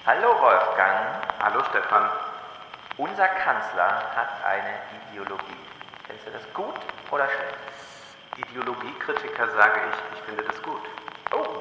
Hallo Wolfgang, Hallo Stefan. unser Kanzler hat eine Ideologie. Findest du das gut oder schlecht? Ideologiekritiker sage ich finde das gut. Oh,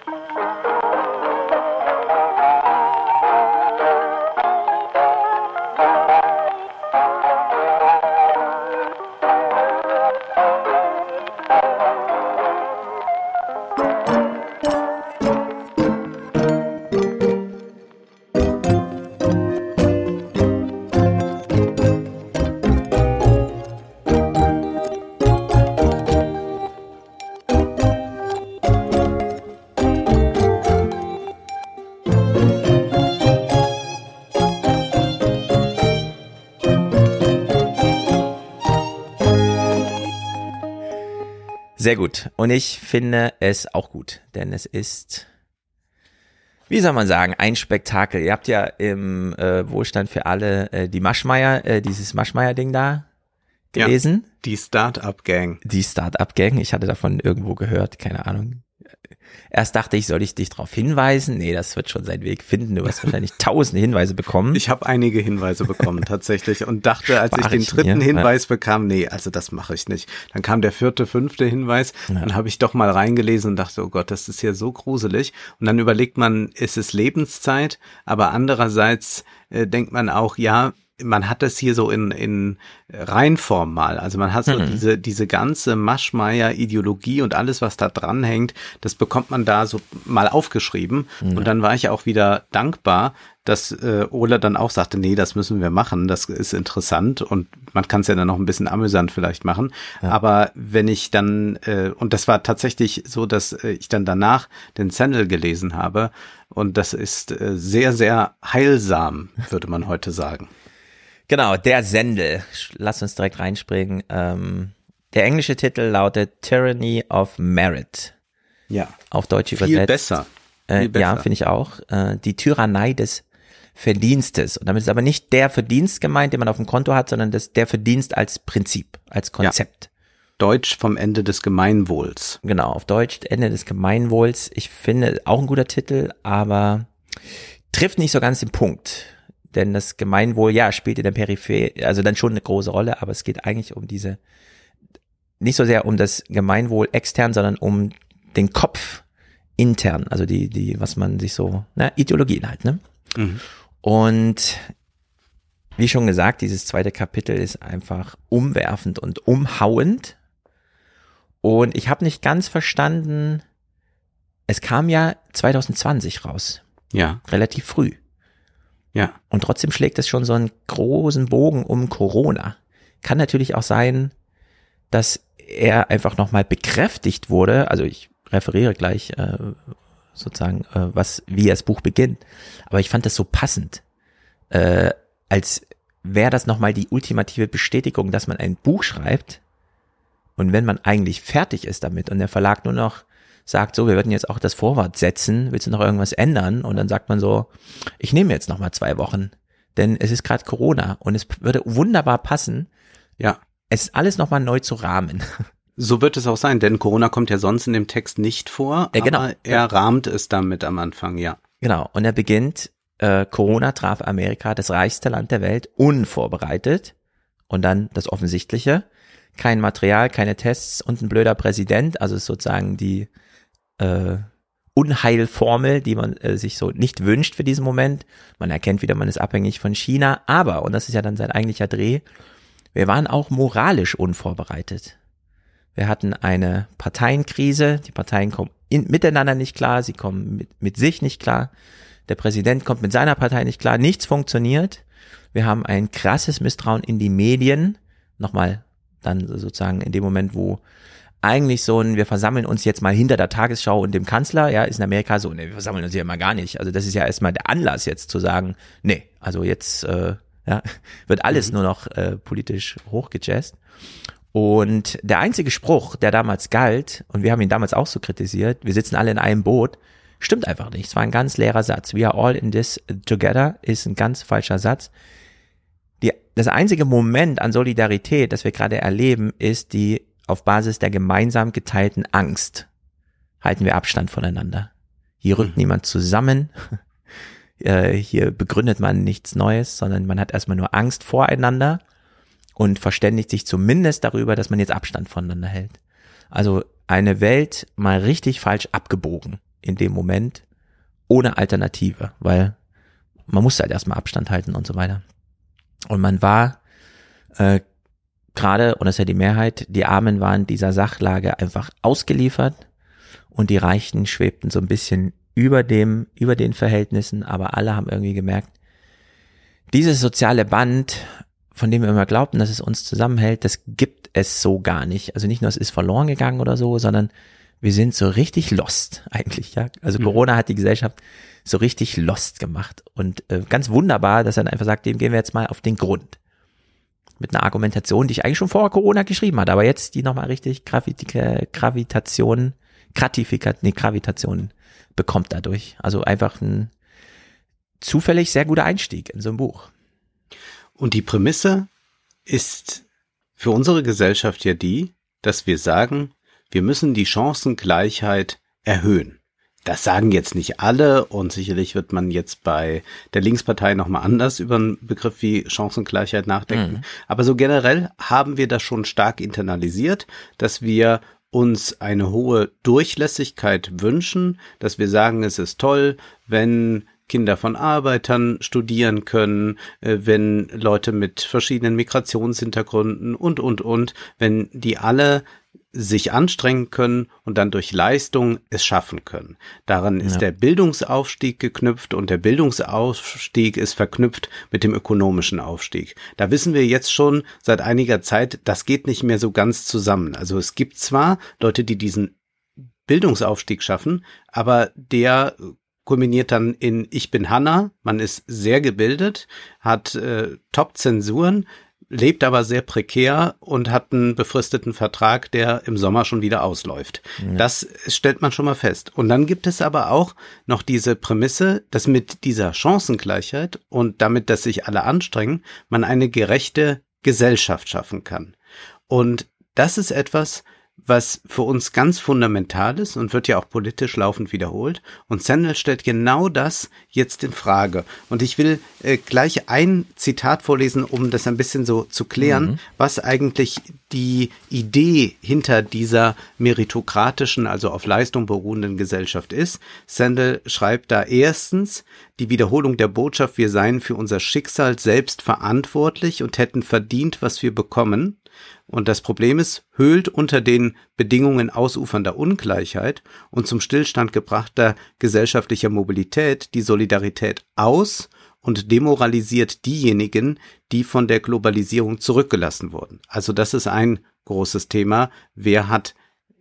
sehr gut. Und ich finde es auch gut, denn es ist, wie soll man sagen, ein Spektakel. Ihr habt ja im Wohlstand für alle die Maschmeyer, dieses Maschmeyer-Ding da gelesen. Ja, die Start-up-Gang. Die Start-up-Gang, ich hatte davon irgendwo gehört, keine Ahnung. Erst dachte ich, soll ich dich darauf hinweisen? Nee, das wird schon seinen Weg finden. Du wirst wahrscheinlich tausende Hinweise bekommen. Ich habe einige Hinweise bekommen tatsächlich und dachte, als ich den dritten Hinweis bekam, nee, also das mache ich nicht. Dann kam der 4., 5. Hinweis, dann habe ich doch mal reingelesen und dachte, oh Gott, das ist ja so gruselig. Und dann überlegt man, ist es Lebenszeit? Aber andererseits denkt man auch, ja, man hat das hier so in Reinform mal. Also man hat so diese ganze Maschmeyer-Ideologie und alles, was da dranhängt, das bekommt man da so mal aufgeschrieben. Und dann war ich auch wieder dankbar, dass Ola dann auch sagte, nee, das müssen wir machen, das ist interessant und man kann es ja dann noch ein bisschen amüsant vielleicht machen. Ja. Aber wenn ich dann, und das war tatsächlich so, dass ich dann danach den Sendel gelesen habe und das ist sehr, sehr heilsam, würde man heute sagen. Genau, der Sendel. Lass uns direkt reinspringen. Der englische Titel lautet Tyranny of Merit. Ja. Auf Deutsch viel übersetzt. Besser. Ja, finde ich auch. Die Tyrannei des Verdienstes. Und damit ist aber nicht der Verdienst gemeint, den man auf dem Konto hat, sondern der Verdienst als Prinzip, als Konzept. Ja. Deutsch vom Ende des Gemeinwohls. Genau, auf Deutsch Ende des Gemeinwohls. Ich finde auch ein guter Titel, aber trifft nicht so ganz den Punkt. Denn das Gemeinwohl, ja, spielt in der Peripherie, also dann schon eine große Rolle, aber es geht eigentlich um nicht so sehr um das Gemeinwohl extern, sondern um den Kopf intern, also was man sich so, Ideologien halt, ne? Mhm. Und wie schon gesagt, dieses 2. Kapitel ist einfach umwerfend und umhauend. Und ich habe nicht ganz verstanden, es kam ja 2020 raus. Ja. Relativ früh. Ja. Und trotzdem schlägt es schon so einen großen Bogen um Corona. Kann natürlich auch sein, dass er einfach nochmal bekräftigt wurde. Also ich referiere gleich sozusagen, wie das Buch beginnt. Aber ich fand das so passend, als wäre das nochmal die ultimative Bestätigung, dass man ein Buch schreibt. Und wenn man eigentlich fertig ist damit und der Verlag nur noch sagt, so, wir würden jetzt auch das Vorwort setzen, willst du noch irgendwas ändern? Und dann sagt man so, ich nehme jetzt nochmal 2 Wochen, denn es ist gerade Corona und es würde wunderbar passen. Ja. Es ist alles nochmal neu zu rahmen. So wird es auch sein, denn Corona kommt ja sonst in dem Text nicht vor, genau. Aber er rahmt es damit am Anfang, ja. Genau, und er beginnt, Corona traf Amerika, das reichste Land der Welt, unvorbereitet. Und dann das Offensichtliche, kein Material, keine Tests und ein blöder Präsident, also sozusagen die Unheilformel, die man sich so nicht wünscht für diesen Moment. Man erkennt wieder, man ist abhängig von China, aber, und das ist ja dann sein eigentlicher Dreh, wir waren auch moralisch unvorbereitet. Wir hatten eine Parteienkrise, die Parteien kommen miteinander nicht klar, sie kommen mit sich nicht klar, der Präsident kommt mit seiner Partei nicht klar, nichts funktioniert. Wir haben ein krasses Misstrauen in die Medien, nochmal dann sozusagen in dem Moment, wo eigentlich wir versammeln uns jetzt mal hinter der Tagesschau und dem Kanzler, ja, ist in Amerika so, wir versammeln uns hier mal gar nicht. Also das ist ja erstmal der Anlass jetzt zu sagen, nee, also jetzt wird alles nur noch politisch hochgejazzt. Und der einzige Spruch, der damals galt, und wir haben ihn damals auch so kritisiert, wir sitzen alle in einem Boot, stimmt einfach nicht. Es war ein ganz leerer Satz. We are all in this together ist ein ganz falscher Satz. Das einzige Moment an Solidarität, das wir gerade erleben, ist die auf Basis der gemeinsam geteilten Angst halten wir Abstand voneinander. Hier rückt niemand zusammen. hier begründet man nichts Neues, sondern man hat erstmal nur Angst voreinander und verständigt sich zumindest darüber, dass man jetzt Abstand voneinander hält. Also eine Welt mal richtig falsch abgebogen in dem Moment, ohne Alternative, weil man musste halt erstmal Abstand halten und so weiter. Und man war gerade, und das ist ja die Mehrheit, die Armen waren dieser Sachlage einfach ausgeliefert und die Reichen schwebten so ein bisschen über den Verhältnissen, aber alle haben irgendwie gemerkt, dieses soziale Band, von dem wir immer glaubten, dass es uns zusammenhält, das gibt es so gar nicht. Also nicht nur, es ist verloren gegangen oder so, sondern wir sind so richtig lost eigentlich, ja. Also Corona hat die Gesellschaft so richtig lost gemacht und ganz wunderbar, dass er dann einfach sagt, dem gehen wir jetzt mal auf den Grund. Mit einer Argumentation, die ich eigentlich schon vor Corona geschrieben hatte, aber jetzt die nochmal richtig Gravitation bekommt dadurch. Also einfach ein zufällig sehr guter Einstieg in so ein Buch. Und die Prämisse ist für unsere Gesellschaft ja die, dass wir sagen, wir müssen die Chancengleichheit erhöhen. Das sagen jetzt nicht alle und sicherlich wird man jetzt bei der Linkspartei nochmal anders über einen Begriff wie Chancengleichheit nachdenken. Aber so generell haben wir das schon stark internalisiert, dass wir uns eine hohe Durchlässigkeit wünschen, dass wir sagen, es ist toll, wenn Kinder von Arbeitern studieren können, wenn Leute mit verschiedenen Migrationshintergründen und, wenn die alle sich anstrengen können und dann durch Leistung es schaffen können. Daran ist der Bildungsaufstieg geknüpft und der Bildungsaufstieg ist verknüpft mit dem ökonomischen Aufstieg. Da wissen wir jetzt schon seit einiger Zeit, das geht nicht mehr so ganz zusammen. Also es gibt zwar Leute, die diesen Bildungsaufstieg schaffen, aber der kulminiert dann in Ich bin Hanna, man ist sehr gebildet, hat Top-Zensuren, lebt aber sehr prekär und hat einen befristeten Vertrag, der im Sommer schon wieder ausläuft. Ja. Das stellt man schon mal fest. Und dann gibt es aber auch noch diese Prämisse, dass mit dieser Chancengleichheit und damit, dass sich alle anstrengen, man eine gerechte Gesellschaft schaffen kann. Und das ist etwas, was für uns ganz fundamental ist und wird ja auch politisch laufend wiederholt. Und Sandel stellt genau das jetzt in Frage. Und ich will gleich ein Zitat vorlesen, um das ein bisschen so zu klären, was eigentlich die Idee hinter dieser meritokratischen, also auf Leistung beruhenden Gesellschaft ist. Sandel schreibt da erstens, die Wiederholung der Botschaft, wir seien für unser Schicksal selbst verantwortlich und hätten verdient, was wir bekommen. Und das Problem ist, höhlt unter den Bedingungen ausufernder Ungleichheit und zum Stillstand gebrachter gesellschaftlicher Mobilität die Solidarität aus und demoralisiert diejenigen, die von der Globalisierung zurückgelassen wurden. Also das ist ein großes Thema. Wer hat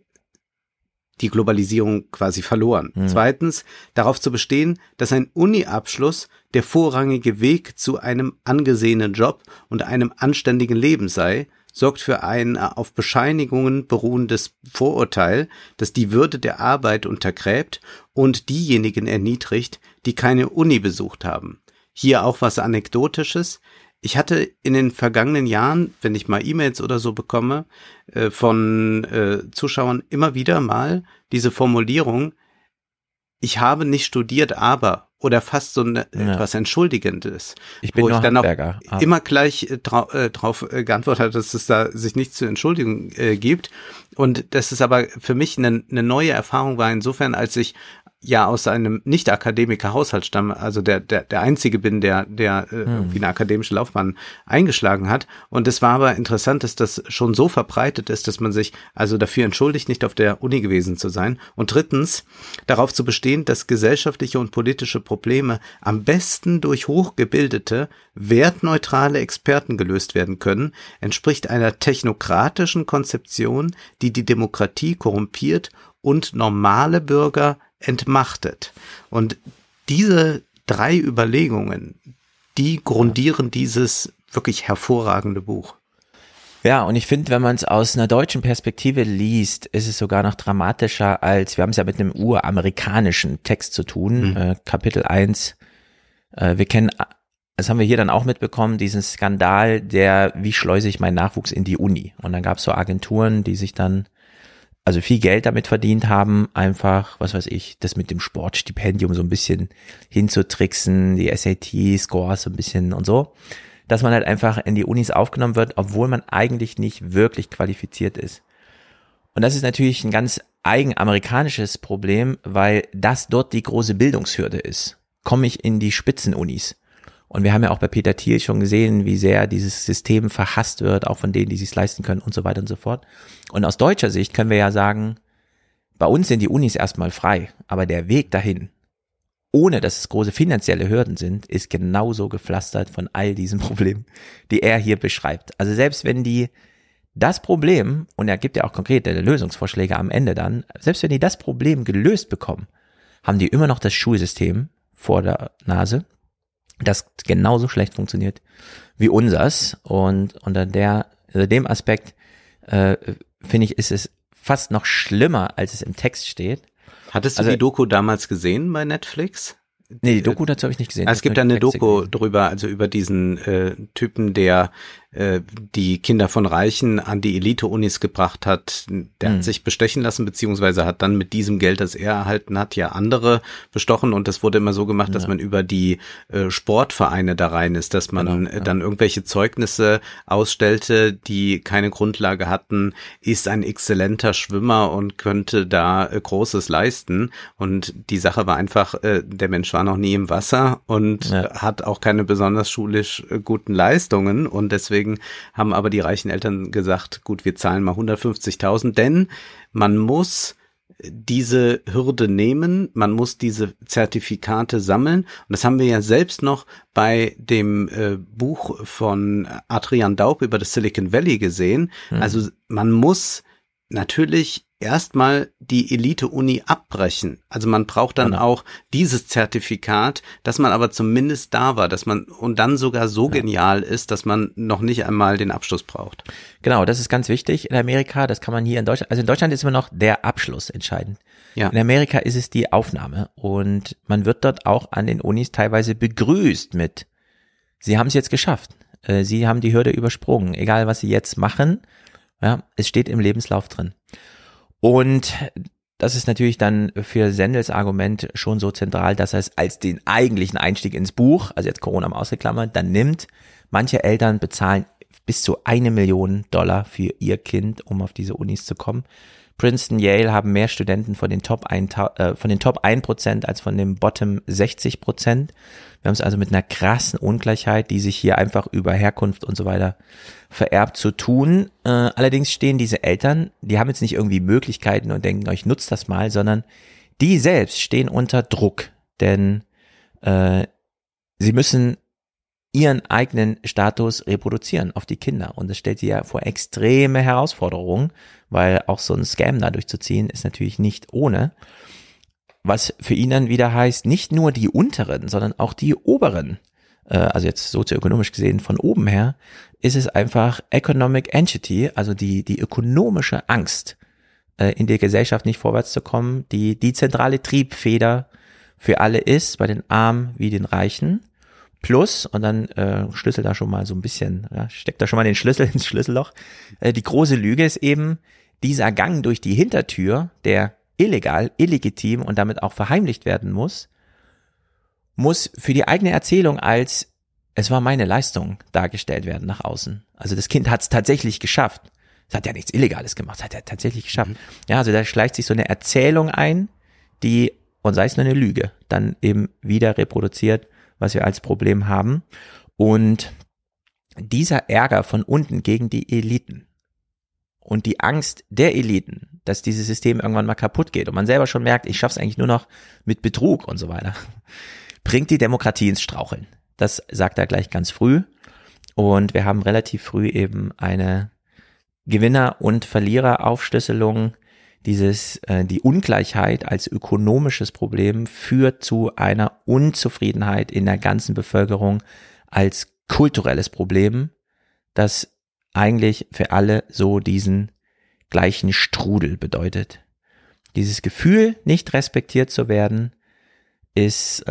die Globalisierung quasi verloren? Zweitens, darauf zu bestehen, dass ein Uni-Abschluss der vorrangige Weg zu einem angesehenen Job und einem anständigen Leben sei, sorgt für ein auf Bescheinigungen beruhendes Vorurteil, das die Würde der Arbeit untergräbt und diejenigen erniedrigt, die keine Uni besucht haben. Hier auch was Anekdotisches. Ich hatte in den vergangenen Jahren, wenn ich mal E-Mails oder so bekomme, von Zuschauern immer wieder mal diese Formulierung, ich habe nicht studiert, aber, oder fast so etwas Entschuldigendes. Ich bin wo ich dann auch immer gleich drauf geantwortet habe, dass es da sich nichts zu entschuldigen gibt. Und das ist aber für mich eine neue Erfahrung war insofern, als ich ja aus einem Nicht-Akademiker-Haushalt stamme, also der Einzige bin, der irgendwie eine akademische Laufbahn eingeschlagen hat. Und es war aber interessant, dass das schon so verbreitet ist, dass man sich also dafür entschuldigt, nicht auf der Uni gewesen zu sein. Und drittens, darauf zu bestehen, dass gesellschaftliche und politische Probleme am besten durch hochgebildete, wertneutrale Experten gelöst werden können, entspricht einer technokratischen Konzeption, die die Demokratie korrumpiert und normale Bürger entmachtet. Und diese 3 Überlegungen, die grundieren dieses wirklich hervorragende Buch. Ja, und ich finde, wenn man es aus einer deutschen Perspektive liest, ist es sogar noch dramatischer als, wir haben es ja mit einem uramerikanischen Text zu tun, Kapitel 1. Wir kennen, das haben wir hier dann auch mitbekommen, diesen Skandal, wie schleuse ich meinen Nachwuchs in die Uni? Und dann gab es so Agenturen, die sich dann also viel Geld damit verdient haben, einfach, was weiß ich, das mit dem Sportstipendium so ein bisschen hinzutricksen, die SAT-Scores so ein bisschen und so, dass man halt einfach in die Unis aufgenommen wird, obwohl man eigentlich nicht wirklich qualifiziert ist. Und das ist natürlich ein ganz eigenamerikanisches Problem, weil das dort die große Bildungshürde ist. Komme ich in die Spitzenunis? Und wir haben ja auch bei Peter Thiel schon gesehen, wie sehr dieses System verhasst wird, auch von denen, die es sich leisten können und so weiter und so fort. Und aus deutscher Sicht können wir ja sagen, bei uns sind die Unis erstmal frei, aber der Weg dahin, ohne dass es große finanzielle Hürden sind, ist genauso gepflastert von all diesen Problemen, die er hier beschreibt. Also selbst wenn die das Problem, und er gibt ja auch konkrete Lösungsvorschläge am Ende dann, selbst wenn die das Problem gelöst bekommen, haben die immer noch das Schulsystem vor der Nase, das genauso schlecht funktioniert wie unsers. Und unter dem Aspekt finde ich, ist es fast noch schlimmer, als es im Text steht. Hattest du die Doku damals gesehen bei Netflix? Nee, die Doku dazu habe ich nicht gesehen. Es gibt da eine Doku drüber, also über diesen Typen, der die Kinder von Reichen an die Elite-Unis gebracht hat. Der hat sich bestechen lassen, beziehungsweise hat dann mit diesem Geld, das er erhalten hat, ja andere bestochen. Und das wurde immer so gemacht, dass man über die Sportvereine da rein ist, dass man dann irgendwelche Zeugnisse ausstellte, die keine Grundlage hatten, ist ein exzellenter Schwimmer und könnte da Großes leisten. Und die Sache war einfach, der Mensch war noch nie im Wasser und hat auch keine besonders schulisch guten Leistungen. Und deswegen haben aber die reichen Eltern gesagt, gut, wir zahlen mal 150.000, denn man muss diese Hürde nehmen, man muss diese Zertifikate sammeln. Und das haben wir ja selbst noch bei dem Buch von Adrian Daub über das Silicon Valley gesehen. Also man muss natürlich erstmal die Elite-Uni abbrechen. Also man braucht dann auch dieses Zertifikat, dass man aber zumindest da war, dass man und dann sogar so genial ist, dass man noch nicht einmal den Abschluss braucht. Genau, das ist ganz wichtig in Amerika. Das kann man hier in Deutschland, also in Deutschland ist immer noch der Abschluss entscheidend. Ja. In Amerika ist es die Aufnahme und man wird dort auch an den Unis teilweise begrüßt mit, Sie haben es jetzt geschafft. Sie haben die Hürde übersprungen. Egal, was Sie jetzt machen, ja, es steht im Lebenslauf drin. Und das ist natürlich dann für Sendels Argument schon so zentral, dass er es als den eigentlichen Einstieg ins Buch, also jetzt Corona mal ausgeklammert, dann nimmt. Manche Eltern bezahlen bis zu $1 Million für ihr Kind, um auf diese Unis zu kommen. Princeton, Yale haben mehr Studenten von den Top 1% als von dem Bottom 60%. Wir haben es also mit einer krassen Ungleichheit, die sich hier einfach über Herkunft und so weiter vererbt zu tun. Allerdings stehen diese Eltern, die haben jetzt nicht irgendwie Möglichkeiten und denken, euch nutzt das mal, sondern die selbst stehen unter Druck, denn sie müssen ihren eigenen Status reproduzieren auf die Kinder und das stellt sie ja vor extreme Herausforderungen, weil auch so ein Scam da durchzuziehen ist natürlich nicht ohne. Was für ihn dann wieder heißt, nicht nur die unteren, sondern auch die oberen, also jetzt sozioökonomisch gesehen von oben her, ist es einfach Economic Anxiety, also die ökonomische Angst, in der Gesellschaft nicht vorwärts zu kommen, die zentrale Triebfeder für alle ist, bei den Armen wie den Reichen. Plus, und dann schlüssel da schon mal so ein bisschen, steckt da schon mal den Schlüssel ins Schlüsselloch, die große Lüge ist eben dieser Gang durch die Hintertür, der illegal, illegitim und damit auch verheimlicht werden muss für die eigene Erzählung als, es war meine Leistung, dargestellt werden nach außen. Also das Kind hat es tatsächlich geschafft. Es hat ja nichts Illegales gemacht, es hat ja tatsächlich geschafft. Ja, also da schleicht sich so eine Erzählung ein, die, und sei es nur eine Lüge, dann eben wieder reproduziert, was wir als Problem haben. Und dieser Ärger von unten gegen die Eliten und die Angst der Eliten, dass dieses System irgendwann mal kaputt geht und man selber schon merkt, ich schaff's eigentlich nur noch mit Betrug und so weiter, bringt die Demokratie ins Straucheln. Das sagt er gleich ganz früh. Und wir haben relativ früh eben eine Gewinner- und Verliereraufschlüsselung. Die Ungleichheit als ökonomisches Problem führt zu einer Unzufriedenheit in der ganzen Bevölkerung als kulturelles Problem, das eigentlich für alle so diesen gleichen Strudel bedeutet. Dieses Gefühl, nicht respektiert zu werden, ist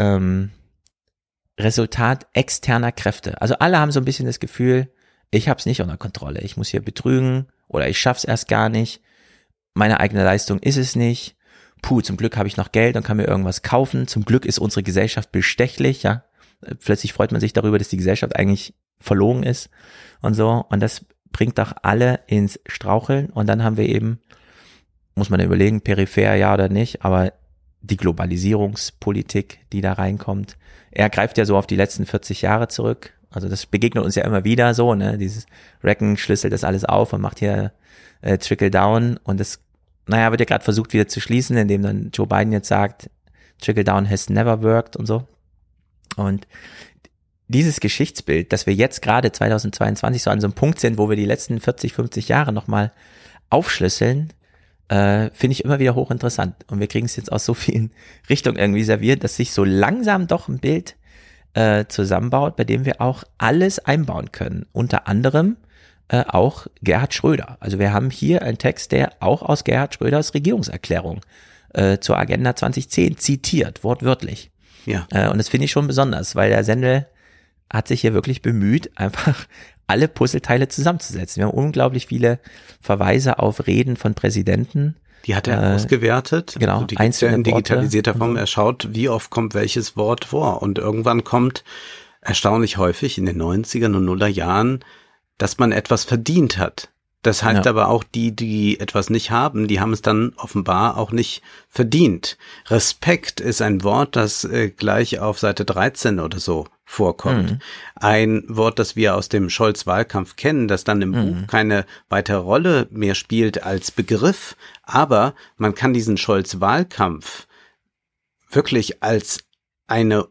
Resultat externer Kräfte. Also alle haben so ein bisschen das Gefühl, ich habe es nicht unter Kontrolle, ich muss hier betrügen oder ich schaff's erst gar nicht. meine eigene Leistung ist es nicht. Puh, zum Glück habe ich noch Geld und kann mir irgendwas kaufen. Zum Glück ist unsere Gesellschaft bestechlich, ja. Plötzlich freut man sich darüber, dass die Gesellschaft eigentlich verlogen ist und so. Und das bringt doch alle ins Straucheln. Und dann haben wir eben, muss man überlegen, peripher ja oder nicht, aber die Globalisierungspolitik, die da reinkommt. Er greift ja so auf die letzten 40 Jahre zurück. Also das begegnet uns ja immer wieder so, ne? Dieses Reagan schlüsselt das alles auf und macht hier Trickle Down. Und das, wird ja gerade versucht wieder zu schließen, indem dann Joe Biden jetzt sagt, Trickle Down has never worked und so. Und dieses Geschichtsbild, dass wir jetzt gerade 2022 so an so einem Punkt sind, wo wir die letzten 40, 50 Jahre nochmal aufschlüsseln, finde ich immer wieder hochinteressant. Und wir kriegen es jetzt aus so vielen Richtungen irgendwie serviert, dass sich so langsam doch ein Bild zusammenbaut, bei dem wir auch alles einbauen können. Unter anderem auch Gerhard Schröder. Also wir haben hier einen Text, der auch aus Gerhard Schröders Regierungserklärung zur Agenda 2010 zitiert, wortwörtlich. Ja. Und das finde ich schon besonders, weil der Sendel hat sich hier wirklich bemüht, einfach alle Puzzleteile zusammenzusetzen. Wir haben unglaublich viele Verweise auf Reden von Präsidenten. Die hat er ausgewertet. Genau. Also die gibt's ja in digitalisierter Form. Er schaut, wie oft kommt welches Wort vor. Und irgendwann kommt erstaunlich häufig in den 90er und 0er Jahren, dass man etwas verdient hat. Das heißt aber auch, die etwas nicht haben, die haben es dann offenbar auch nicht verdient. Respekt ist ein Wort, das gleich auf Seite 13 oder so vorkommt. Ein Wort, das wir aus dem Scholz-Wahlkampf kennen, das dann im Buch keine weitere Rolle mehr spielt als Begriff. Aber man kann diesen Scholz-Wahlkampf wirklich als eine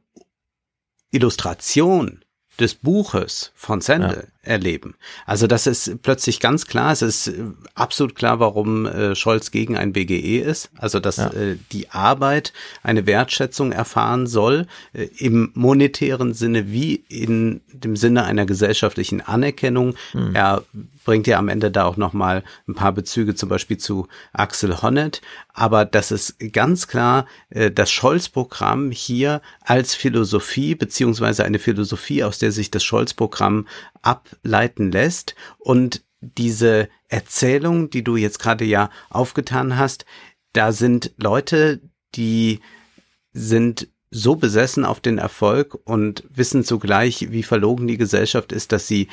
Illustration des Buches von Sendel erleben. Also das ist plötzlich ganz klar, es ist absolut klar, warum Scholz gegen ein BGE ist, also dass die Arbeit eine Wertschätzung erfahren soll, im monetären Sinne wie in dem Sinne einer gesellschaftlichen Anerkennung. Er bringt ja am Ende da auch nochmal ein paar Bezüge zum Beispiel zu Axel Honneth, aber das ist ganz klar das Scholz-Programm hier als Philosophie beziehungsweise eine Philosophie, aus der sich das Scholz-Programm ableiten lässt. Und diese Erzählung, die du jetzt gerade ja aufgetan hast, da sind Leute, die sind so besessen auf den Erfolg und wissen zugleich, wie verlogen die Gesellschaft ist, dass sie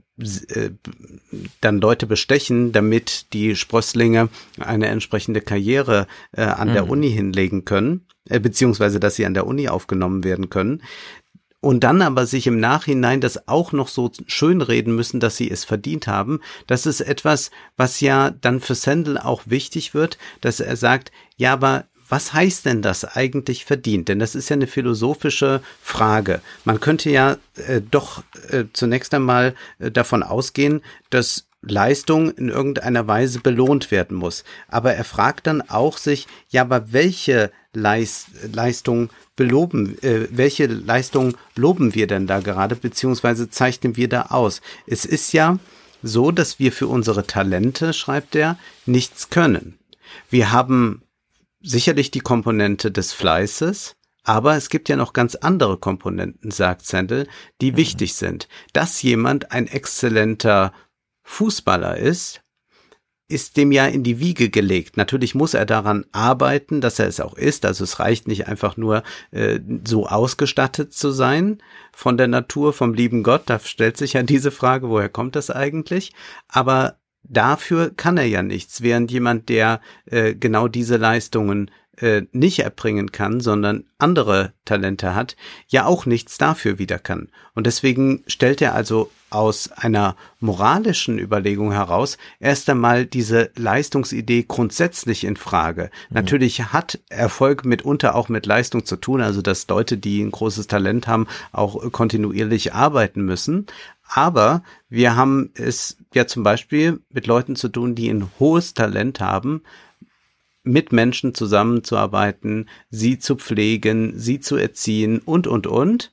dann Leute bestechen, damit die Sprösslinge eine entsprechende Karriere an der Uni hinlegen können, beziehungsweise dass sie an der Uni aufgenommen werden können. Und dann aber sich im Nachhinein das auch noch so schönreden müssen, dass sie es verdient haben. Das ist etwas, was ja dann für Sendel auch wichtig wird, dass er sagt, ja, aber was heißt denn das eigentlich verdient? Denn das ist ja eine philosophische Frage. Man könnte ja doch zunächst einmal davon ausgehen, dass Leistung in irgendeiner Weise belohnt werden muss. Aber er fragt dann auch sich, ja, aber welche Leistung welche Leistung loben wir denn da gerade, beziehungsweise zeichnen wir da aus? Es ist ja so, dass wir für unsere Talente, schreibt er, nichts können. Wir haben sicherlich die Komponente des Fleißes, aber es gibt ja noch ganz andere Komponenten, sagt Sendel, die wichtig sind. Dass jemand ein exzellenter Fußballer ist dem ja in die Wiege gelegt. Natürlich muss er daran arbeiten, dass er es auch ist. Also es reicht nicht einfach nur so ausgestattet zu sein von der Natur, vom lieben Gott. Da stellt sich ja diese Frage, woher kommt das eigentlich? Aber dafür kann er ja nichts, während jemand, der genau diese Leistungen nicht erbringen kann, sondern andere Talente hat, ja auch nichts dafür wieder kann. Und deswegen stellt er also aus einer moralischen Überlegung heraus erst einmal diese Leistungsidee grundsätzlich in Frage. Natürlich hat Erfolg mitunter auch mit Leistung zu tun, also dass Leute, die ein großes Talent haben, auch kontinuierlich arbeiten müssen. Aber wir haben es ja zum Beispiel mit Leuten zu tun, die ein hohes Talent haben, mit Menschen zusammenzuarbeiten, sie zu pflegen, sie zu erziehen und. Und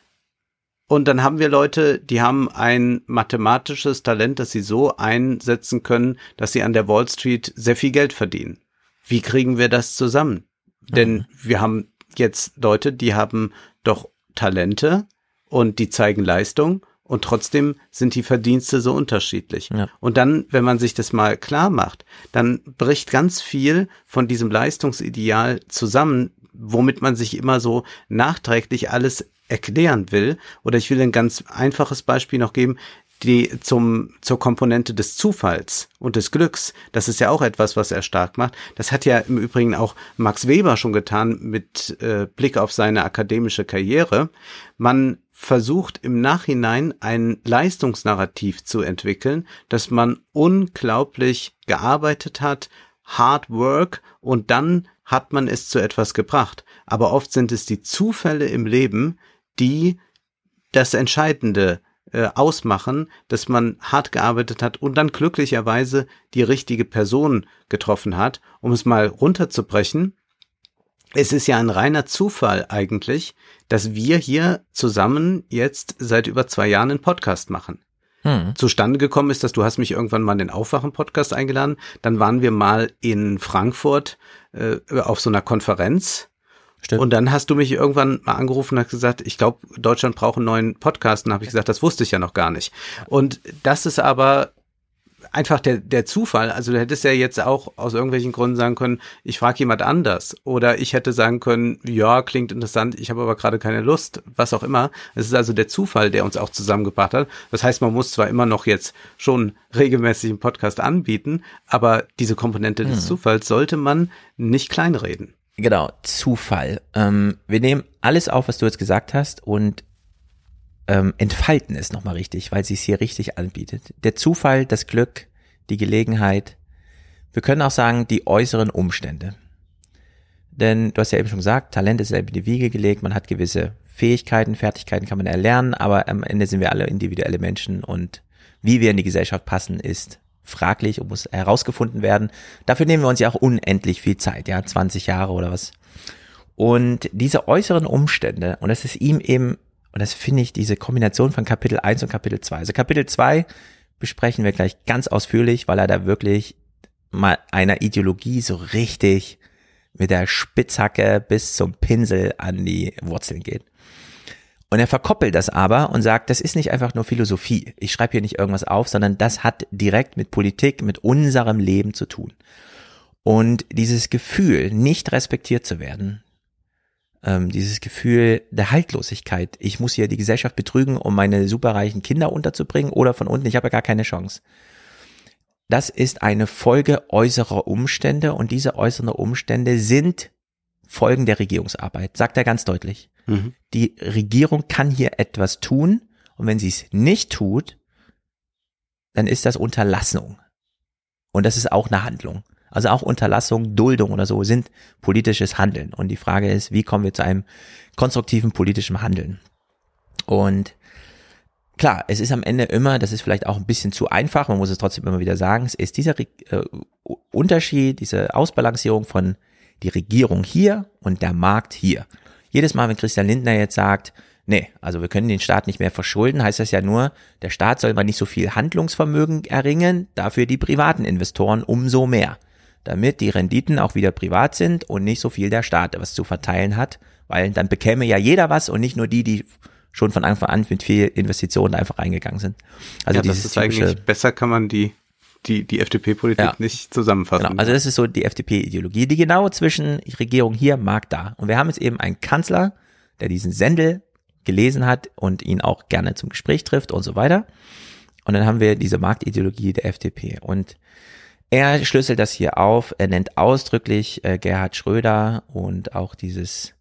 dann haben wir Leute, die haben ein mathematisches Talent, das sie so einsetzen können, dass sie an der Wall Street sehr viel Geld verdienen. Wie kriegen wir das zusammen? Denn wir haben jetzt Leute, die haben doch Talente und die zeigen Leistung Und trotzdem sind die Verdienste so unterschiedlich. Ja. Und dann, wenn man sich das mal klar macht, dann bricht ganz viel von diesem Leistungsideal zusammen, womit man sich immer so nachträglich alles erklären will. Oder ich will ein ganz einfaches Beispiel noch geben, zur Komponente des Zufalls und des Glücks. Das ist ja auch etwas, was er stark macht. Das hat ja im Übrigen auch Max Weber schon getan mit Blick auf seine akademische Karriere. Man versucht im Nachhinein ein Leistungsnarrativ zu entwickeln, dass man unglaublich gearbeitet hat, Hard Work, und dann hat man es zu etwas gebracht. Aber oft sind es die Zufälle im Leben, die das Entscheidende ausmachen, dass man hart gearbeitet hat und dann glücklicherweise die richtige Person getroffen hat. Um es mal runterzubrechen, es ist ja ein reiner Zufall eigentlich, dass wir hier zusammen jetzt seit über 2 Jahren einen Podcast machen. Zustande gekommen ist, dass du hast mich irgendwann mal in den Aufwachen-Podcast eingeladen. Dann waren wir mal in Frankfurt auf so einer Konferenz. Stimmt. Und dann hast du mich irgendwann mal angerufen und hast gesagt, ich glaube, Deutschland braucht einen neuen Podcast. Und dann habe ich gesagt, das wusste ich ja noch gar nicht. Und das ist aber einfach der Zufall. Also du hättest ja jetzt auch aus irgendwelchen Gründen sagen können, ich frage jemand anders. Oder ich hätte sagen können, ja, klingt interessant, ich habe aber gerade keine Lust, was auch immer. Es ist also der Zufall, der uns auch zusammengebracht hat. Das heißt, man muss zwar immer noch jetzt schon regelmäßig einen Podcast anbieten, aber diese Komponente des Zufalls sollte man nicht kleinreden. Genau, Zufall. Wir nehmen alles auf, was du jetzt gesagt hast, und entfalten es nochmal richtig, weil sie es hier richtig anbietet. Der Zufall, das Glück, die Gelegenheit. Wir können auch sagen, die äußeren Umstände. Denn du hast ja eben schon gesagt, Talent ist in die Wiege gelegt, man hat gewisse Fähigkeiten, Fertigkeiten kann man erlernen, aber am Ende sind wir alle individuelle Menschen und wie wir in die Gesellschaft passen, ist fraglich und muss herausgefunden werden. Dafür nehmen wir uns ja auch unendlich viel Zeit, ja, 20 Jahre oder was. Und diese äußeren Umstände, und das ist ihm eben, und das finde ich, diese Kombination von Kapitel 1 und Kapitel 2. Also Kapitel 2 besprechen wir gleich ganz ausführlich, weil er da wirklich mal einer Ideologie so richtig mit der Spitzhacke bis zum Pinsel an die Wurzeln geht. Und er verkoppelt das aber und sagt, das ist nicht einfach nur Philosophie. Ich schreibe hier nicht irgendwas auf, sondern das hat direkt mit Politik, mit unserem Leben zu tun. Und dieses Gefühl, nicht respektiert zu werden, dieses Gefühl der Haltlosigkeit, ich muss hier die Gesellschaft betrügen, um meine superreichen Kinder unterzubringen oder von unten, ich habe ja gar keine Chance. Das ist eine Folge äußerer Umstände und diese äußeren Umstände sind Folgen der Regierungsarbeit, sagt er ganz deutlich. Die Regierung kann hier etwas tun und wenn sie es nicht tut, dann ist das Unterlassung. Und das ist auch eine Handlung. Also auch Unterlassung, Duldung oder so sind politisches Handeln. Und die Frage ist, wie kommen wir zu einem konstruktiven politischen Handeln? Und klar, es ist am Ende immer, das ist vielleicht auch ein bisschen zu einfach, man muss es trotzdem immer wieder sagen, es ist dieser Unterschied, diese Ausbalancierung von die Regierung hier und der Markt hier. Jedes Mal, wenn Christian Lindner jetzt sagt, nee, also wir können den Staat nicht mehr verschulden, heißt das ja nur, der Staat soll mal nicht so viel Handlungsvermögen erringen, dafür die privaten Investoren umso mehr. Damit die Renditen auch wieder privat sind und nicht so viel der Staat was zu verteilen hat, weil dann bekäme ja jeder was und nicht nur die schon von Anfang an mit viel Investitionen einfach reingegangen sind. Also ja, das ist eigentlich, besser kann man die FDP-Politik nicht zusammenfassen. Genau, also das ist so die FDP-Ideologie, die genau zwischen Regierung hier, Markt da. Und wir haben jetzt eben einen Kanzler, der diesen Sendel gelesen hat und ihn auch gerne zum Gespräch trifft und so weiter. Und dann haben wir diese Marktideologie der FDP. Und er schlüsselt das hier auf, er nennt ausdrücklich Gerhard Schröder und auch dieses,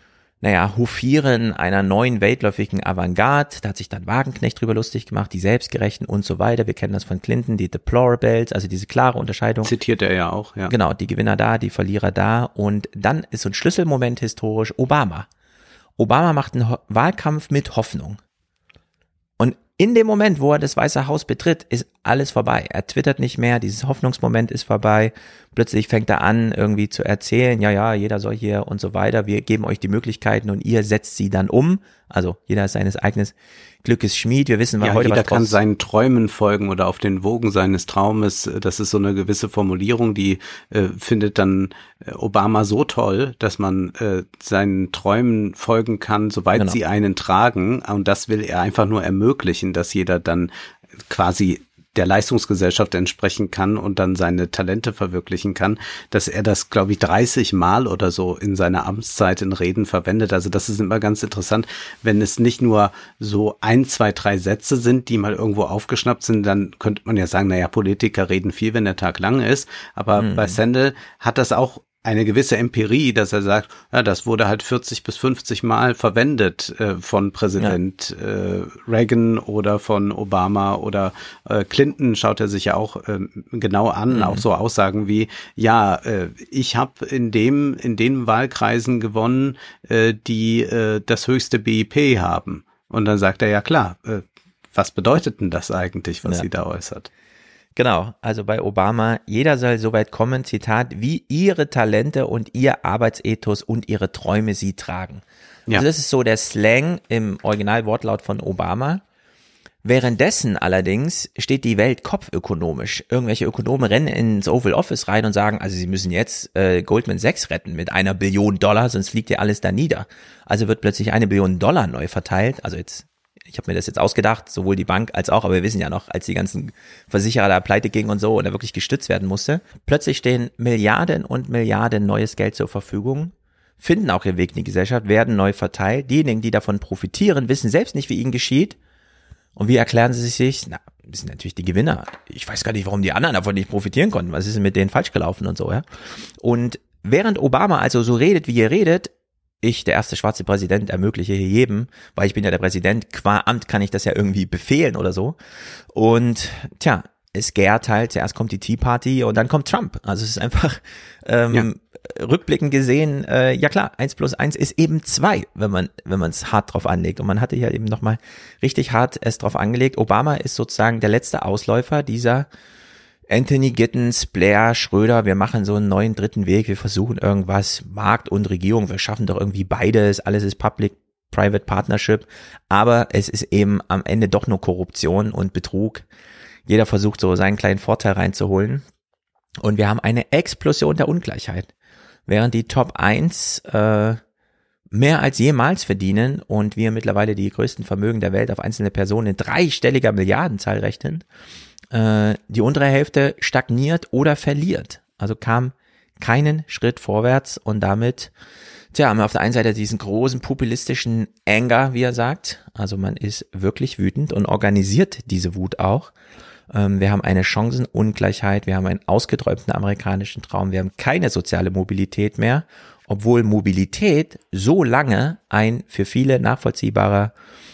Hofieren einer neuen weltläufigen Avantgarde, da hat sich dann Wagenknecht drüber lustig gemacht, die Selbstgerechten und so weiter, wir kennen das von Clinton, die Deplorables, also diese klare Unterscheidung. Zitiert er ja auch, ja. Genau, die Gewinner da, die Verlierer da und dann ist so ein Schlüsselmoment historisch Obama. Obama macht einen Wahlkampf mit Hoffnung. Und in dem Moment, wo er das Weiße Haus betritt, ist alles vorbei. Er twittert nicht mehr, dieses Hoffnungsmoment ist vorbei. Plötzlich fängt er an, irgendwie zu erzählen, ja, jeder soll hier und so weiter. Wir geben euch die Möglichkeiten und ihr setzt sie dann um. Also jeder ist seines eigenen Glückes Schmied. Wir wissen, heute jeder kann seinen Träumen folgen oder auf den Wogen seines Traumes. Das ist so eine gewisse Formulierung, die findet dann Obama so toll, dass man seinen Träumen folgen kann, soweit sie einen tragen. Und das will er einfach nur ermöglichen, dass jeder dann quasi der Leistungsgesellschaft entsprechen kann und dann seine Talente verwirklichen kann, dass er das, glaube ich, 30 Mal oder so in seiner Amtszeit in Reden verwendet. Also das ist immer ganz interessant, wenn es nicht nur so 1, 2, 3 Sätze sind, die mal irgendwo aufgeschnappt sind, dann könnte man ja sagen, naja, Politiker reden viel, wenn der Tag lang ist. Aber bei Sandel hat das auch eine gewisse Empirie, dass er sagt, ja, das wurde halt 40 bis 50 Mal verwendet von Präsident Reagan oder von Obama oder Clinton schaut er sich ja auch genau an, auch so Aussagen wie, ich habe in den Wahlkreisen gewonnen, die das höchste BIP haben. Und dann sagt er, ja klar, was bedeutet denn das eigentlich, was sie da äußert? Genau, also bei Obama, jeder soll so weit kommen, Zitat, wie ihre Talente und ihr Arbeitsethos und ihre Träume sie tragen. Ja. Also das ist so der Slang im Originalwortlaut von Obama. Währenddessen allerdings steht die Welt kopfökonomisch. Irgendwelche Ökonomen rennen ins Oval Office rein und sagen, also sie müssen jetzt Goldman Sachs retten mit $1 Billion, sonst fliegt ja alles da nieder. Also wird plötzlich $1 Billion neu verteilt, also jetzt ich habe mir das jetzt ausgedacht, sowohl die Bank als auch, aber wir wissen ja noch, als die ganzen Versicherer da pleite gingen und so und da wirklich gestützt werden musste, plötzlich stehen Milliarden und Milliarden neues Geld zur Verfügung, finden auch ihren Weg in die Gesellschaft, werden neu verteilt. Diejenigen, die davon profitieren, wissen selbst nicht, wie ihnen geschieht. Und wie erklären sie sich? Na, das sind natürlich die Gewinner. Ich weiß gar nicht, warum die anderen davon nicht profitieren konnten. Was ist denn mit denen falsch gelaufen und so, ja? Und während Obama also so redet, wie er redet, ich, der erste schwarze Präsident, ermögliche hier jedem, weil ich bin ja der Präsident, qua Amt kann ich das ja irgendwie befehlen oder so. Und es gärt halt, zuerst kommt die Tea Party und dann kommt Trump. Also es ist einfach rückblickend gesehen, ja klar, 1 plus 1 ist eben 2, wenn man es hart drauf anlegt. Und man hatte ja eben nochmal richtig hart es drauf angelegt. Obama ist sozusagen der letzte Ausläufer dieser Anthony Giddens, Blair, Schröder, wir machen so einen neuen dritten Weg, wir versuchen irgendwas, Markt und Regierung, wir schaffen doch irgendwie beides, alles ist Public-Private Partnership, aber es ist eben am Ende doch nur Korruption und Betrug. Jeder versucht so seinen kleinen Vorteil reinzuholen und wir haben eine Explosion der Ungleichheit. Während die Top 1 mehr als jemals verdienen und wir mittlerweile die größten Vermögen der Welt auf einzelne Personen in dreistelliger Milliardenzahl rechnen, die untere Hälfte stagniert oder verliert. Also kam keinen Schritt vorwärts und damit, haben wir auf der einen Seite diesen großen populistischen Anger, wie er sagt. Also man ist wirklich wütend und organisiert diese Wut auch. Wir haben eine Chancenungleichheit, wir haben einen ausgeträumten amerikanischen Traum, wir haben keine soziale Mobilität mehr, obwohl Mobilität so lange ein für viele nachvollziehbarer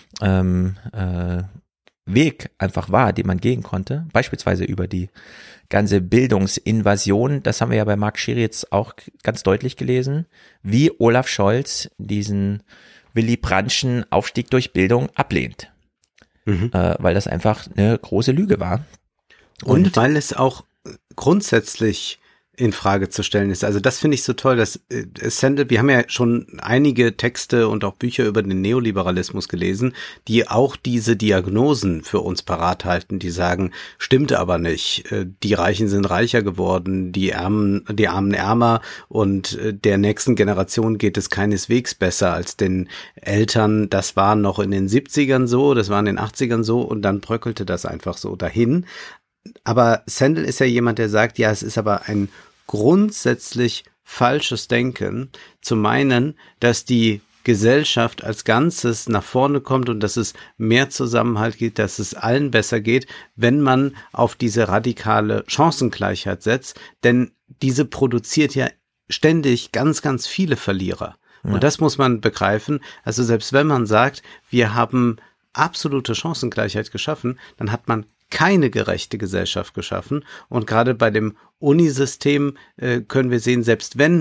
Weg einfach war, den man gehen konnte, beispielsweise über die ganze Bildungsinvasion, das haben wir ja bei Marc Schiritz auch ganz deutlich gelesen, wie Olaf Scholz diesen Willy Brandtschen Aufstieg durch Bildung ablehnt, weil das einfach eine große Lüge war. Und weil es auch grundsätzlich in Frage zu stellen ist. Also das finde ich so toll, dass Sandel, wir haben ja schon einige Texte und auch Bücher über den Neoliberalismus gelesen, die auch diese Diagnosen für uns parat halten, die sagen, stimmt aber nicht. Die Reichen sind reicher geworden, die Armen ärmer und der nächsten Generation geht es keineswegs besser als den Eltern. Das war noch in den 70ern so, das war in den 80ern so und dann bröckelte das einfach so dahin. Aber Sandel ist ja jemand, der sagt, ja, es ist aber ein grundsätzlich falsches Denken, zu meinen, dass die Gesellschaft als Ganzes nach vorne kommt und dass es mehr Zusammenhalt gibt, dass es allen besser geht, wenn man auf diese radikale Chancengleichheit setzt, denn diese produziert ja ständig ganz, ganz viele Verlierer. Ja. Und das muss man begreifen. Also selbst wenn man sagt, wir haben absolute Chancengleichheit geschaffen, dann hat man keine gerechte Gesellschaft geschaffen. Und gerade bei dem Unisystem können wir sehen, selbst wenn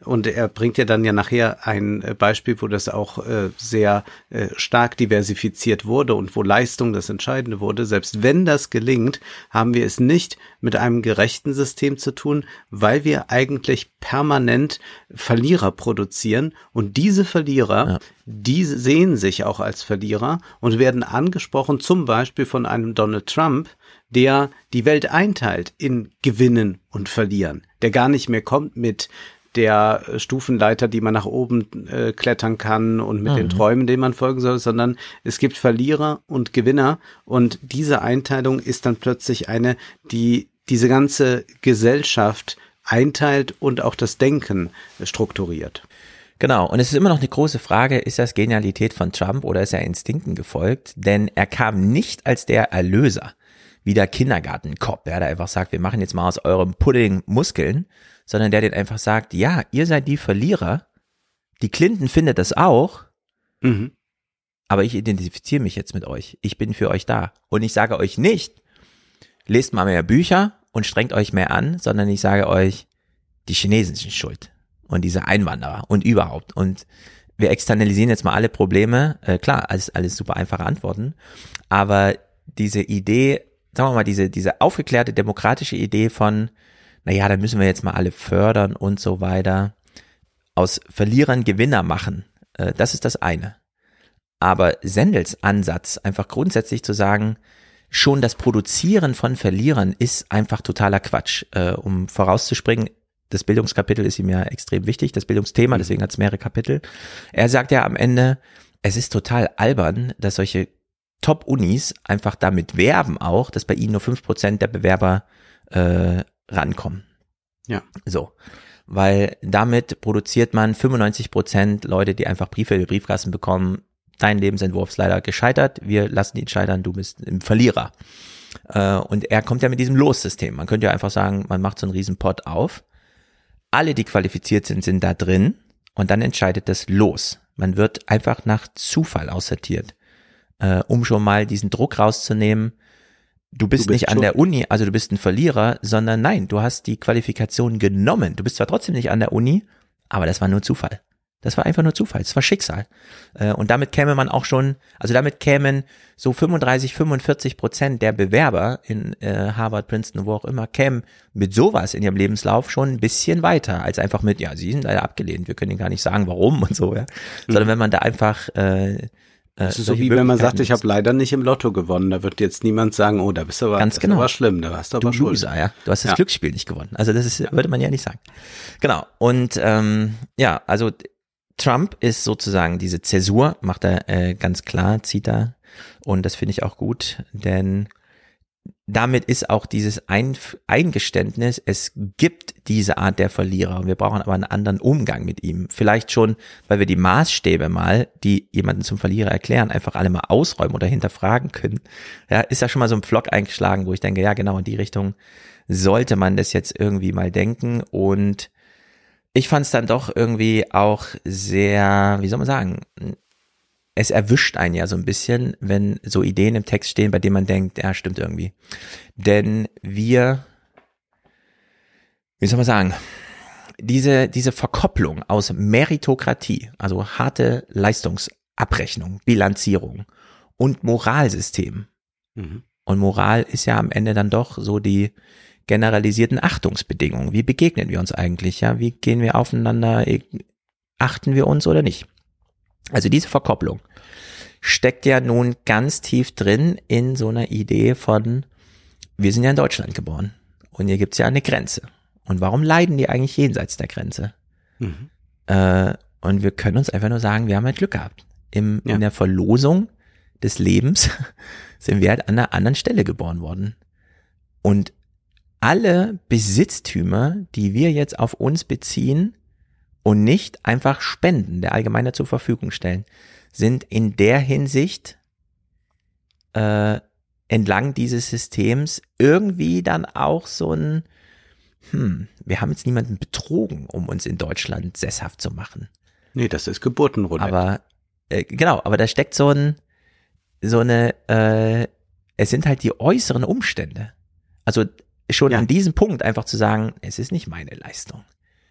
Und er bringt ja dann nachher ein Beispiel, wo das auch sehr stark diversifiziert wurde und wo Leistung das Entscheidende wurde. Selbst wenn das gelingt, haben wir es nicht mit einem gerechten System zu tun, weil wir eigentlich permanent Verlierer produzieren. Und diese Verlierer, die sehen sich auch als Verlierer und werden angesprochen, zum Beispiel von einem Donald Trump, der die Welt einteilt in Gewinnen und Verlieren, der gar nicht mehr kommt mit der Stufenleiter, die man nach oben klettern kann und mit den Träumen, denen man folgen soll, sondern es gibt Verlierer und Gewinner und diese Einteilung ist dann plötzlich eine, die diese ganze Gesellschaft einteilt und auch das Denken strukturiert. Genau, und es ist immer noch eine große Frage, ist das Genialität von Trump oder ist er Instinkten gefolgt? Denn er kam nicht als der Erlöser, wie der Kindergartenkopf, der einfach sagt, wir machen jetzt mal aus eurem Pudding Muskeln, sondern der einfach sagt, ja, ihr seid die Verlierer, die Clinton findet das auch, aber ich identifiziere mich jetzt mit euch, ich bin für euch da und ich sage euch nicht, lest mal mehr Bücher und strengt euch mehr an, sondern ich sage euch, die Chinesen sind schuld und diese Einwanderer und überhaupt und wir externalisieren jetzt mal alle Probleme, klar, alles super einfache Antworten, aber diese Idee, sagen wir mal, diese aufgeklärte demokratische Idee von, naja, dann müssen wir jetzt mal alle fördern und so weiter, aus Verlierern Gewinner machen, das ist das eine. Aber Sendels Ansatz, einfach grundsätzlich zu sagen, schon das Produzieren von Verlierern ist einfach totaler Quatsch. Um vorauszuspringen, das Bildungskapitel ist ihm ja extrem wichtig, das Bildungsthema, deswegen hat es mehrere Kapitel. Er sagt ja am Ende, es ist total albern, dass solche Top-Unis einfach damit werben auch, dass bei ihnen nur 5% der Bewerber rankommen. Ja. So. Weil damit produziert man 95% Leute, die einfach Briefe in den Briefkasten bekommen, dein Lebensentwurf ist leider gescheitert, wir lassen ihn scheitern, du bist ein Verlierer. Und er kommt ja mit diesem Lossystem. Man könnte ja einfach sagen, man macht so einen riesen Pot auf, alle, die qualifiziert sind, sind da drin und dann entscheidet das Los. Man wird einfach nach Zufall aussortiert, um schon mal diesen Druck rauszunehmen, du bist nicht an der Uni, also du bist ein Verlierer, sondern nein, du hast die Qualifikation genommen. Du bist zwar trotzdem nicht an der Uni, aber das war nur Zufall. Das war einfach nur Zufall, das war Schicksal. Und damit käme man auch schon, also damit kämen so 35-45% der Bewerber in Harvard, Princeton, wo auch immer, kämen mit sowas in ihrem Lebenslauf schon ein bisschen weiter, als einfach mit, ja, sie sind leider abgelehnt, wir können ihnen gar nicht sagen, warum und so, ja. Sondern wenn man da einfach das ist so wie wenn man sagt, ich habe leider nicht im Lotto gewonnen. Da wird jetzt niemand sagen, oh, da bist du aber, ganz genau. Aber schlimm, da hast du aber Schuld. Loser, ja. Du hast das Glücksspiel nicht gewonnen. Also das ist, würde man ja nicht sagen. Genau. Und ja, also Trump ist sozusagen diese Zäsur, macht er ganz klar, zieht er. Und das finde ich auch gut, denn damit ist auch dieses Eingeständnis, es gibt diese Art der Verlierer und wir brauchen aber einen anderen Umgang mit ihm. Vielleicht schon, weil wir die Maßstäbe mal, die jemanden zum Verlierer erklären, einfach alle mal ausräumen oder hinterfragen können. Ja, ist ja schon mal so ein Pflock eingeschlagen, wo ich denke, ja genau, in die Richtung sollte man das jetzt irgendwie mal denken. Und ich fand es dann doch irgendwie auch sehr, wie soll man sagen, es erwischt einen ja so ein bisschen, wenn so Ideen im Text stehen, bei denen man denkt, ja, stimmt irgendwie. Denn wir, wie soll man sagen, diese Verkopplung aus Meritokratie, also harte Leistungsabrechnung, Bilanzierung und Moralsystem. Und Moral ist ja am Ende dann doch so die generalisierten Achtungsbedingungen. Wie begegnen wir uns eigentlich? Ja, wie gehen wir aufeinander? Achten wir uns oder nicht? Also diese Verkopplung steckt ja nun ganz tief drin in so einer Idee von, wir sind ja in Deutschland geboren und hier gibt's ja eine Grenze. Und warum leiden die eigentlich jenseits der Grenze? Und wir können uns einfach nur sagen, wir haben halt Glück gehabt. In der Verlosung des Lebens sind wir halt an einer anderen Stelle geboren worden. Und alle Besitztümer, die wir jetzt auf uns beziehen, und nicht einfach Spenden der Allgemeinheit zur Verfügung stellen, sind in der Hinsicht entlang dieses Systems irgendwie dann auch so ein, wir haben jetzt niemanden betrogen, um uns in Deutschland sesshaft zu machen. Nee, das ist Geburtenroulette. Aber genau, aber da steckt so eine, es sind halt die äußeren Umstände. Also schon an diesem Punkt einfach zu sagen, es ist nicht meine Leistung. Nee.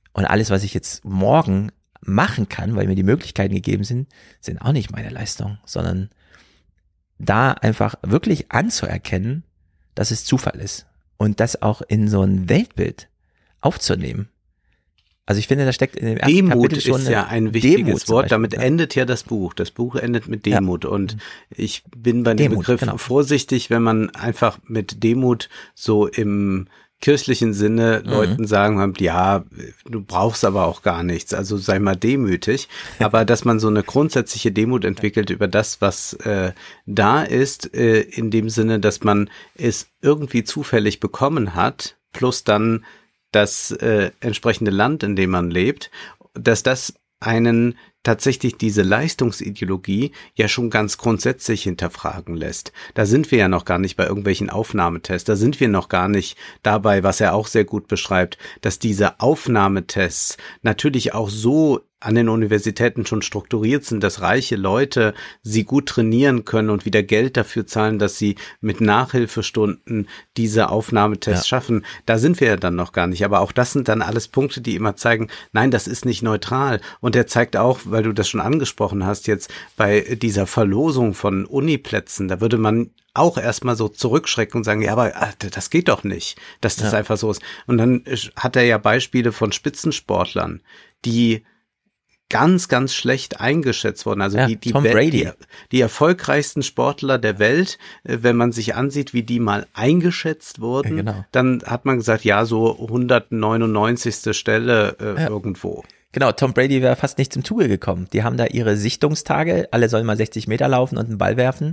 Und alles, was ich jetzt morgen machen kann, weil mir die Möglichkeiten gegeben sind auch nicht meine Leistung, sondern da einfach wirklich anzuerkennen, dass es Zufall ist und das auch in so ein Weltbild aufzunehmen. Also ich finde, da steckt in dem ersten Demut Kapitel schon ist ja ein wichtiges Demut Wort, Beispiel, damit endet ja das Buch. Das Buch endet mit Demut und ich bin bei dem Demut, Begriff genau. vorsichtig, wenn man einfach mit Demut so im kirchlichen Sinne Leuten sagen, ja, du brauchst aber auch gar nichts, also sei mal demütig. Aber dass man so eine grundsätzliche Demut entwickelt über das, was da ist, in dem Sinne, dass man es irgendwie zufällig bekommen hat, plus dann das entsprechende Land, in dem man lebt, dass das einen tatsächlich diese Leistungsideologie ja schon ganz grundsätzlich hinterfragen lässt. Da sind wir ja noch gar nicht bei irgendwelchen Aufnahmetests, da sind wir noch gar nicht dabei, was er auch sehr gut beschreibt, dass diese Aufnahmetests natürlich auch so an den Universitäten schon strukturiert sind, dass reiche Leute sie gut trainieren können und wieder Geld dafür zahlen, dass sie mit Nachhilfestunden diese Aufnahmetests schaffen. Da sind wir ja dann noch gar nicht. Aber auch das sind dann alles Punkte, die immer zeigen, nein, das ist nicht neutral. Und er zeigt auch, weil du das schon angesprochen hast, jetzt bei dieser Verlosung von Uniplätzen, da würde man auch erstmal so zurückschrecken und sagen, ja, aber das geht doch nicht, dass das einfach so ist. Und dann hat er ja Beispiele von Spitzensportlern, die ganz, ganz schlecht eingeschätzt worden. Also Tom Brady. Die erfolgreichsten Sportler der Welt, wenn man sich ansieht, wie die mal eingeschätzt wurden, dann hat man gesagt, ja, so 199. Stelle irgendwo. Genau, Tom Brady wäre fast nicht zum Zuge gekommen. Die haben da ihre Sichtungstage, alle sollen mal 60 Meter laufen und einen Ball werfen.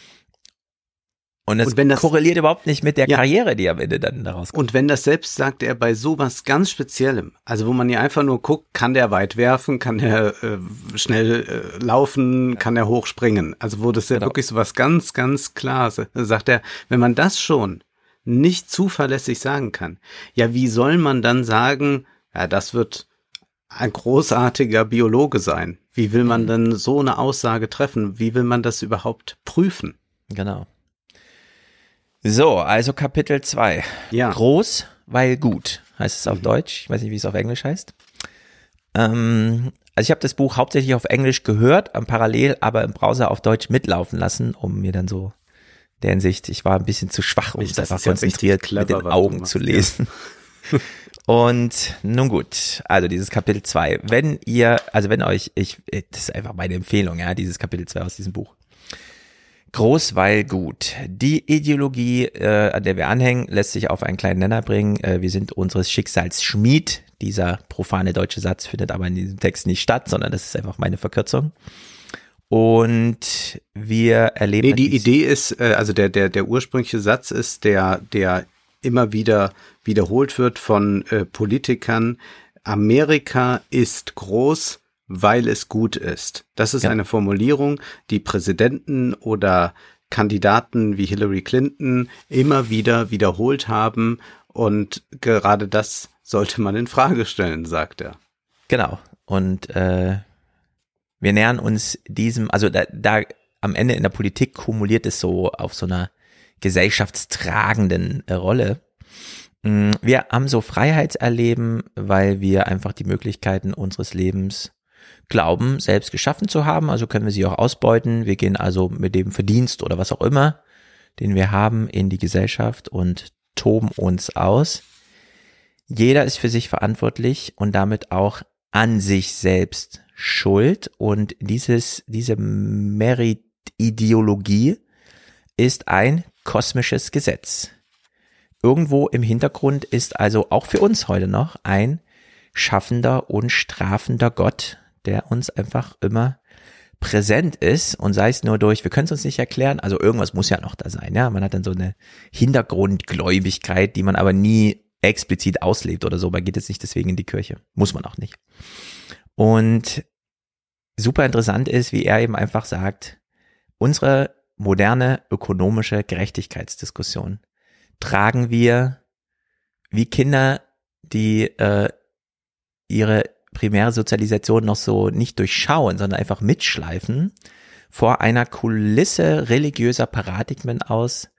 Und das korreliert überhaupt nicht mit der Karriere, die am Ende dann daraus kommt. Und wenn das selbst, sagt er, bei sowas ganz Speziellem, also wo man ja einfach nur guckt, kann der weit werfen, kann der schnell laufen, kann er hoch springen, also wo das ja wirklich sowas ganz, ganz klar ist, sagt er, wenn man das schon nicht zuverlässig sagen kann, ja, wie soll man dann sagen, ja, das wird ein großartiger Biologe sein? Wie will man denn so eine Aussage treffen? Wie will man das überhaupt prüfen? Genau. So, also Kapitel 2. Ja. Groß, weil gut, heißt es auf Deutsch. Ich weiß nicht, wie es auf Englisch heißt. Also ich habe das Buch hauptsächlich auf Englisch gehört, parallel aber im Browser auf Deutsch mitlaufen lassen, um mir dann so der Hinsicht, ich war ein bisschen zu schwach, um es einfach konzentriert mit den Augen zu lesen. Ja. Und nun gut, also dieses Kapitel 2. Wenn euch, das ist einfach meine Empfehlung, ja, dieses Kapitel 2 aus diesem Buch. Groß, weil gut. Die Ideologie, an der wir anhängen, lässt sich auf einen kleinen Nenner bringen. Wir sind unseres Schicksals Schmied. Dieser profane deutsche Satz findet aber in diesem Text nicht statt, sondern das ist einfach meine Verkürzung. Und wir erleben... Nee, die Idee ist, also der ursprüngliche Satz ist, der immer wieder wiederholt wird von Politikern. Amerika ist groß, weil es gut ist. Das ist eine Formulierung, die Präsidenten oder Kandidaten wie Hillary Clinton immer wieder wiederholt haben und gerade das sollte man in Frage stellen, sagt er. Genau. Und wir nähern uns diesem, also da am Ende in der Politik kumuliert es so auf so einer gesellschaftstragenden Rolle. Wir haben so Freiheitserleben, weil wir einfach die Möglichkeiten unseres Lebens glauben, selbst geschaffen zu haben, also können wir sie auch ausbeuten. Wir gehen also mit dem Verdienst oder was auch immer, den wir haben, in die Gesellschaft und toben uns aus. Jeder ist für sich verantwortlich und damit auch an sich selbst schuld und diese Merit-Ideologie ist ein kosmisches Gesetz. Irgendwo im Hintergrund ist also auch für uns heute noch ein schaffender und strafender Gott, der uns einfach immer präsent ist und sei es nur durch, wir können es uns nicht erklären, also irgendwas muss ja noch da sein, ja, man hat dann so eine Hintergrundgläubigkeit, die man aber nie explizit auslebt oder so, man geht jetzt nicht deswegen in die Kirche, muss man auch nicht. Und super interessant ist, wie er eben einfach sagt, unsere moderne ökonomische Gerechtigkeitsdiskussion tragen wir wie Kinder, die ihre primäre Sozialisation noch so nicht durchschauen, sondern einfach mitschleifen, vor einer Kulisse religiöser Paradigmen aus,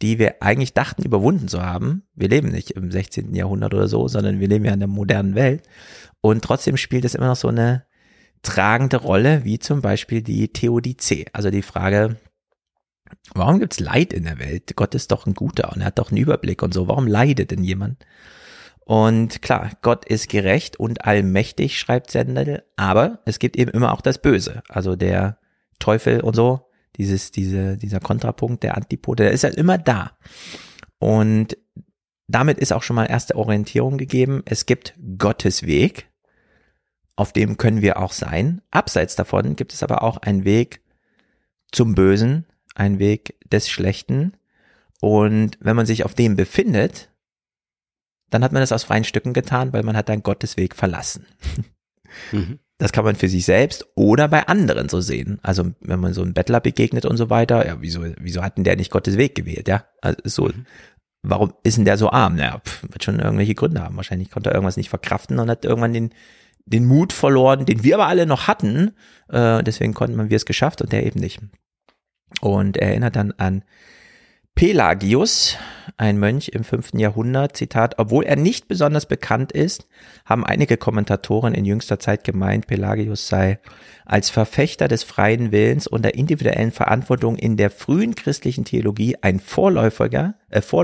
die wir eigentlich dachten, überwunden zu haben. Wir leben nicht im 16. Jahrhundert oder so, sondern wir leben ja in der modernen Welt. Und trotzdem spielt es immer noch so eine tragende Rolle, wie zum Beispiel die Theodizee. Also die Frage, warum gibt's Leid in der Welt? Gott ist doch ein Guter und er hat doch einen Überblick und so. Warum leidet denn jemand? Und klar, Gott ist gerecht und allmächtig, schreibt Sendel, aber es gibt eben immer auch das Böse. Also der Teufel und so, dieser Kontrapunkt, der Antipode, der ist halt immer da. Und damit ist auch schon mal erste Orientierung gegeben. Es gibt Gottes Weg, auf dem können wir auch sein. Abseits davon gibt es aber auch einen Weg zum Bösen, einen Weg des Schlechten. Und wenn man sich auf dem befindet, dann hat man das aus freien Stücken getan, weil man hat dann Gottes Weg verlassen. Mhm. Das kann man für sich selbst oder bei anderen so sehen. Also wenn man so einem Bettler begegnet und so weiter, ja, wieso hat denn der nicht Gottes Weg gewählt, ja? Also so, warum ist denn der so arm? Naja, wird schon irgendwelche Gründe haben. Wahrscheinlich konnte er irgendwas nicht verkraften und hat irgendwann den Mut verloren, den wir aber alle noch hatten. Deswegen konnten wir es geschafft und der eben nicht. Und er erinnert dann an Pelagius, ein Mönch im 5. Jahrhundert, Zitat, obwohl er nicht besonders bekannt ist, haben einige Kommentatoren in jüngster Zeit gemeint, Pelagius sei als Verfechter des freien Willens und der individuellen Verantwortung in der frühen christlichen Theologie ein Vorläufer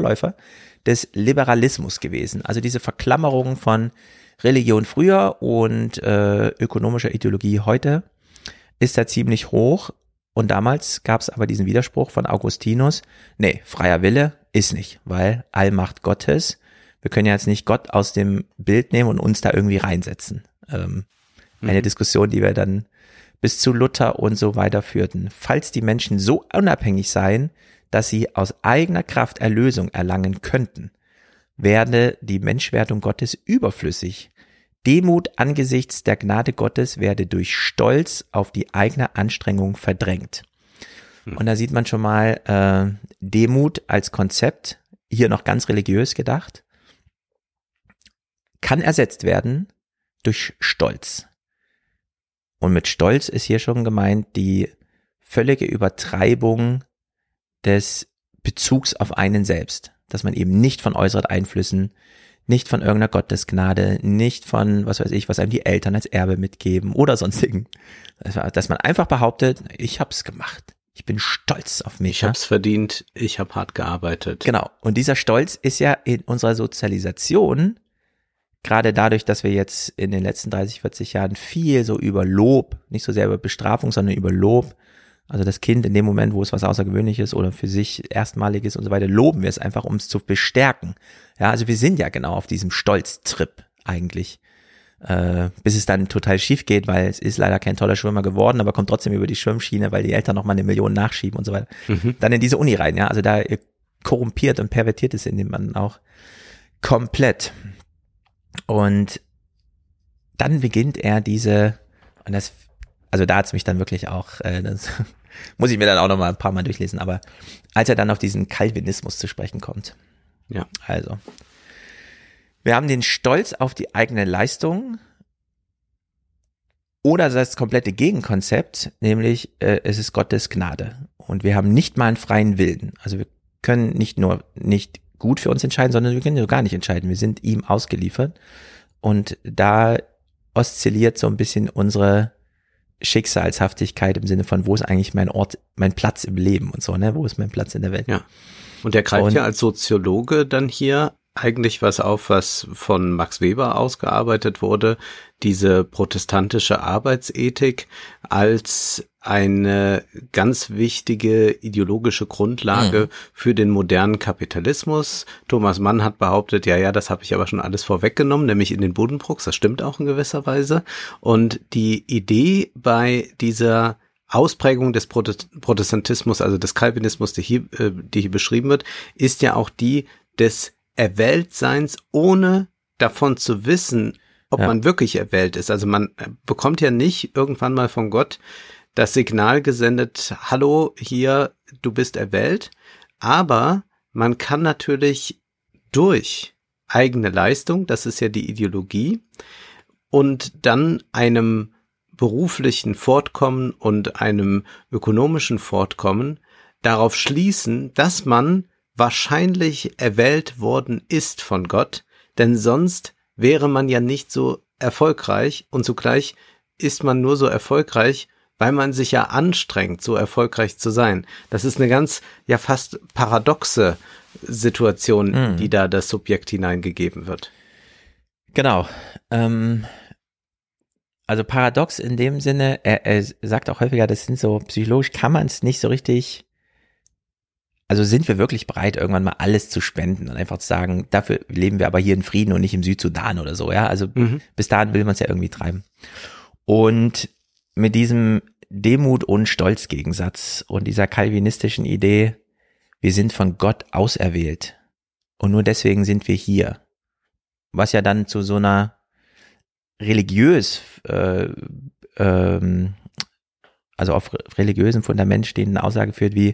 des Liberalismus gewesen. Also diese Verklammerung von Religion früher und ökonomischer Ideologie heute ist da ziemlich hoch. Und damals gab es aber diesen Widerspruch von Augustinus, nee, freier Wille ist nicht, weil Allmacht Gottes, wir können ja jetzt nicht Gott aus dem Bild nehmen und uns da irgendwie reinsetzen. Eine Diskussion, die wir dann bis zu Luther und so weiter führten. Falls die Menschen so unabhängig seien, dass sie aus eigener Kraft Erlösung erlangen könnten, werde die Menschwerdung Gottes überflüssig. Demut angesichts der Gnade Gottes werde durch Stolz auf die eigene Anstrengung verdrängt. Und da sieht man schon mal Demut als Konzept, hier noch ganz religiös gedacht, kann ersetzt werden durch Stolz. Und mit Stolz ist hier schon gemeint die völlige Übertreibung des Bezugs auf einen selbst, dass man eben nicht von äußeren Einflüssen, nicht von irgendeiner Gottesgnade, nicht von, was weiß ich, was einem die Eltern als Erbe mitgeben oder sonstigen. Dass man einfach behauptet, ich hab's gemacht. Ich bin stolz auf mich. Ich hab's verdient, ich hab hart gearbeitet. Genau. Und dieser Stolz ist ja in unserer Sozialisation, gerade dadurch, dass wir jetzt in den letzten 30, 40 Jahren viel so über Lob, nicht so sehr über Bestrafung, sondern über Lob, also das Kind in dem Moment, wo es was Außergewöhnliches oder für sich Erstmaliges und so weiter, loben wir es einfach, um es zu bestärken. Ja, also wir sind ja genau auf diesem Stolztrip eigentlich, bis es dann total schief geht, weil es ist leider kein toller Schwimmer geworden, aber kommt trotzdem über die Schwimmschiene, weil die Eltern nochmal 1 Million nachschieben und so weiter. Dann in diese Uni rein, ja, also da korrumpiert und pervertiert ist in dem Mann auch komplett. Und dann beginnt er und das, also da hat's mich dann wirklich auch, das muss ich mir dann auch noch mal ein paar Mal durchlesen, aber als er dann auf diesen Calvinismus zu sprechen kommt. Ja. Also, wir haben den Stolz auf die eigene Leistung oder das komplette Gegenkonzept, nämlich es ist Gottes Gnade und wir haben nicht mal einen freien Willen. Also wir können nicht nur nicht gut für uns entscheiden, sondern wir können ja gar nicht entscheiden. Wir sind ihm ausgeliefert und da oszilliert so ein bisschen unsere Schicksalshaftigkeit im Sinne von, wo ist eigentlich mein Ort, mein Platz im Leben und so, ne? Wo ist mein Platz in der Welt? Ja. Und er greift ja als Soziologe dann hier eigentlich was auf, was von Max Weber ausgearbeitet wurde, diese protestantische Arbeitsethik als eine ganz wichtige ideologische Grundlage für den modernen Kapitalismus. Thomas Mann hat behauptet, ja, das habe ich aber schon alles vorweggenommen, nämlich in den Buddenbrooks, das stimmt auch in gewisser Weise. Und die Idee bei dieser Ausprägung des Protestantismus, also des Calvinismus, die hier beschrieben wird, ist ja auch die des Erwähltseins, ohne davon zu wissen, ob man wirklich erwählt ist. Also man bekommt ja nicht irgendwann mal von Gott das Signal gesendet, hallo, hier, du bist erwählt, aber man kann natürlich durch eigene Leistung, das ist ja die Ideologie, und dann einem beruflichen Fortkommen und einem ökonomischen Fortkommen darauf schließen, dass man wahrscheinlich erwählt worden ist von Gott, denn sonst wäre man ja nicht so erfolgreich und zugleich ist man nur so erfolgreich, weil man sich ja anstrengt, so erfolgreich zu sein. Das ist eine ganz, ja fast paradoxe Situation, die da das Subjekt hineingegeben wird. Genau. Also paradox in dem Sinne, er sagt auch häufiger, das sind so, psychologisch kann man es nicht so richtig, also sind wir wirklich bereit, irgendwann mal alles zu spenden und einfach zu sagen, dafür leben wir aber hier in Frieden und nicht im Südsudan oder so, ja, also bis dahin will man es ja irgendwie treiben. Und mit diesem Demut- und Stolz-Gegensatz und dieser calvinistischen Idee, wir sind von Gott auserwählt und nur deswegen sind wir hier, was ja dann zu so einer religiös, also auf religiösem Fundament stehenden Aussage führt wie,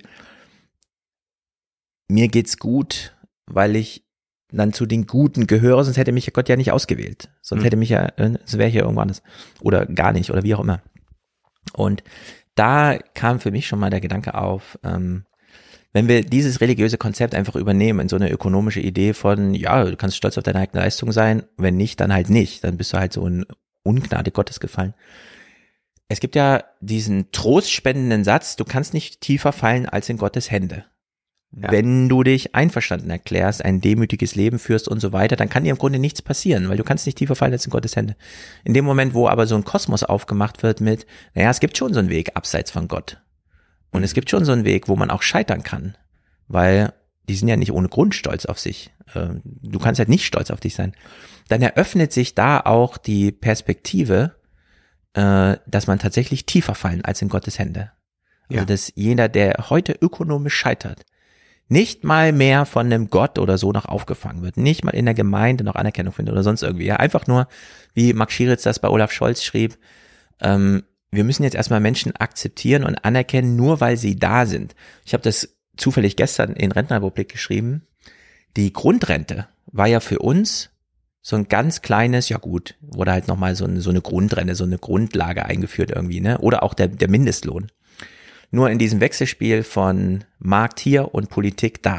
mir geht's gut, weil ich dann zu den Guten gehöre, sonst hätte mich Gott ja nicht ausgewählt. Sonst hätte mich ja, es wäre hier irgendwo anders. Oder gar nicht, oder wie auch immer. Und da kam für mich schon mal der Gedanke auf, wenn wir dieses religiöse Konzept einfach übernehmen in so eine ökonomische Idee von, ja, du kannst stolz auf deine eigene Leistung sein, wenn nicht, dann halt nicht. Dann bist du halt so in Ungnade Gottes gefallen. Es gibt ja diesen trostspendenden Satz, du kannst nicht tiefer fallen als in Gottes Hände. Ja. Wenn du dich einverstanden erklärst, ein demütiges Leben führst und so weiter, dann kann dir im Grunde nichts passieren, weil du kannst nicht tiefer fallen als in Gottes Hände. In dem Moment, wo aber so ein Kosmos aufgemacht wird mit, naja, es gibt schon so einen Weg abseits von Gott. Und es gibt schon so einen Weg, wo man auch scheitern kann, weil die sind ja nicht ohne Grund stolz auf sich. Du kannst halt nicht stolz auf dich sein. Dann eröffnet sich da auch die Perspektive, dass man tatsächlich tiefer fallen als in Gottes Hände. Also dass jeder, der heute ökonomisch scheitert, nicht mal mehr von einem Gott oder so noch aufgefangen wird, nicht mal in der Gemeinde noch Anerkennung findet oder sonst irgendwie. Ja, einfach nur, wie Max Schieritz das bei Olaf Scholz schrieb, wir müssen jetzt erstmal Menschen akzeptieren und anerkennen, nur weil sie da sind. Ich habe das zufällig gestern in Rentenrepublik geschrieben. Die Grundrente war ja für uns so ein ganz kleines, ja gut, wurde halt nochmal so eine Grundrente, so eine Grundlage eingeführt irgendwie, ne? Oder auch der Mindestlohn. Nur in diesem Wechselspiel von Markt hier und Politik da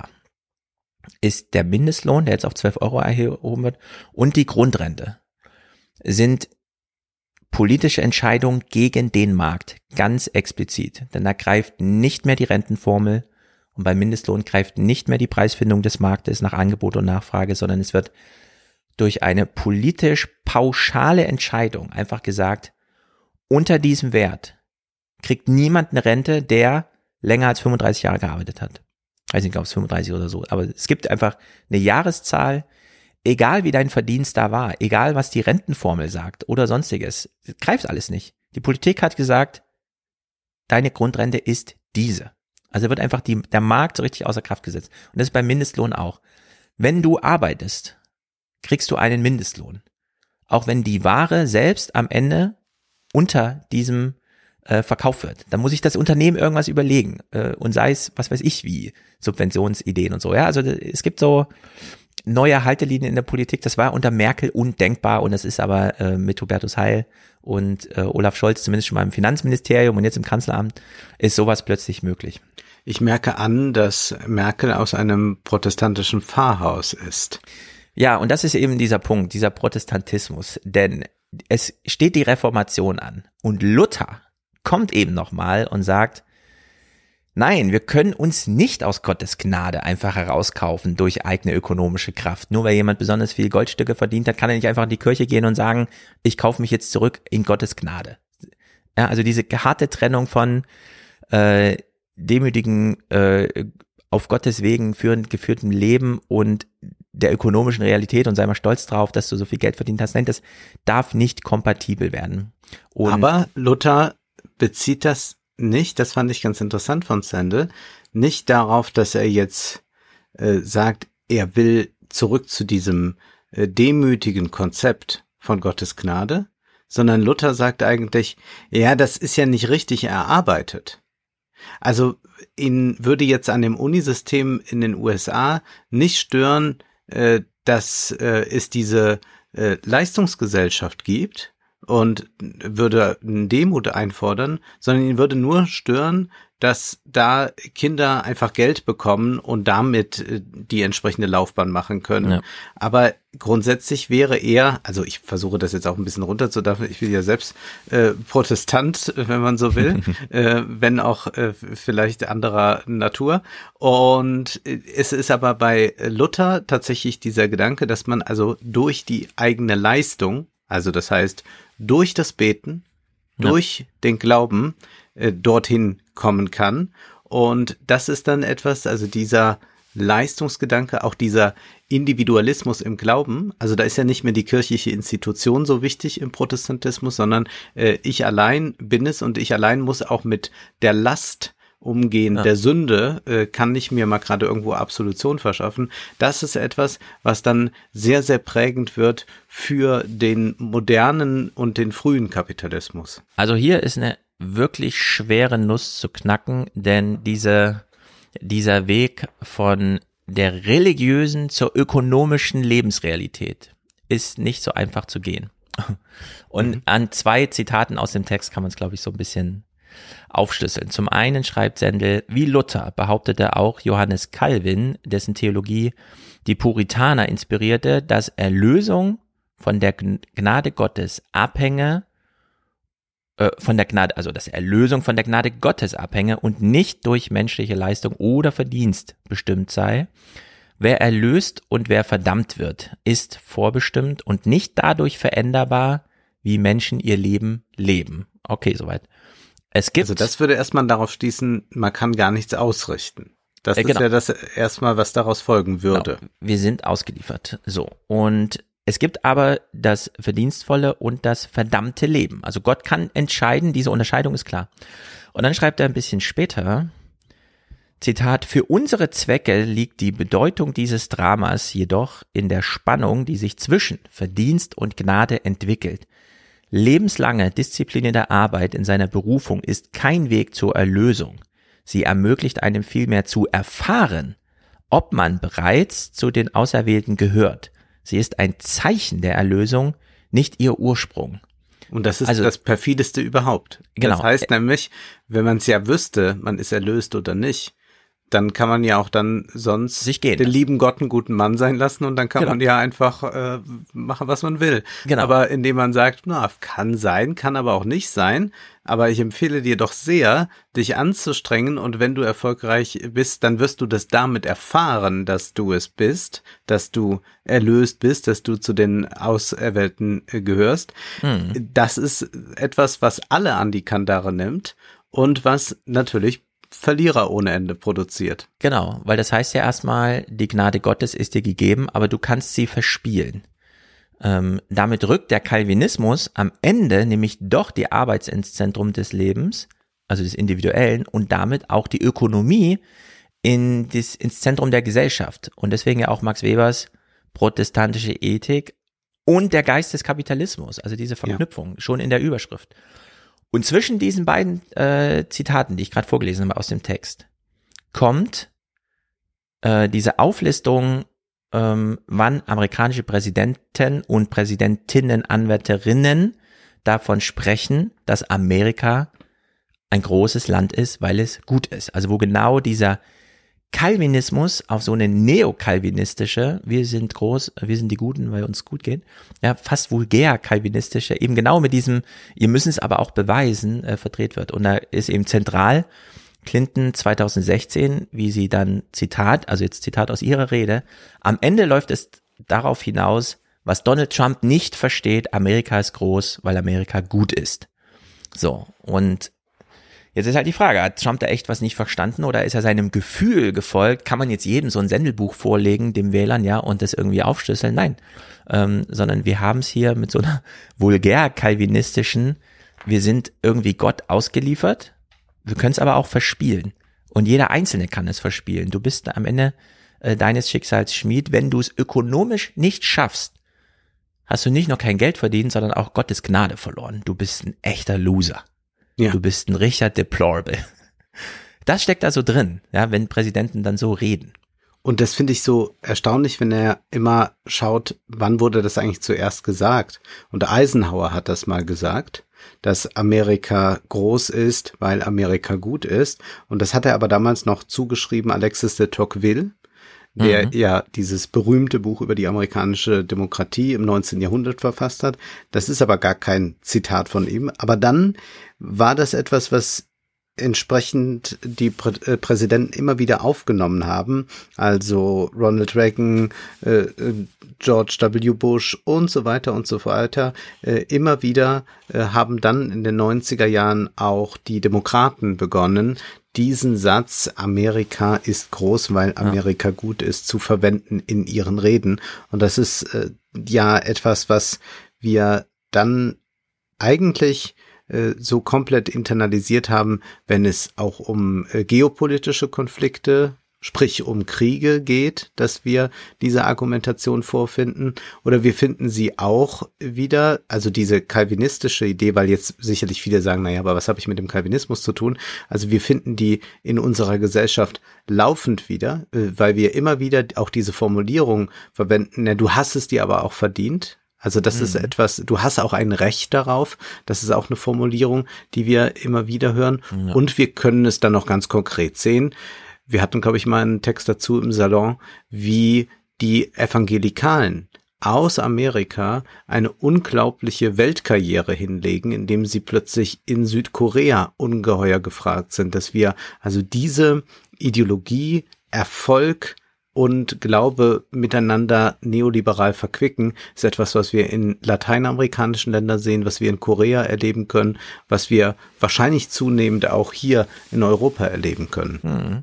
ist der Mindestlohn, der jetzt auf 12 Euro erhoben wird, und die Grundrente sind politische Entscheidungen gegen den Markt, ganz explizit. Denn da greift nicht mehr die Rentenformel und beim Mindestlohn greift nicht mehr die Preisfindung des Marktes nach Angebot und Nachfrage, sondern es wird durch eine politisch pauschale Entscheidung einfach gesagt, unter diesem Wert kriegt niemand eine Rente, der länger als 35 Jahre gearbeitet hat. Ich weiß nicht, ob es 35 oder so, aber es gibt einfach eine Jahreszahl, egal wie dein Verdienst da war, egal was die Rentenformel sagt oder sonstiges, greift alles nicht. Die Politik hat gesagt, deine Grundrente ist diese. Also wird einfach der Markt so richtig außer Kraft gesetzt. Und das ist beim Mindestlohn auch. Wenn du arbeitest, kriegst du einen Mindestlohn. Auch wenn die Ware selbst am Ende unter diesem verkauft wird. Dann muss sich das Unternehmen irgendwas überlegen und sei es, was weiß ich wie, Subventionsideen und so. Ja, also es gibt so neue Haltelinien in der Politik, das war unter Merkel undenkbar und das ist aber mit Hubertus Heil und Olaf Scholz zumindest schon mal im Finanzministerium und jetzt im Kanzleramt ist sowas plötzlich möglich. Ich merke an, dass Merkel aus einem protestantischen Pfarrhaus ist. Ja, und das ist eben dieser Punkt, dieser Protestantismus, denn es steht die Reformation an und Luther kommt eben nochmal und sagt, nein, wir können uns nicht aus Gottes Gnade einfach herauskaufen durch eigene ökonomische Kraft. Nur weil jemand besonders viel Goldstücke verdient hat, kann er nicht einfach in die Kirche gehen und sagen, ich kaufe mich jetzt zurück in Gottes Gnade. Ja, also diese harte Trennung von demütigen, auf Gottes Wegen geführtem Leben und der ökonomischen Realität und sei mal stolz drauf, dass du so viel Geld verdient hast. Nein, das darf nicht kompatibel werden. Und aber Luther bezieht das nicht, das fand ich ganz interessant von Sandel, nicht darauf, dass er jetzt sagt, er will zurück zu diesem demütigen Konzept von Gottes Gnade, sondern Luther sagt eigentlich, ja, das ist ja nicht richtig erarbeitet. Also ihn würde jetzt an dem Unisystem in den USA nicht stören, dass es diese Leistungsgesellschaft gibt, und würde Demut einfordern, sondern ihn würde nur stören, dass da Kinder einfach Geld bekommen und damit die entsprechende Laufbahn machen können. Ja. Aber grundsätzlich wäre er, also ich versuche das jetzt auch ein bisschen runterzudampfen, ich bin ja selbst Protestant, wenn man so will, wenn auch vielleicht anderer Natur. Und es ist aber bei Luther tatsächlich dieser Gedanke, dass man also durch die eigene Leistung, also das heißt durch das Beten, durch den Glauben dorthin kommen kann. Und das ist dann etwas, also dieser Leistungsgedanke, auch dieser Individualismus im Glauben, also da ist ja nicht mehr die kirchliche Institution so wichtig im Protestantismus, sondern ich allein bin es und ich allein muss auch mit der Last umgehen, der Sünde, kann nicht mir mal gerade irgendwo Absolution verschaffen. Das ist etwas, was dann sehr, sehr prägend wird für den modernen und den frühen Kapitalismus. Also hier ist eine wirklich schwere Nuss zu knacken, denn dieser Weg von der religiösen zur ökonomischen Lebensrealität ist nicht so einfach zu gehen. Und an 2 Zitaten aus dem Text kann man es, glaube ich, so ein bisschen aufschlüsseln. Zum einen schreibt Sendel, wie Luther behauptete auch Johannes Calvin, dessen Theologie die Puritaner inspirierte, dass Erlösung von der Gnade Gottes abhänge, dass Erlösung von der Gnade Gottes abhänge und nicht durch menschliche Leistung oder Verdienst bestimmt sei. Wer erlöst und wer verdammt wird, ist vorbestimmt und nicht dadurch veränderbar, wie Menschen ihr Leben leben. Okay, soweit. Also das würde erstmal darauf schließen, man kann gar nichts ausrichten. Das ist ja das erstmal, was daraus folgen würde. Genau. Wir sind ausgeliefert. So. Und es gibt aber das verdienstvolle und das verdammte Leben. Also Gott kann entscheiden, diese Unterscheidung ist klar. Und dann schreibt er ein bisschen später, Zitat, für unsere Zwecke liegt die Bedeutung dieses Dramas jedoch in der Spannung, die sich zwischen Verdienst und Gnade entwickelt. Lebenslange disziplinierte Arbeit in seiner Berufung ist kein Weg zur Erlösung. Sie ermöglicht einem vielmehr zu erfahren, ob man bereits zu den Auserwählten gehört. Sie ist ein Zeichen der Erlösung, nicht ihr Ursprung. Und das ist also das perfideste überhaupt. Genau. Das heißt nämlich, wenn man es ja wüsste, man ist erlöst oder nicht, dann kann man ja auch dann sonst sich gehen den lieben Gott einen guten Mann sein lassen und dann kann man ja einfach machen, was man will. Genau. Aber indem man sagt, na, kann sein, kann aber auch nicht sein, aber ich empfehle dir doch sehr, dich anzustrengen und wenn du erfolgreich bist, dann wirst du das damit erfahren, dass du es bist, dass du erlöst bist, dass du zu den Auserwählten gehörst. Das ist etwas, was alle an die Kandare nimmt und was natürlich Verlierer ohne Ende produziert. Genau, weil das heißt ja erstmal, die Gnade Gottes ist dir gegeben, aber du kannst sie verspielen. Damit rückt der Calvinismus am Ende nämlich doch die Arbeit ins Zentrum des Lebens, also des Individuellen und damit auch die Ökonomie ins Zentrum der Gesellschaft. Und deswegen ja auch Max Webers protestantische Ethik und der Geist des Kapitalismus, also diese Verknüpfung, schon in der Überschrift. Und zwischen diesen beiden Zitaten, die ich gerade vorgelesen habe aus dem Text, kommt diese Auflistung, wann amerikanische Präsidenten und Präsidentinnen-Anwärterinnen davon sprechen, dass Amerika ein großes Land ist, weil es gut ist. Also wo genau dieser Calvinismus auf so eine neokalvinistische, wir sind groß, wir sind die Guten, weil uns gut geht, ja, fast vulgär kalvinistische, eben genau mit diesem, ihr müssen es aber auch beweisen, verdreht wird. Und da ist eben zentral Clinton 2016, wie sie dann Zitat, also jetzt Zitat aus ihrer Rede, am Ende läuft es darauf hinaus, was Donald Trump nicht versteht, Amerika ist groß, weil Amerika gut ist. So, und jetzt ist halt die Frage, hat Trump da echt was nicht verstanden oder ist er seinem Gefühl gefolgt? Kann man jetzt jedem so ein Sendelbuch vorlegen, dem Wählern, ja, und das irgendwie aufschlüsseln? Nein, sondern wir haben es hier mit so einer vulgär-kalvinistischen, wir sind irgendwie Gott ausgeliefert, wir können es aber auch verspielen. Und jeder Einzelne kann es verspielen. Du bist am Ende deines Schicksals Schmied, wenn du es ökonomisch nicht schaffst, hast du nicht nur kein Geld verdient, sondern auch Gottes Gnade verloren. Du bist ein echter Loser. Ja. Du bist ein richtiger Deplorable. Das steckt da so drin, ja, wenn Präsidenten dann so reden. Und das finde ich so erstaunlich, wenn er immer schaut, wann wurde das eigentlich zuerst gesagt. Und Eisenhower hat das mal gesagt, dass Amerika groß ist, weil Amerika gut ist. Und das hat er aber damals noch zugeschrieben Alexis de Tocqueville, der ja dieses berühmte Buch über die amerikanische Demokratie im 19. Jahrhundert verfasst hat. Das ist aber gar kein Zitat von ihm. Aber dann war das etwas, was entsprechend die Präsidenten immer wieder aufgenommen haben, also Ronald Reagan, George W. Bush und so weiter, immer wieder haben dann in den 90er Jahren auch die Demokraten begonnen, diesen Satz, Amerika ist groß, weil Amerika gut ist, zu verwenden in ihren Reden. Und das ist ja etwas, was wir dann eigentlich so komplett internalisiert haben, wenn es auch um geopolitische Konflikte, sprich um Kriege geht, dass wir diese Argumentation vorfinden. Oder wir finden sie auch wieder, also diese calvinistische Idee, weil jetzt sicherlich viele sagen, naja, aber was habe ich mit dem Calvinismus zu tun? Also wir finden die in unserer Gesellschaft laufend wieder, weil wir immer wieder auch diese Formulierung verwenden, du hast es dir aber auch verdient. Also das ist etwas, du hast auch ein Recht darauf. Das ist auch eine Formulierung, die wir immer wieder hören. Ja. Und wir können es dann noch ganz konkret sehen. Wir hatten, glaube ich, mal einen Text dazu im Salon, wie die Evangelikalen aus Amerika eine unglaubliche Weltkarriere hinlegen, indem sie plötzlich in Südkorea ungeheuer gefragt sind. Dass wir also diese Ideologie, Erfolg und Glaube miteinander neoliberal verquicken, ist etwas, was wir in lateinamerikanischen Ländern sehen, was wir in Korea erleben können, was wir wahrscheinlich zunehmend auch hier in Europa erleben können.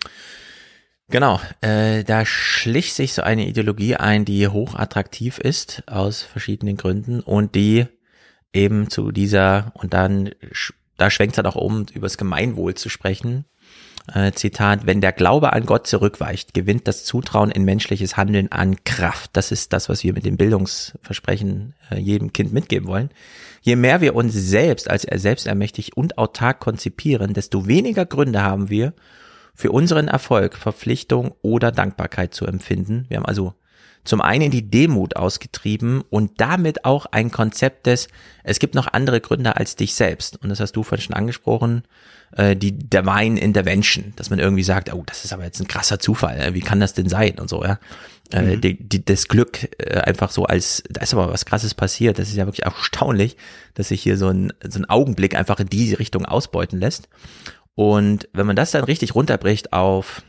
Genau, da schlich sich so eine Ideologie ein, die hochattraktiv ist aus verschiedenen Gründen und die eben zu dieser, und dann, da schwenkt es halt auch um, über das Gemeinwohl zu sprechen. Zitat, wenn der Glaube an Gott zurückweicht, gewinnt das Zutrauen in menschliches Handeln an Kraft. Das ist das, was wir mit dem Bildungsversprechen jedem Kind mitgeben wollen. Je mehr wir uns selbst als selbstermächtigt und autark konzipieren, desto weniger Gründe haben wir, für unseren Erfolg Verpflichtung oder Dankbarkeit zu empfinden. Wir haben also zum einen die Demut ausgetrieben und damit auch ein Konzept des, es gibt noch andere Gründe als dich selbst. Und das hast du vorhin schon angesprochen, die Divine Intervention, dass man irgendwie sagt, oh, das ist aber jetzt ein krasser Zufall, wie kann das denn sein und so, ja. Das Glück einfach so als, da ist aber was Krasses passiert, das ist ja wirklich erstaunlich, dass sich hier so ein Augenblick einfach in diese Richtung ausbeuten lässt. Und wenn man das dann richtig runterbricht auf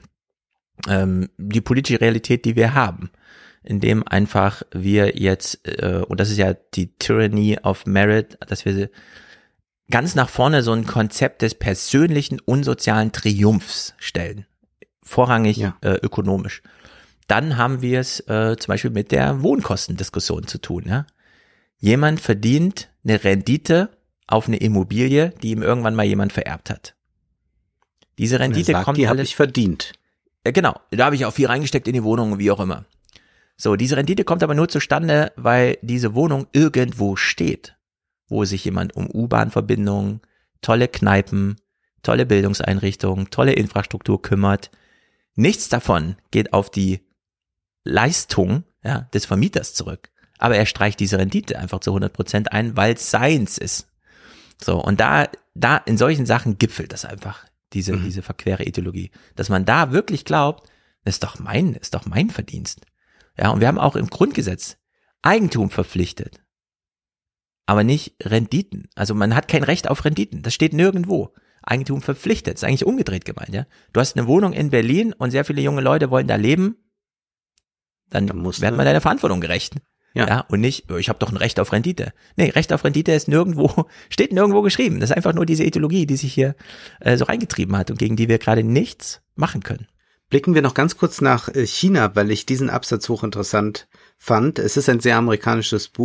die politische Realität, die wir haben, indem einfach wir jetzt, und das ist ja die Tyranny of Merit, dass wir ganz nach vorne so ein Konzept des persönlichen und sozialen Triumphs stellen, vorrangig ökonomisch. Dann haben wir es zum Beispiel mit der Wohnkostendiskussion zu tun. Ja? Jemand verdient eine Rendite auf eine Immobilie, die ihm irgendwann mal jemand vererbt hat. Diese Rendite kommt die habe ich verdient. Genau, da habe ich auch viel reingesteckt in die Wohnung, wie auch immer. So, diese Rendite kommt aber nur zustande, weil diese Wohnung irgendwo steht, wo sich jemand um U-Bahn-Verbindungen, tolle Kneipen, tolle Bildungseinrichtungen, tolle Infrastruktur kümmert. Nichts davon geht auf die Leistung des Vermieters zurück. Aber er streicht diese Rendite einfach zu 100% ein, weil es seins ist. So, und da in solchen Sachen gipfelt das einfach, diese verquere Ideologie. Dass man da wirklich glaubt, das ist doch mein Verdienst. Ja, und wir haben auch im Grundgesetz Eigentum verpflichtet, aber nicht Renditen. Also man hat kein Recht auf Renditen. Das steht nirgendwo. Eigentum verpflichtet. Das ist eigentlich umgedreht gemeint, ja. Du hast eine Wohnung in Berlin und sehr viele junge Leute wollen da leben. Dann wird man deiner Verantwortung gerecht. Ja, und nicht, ich habe doch ein Recht auf Rendite. Nee, Recht auf Rendite ist steht nirgendwo geschrieben. Das ist einfach nur diese Ideologie, die sich hier so reingetrieben hat und gegen die wir gerade nichts machen können. Blicken wir noch ganz kurz nach China, weil ich diesen Absatz hochinteressant fand. Es ist ein sehr amerikanisches Buch,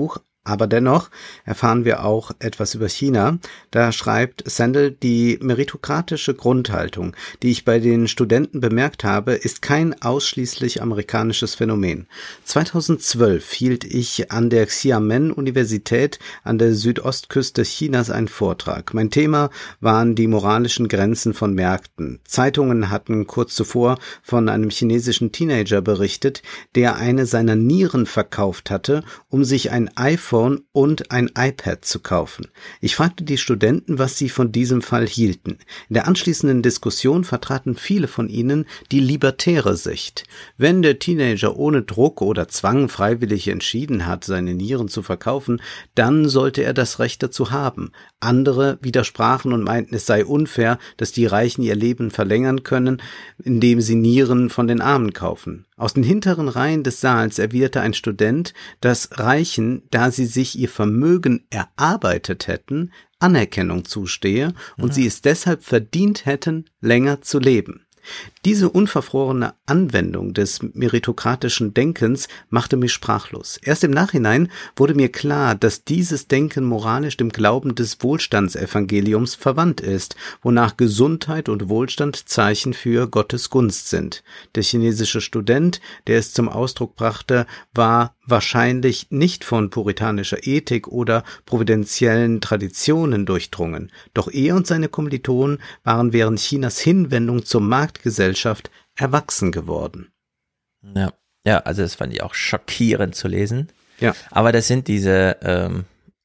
Aber dennoch erfahren wir auch etwas über China. Da schreibt Sandel, die meritokratische Grundhaltung, die ich bei den Studenten bemerkt habe, ist kein ausschließlich amerikanisches Phänomen. 2012 hielt ich an der Xiamen-Universität an der Südostküste Chinas einen Vortrag. Mein Thema waren die moralischen Grenzen von Märkten. Zeitungen hatten kurz zuvor von einem chinesischen Teenager berichtet, der eine seiner Nieren verkauft hatte, um sich ein iPhone und ein iPad zu kaufen. Ich fragte die Studenten, was sie von diesem Fall hielten. In der anschließenden Diskussion vertraten viele von ihnen die libertäre Sicht. Wenn der Teenager ohne Druck oder Zwang freiwillig entschieden hat, seine Nieren zu verkaufen, dann sollte er das Recht dazu haben. Andere widersprachen und meinten, es sei unfair, dass die Reichen ihr Leben verlängern können, indem sie Nieren von den Armen kaufen. Aus den hinteren Reihen des Saals erwiderte ein Student, dass Reichen, da sie sich ihr Vermögen erarbeitet hätten, Anerkennung zustehe und sie es deshalb verdient hätten, länger zu leben. Diese unverfrorene Anwendung des meritokratischen Denkens machte mich sprachlos. Erst im Nachhinein wurde mir klar, dass dieses Denken moralisch dem Glauben des Wohlstandsevangeliums verwandt ist, wonach Gesundheit und Wohlstand Zeichen für Gottes Gunst sind. Der chinesische Student, der es zum Ausdruck brachte, war wahrscheinlich nicht von puritanischer Ethik oder providentiellen Traditionen durchdrungen. Doch er und seine Kommilitonen waren während Chinas Hinwendung zur Marktgesellschaft erwachsen geworden. Ja, also das fand ich auch schockierend zu lesen. Ja. Aber das sind diese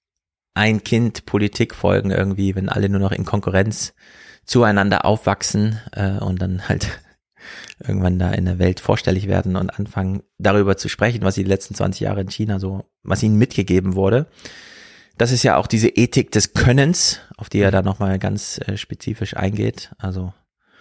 Ein-Kind-Politik-Folgen irgendwie, wenn alle nur noch in Konkurrenz zueinander aufwachsen und dann halt irgendwann da in der Welt vorstellig werden und anfangen darüber zu sprechen, was die letzten 20 Jahre in China so, was ihnen mitgegeben wurde. Das ist ja auch diese Ethik des Könnens, auf die er da nochmal ganz spezifisch eingeht. Also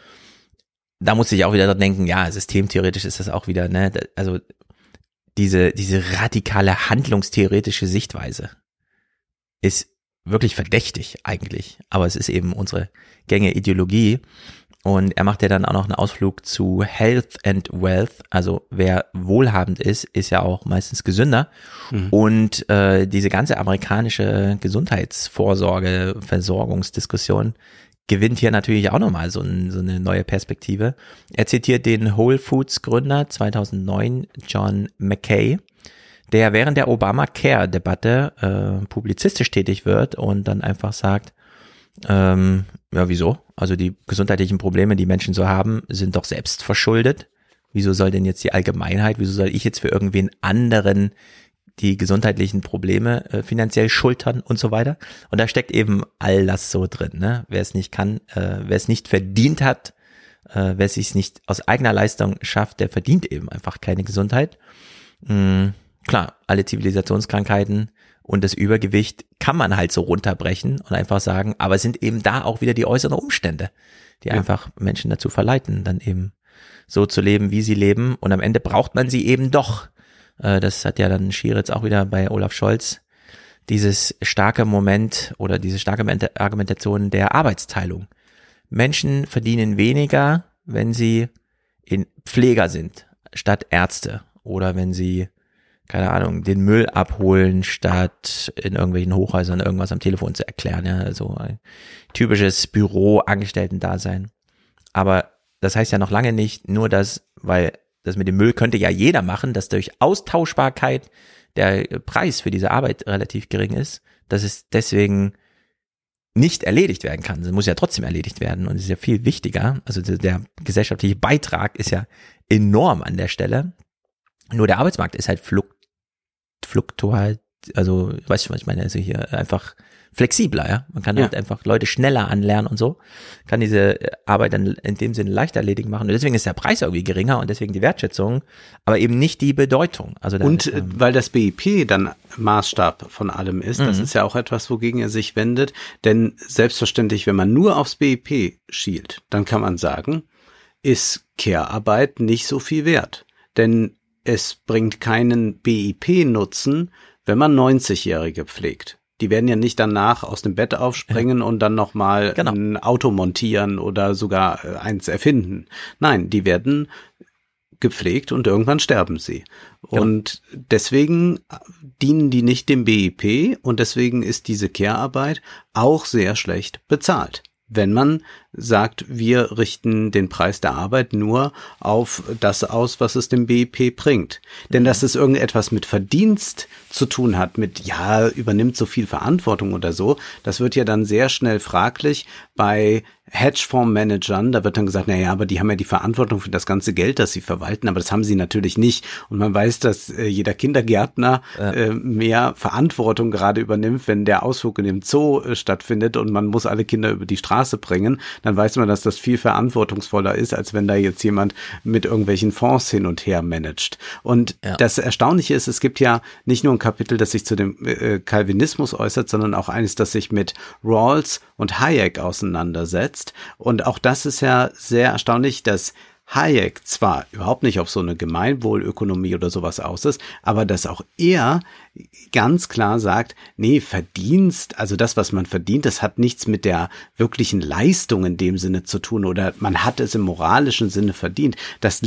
da musste ich auch wieder denken, ja, systemtheoretisch ist das auch wieder, ne, also diese radikale handlungstheoretische Sichtweise ist wirklich verdächtig eigentlich, aber es ist eben unsere gängige Ideologie. Und er macht ja dann auch noch einen Ausflug zu Health and Wealth, also wer wohlhabend ist ja auch meistens gesünder. Und diese ganze amerikanische Gesundheitsvorsorge, Versorgungsdiskussion gewinnt hier natürlich auch nochmal so eine neue Perspektive. Er zitiert den Whole Foods Gründer 2009, John Mackay, der während der Obamacare-Debatte publizistisch tätig wird und dann einfach sagt, ja, wieso? Also die gesundheitlichen Probleme, die Menschen so haben, sind doch selbst verschuldet. Wieso soll denn jetzt die Allgemeinheit, wieso soll ich jetzt für irgendwen anderen die gesundheitlichen Probleme finanziell schultern und so weiter? Und da steckt eben all das so drin, ne? Wer es nicht kann, wer es nicht verdient hat, wer es sich nicht aus eigener Leistung schafft, der verdient eben einfach keine Gesundheit. Klar, alle Zivilisationskrankheiten und das Übergewicht kann man halt so runterbrechen und einfach sagen, aber es sind eben da auch wieder die äußeren Umstände, die einfach Menschen dazu verleiten, dann eben so zu leben, wie sie leben. Und am Ende braucht man sie eben doch. Das hat ja dann Schieritz auch wieder bei Olaf Scholz, dieses starke Moment oder diese starke Argumentation der Arbeitsteilung. Menschen verdienen weniger, wenn sie Pfleger sind, statt Ärzte oder wenn sie keine Ahnung, den Müll abholen, statt in irgendwelchen Hochhäusern irgendwas am Telefon zu erklären. Ja, also ein typisches Büro-Angestellten-Dasein. Aber das heißt ja noch lange nicht nur das, weil das mit dem Müll könnte ja jeder machen, dass durch Austauschbarkeit der Preis für diese Arbeit relativ gering ist, dass es deswegen nicht erledigt werden kann. Es muss ja trotzdem erledigt werden und es ist ja viel wichtiger. Also der gesellschaftliche Beitrag ist ja enorm an der Stelle. Nur der Arbeitsmarkt ist halt fluktual, also weißt du, was ich meine, also hier einfach flexibler, ja. Man kann halt einfach Leute schneller anlernen und so, kann diese Arbeit dann in dem Sinne leichter erledigen machen und deswegen ist der Preis irgendwie geringer und deswegen die Wertschätzung, aber eben nicht die Bedeutung. Also und weil das BIP dann Maßstab von allem ist, das ist ja auch etwas, wogegen er sich wendet, denn selbstverständlich, wenn man nur aufs BIP schielt, dann kann man sagen, ist Care-Arbeit nicht so viel wert, denn es bringt keinen BIP-Nutzen, wenn man 90-Jährige pflegt. Die werden ja nicht danach aus dem Bett aufspringen und dann nochmal ein Auto montieren oder sogar eins erfinden. Nein, die werden gepflegt und irgendwann sterben sie. Und deswegen dienen die nicht dem BIP und deswegen ist diese Care-Arbeit auch sehr schlecht bezahlt. Wenn man sagt, wir richten den Preis der Arbeit nur auf das aus, was es dem BIP bringt. Denn dass es irgendetwas mit Verdienst zu tun hat, mit, ja, übernimmt so viel Verantwortung oder so, das wird ja dann sehr schnell fraglich bei Hedgefondsmanagern. Da wird dann gesagt, naja, aber die haben ja die Verantwortung für das ganze Geld, das sie verwalten, aber das haben sie natürlich nicht. Und man weiß, dass jeder Kindergärtner mehr Verantwortung gerade übernimmt, wenn der Ausflug in dem Zoo stattfindet und man muss alle Kinder über die Straße bringen, dann weiß man, dass das viel verantwortungsvoller ist, als wenn da jetzt jemand mit irgendwelchen Fonds hin und her managt. Und das Erstaunliche ist, es gibt ja nicht nur ein Kapitel, das sich zu dem Calvinismus äußert, sondern auch eines, das sich mit Rawls und Hayek auseinandersetzt. Und auch das ist ja sehr erstaunlich, dass Hayek zwar überhaupt nicht auf so eine Gemeinwohlökonomie oder sowas aus ist, aber dass auch er ganz klar sagt, nee, Verdienst, also das, was man verdient, das hat nichts mit der wirklichen Leistung in dem Sinne zu tun oder man hat es im moralischen Sinne verdient. Das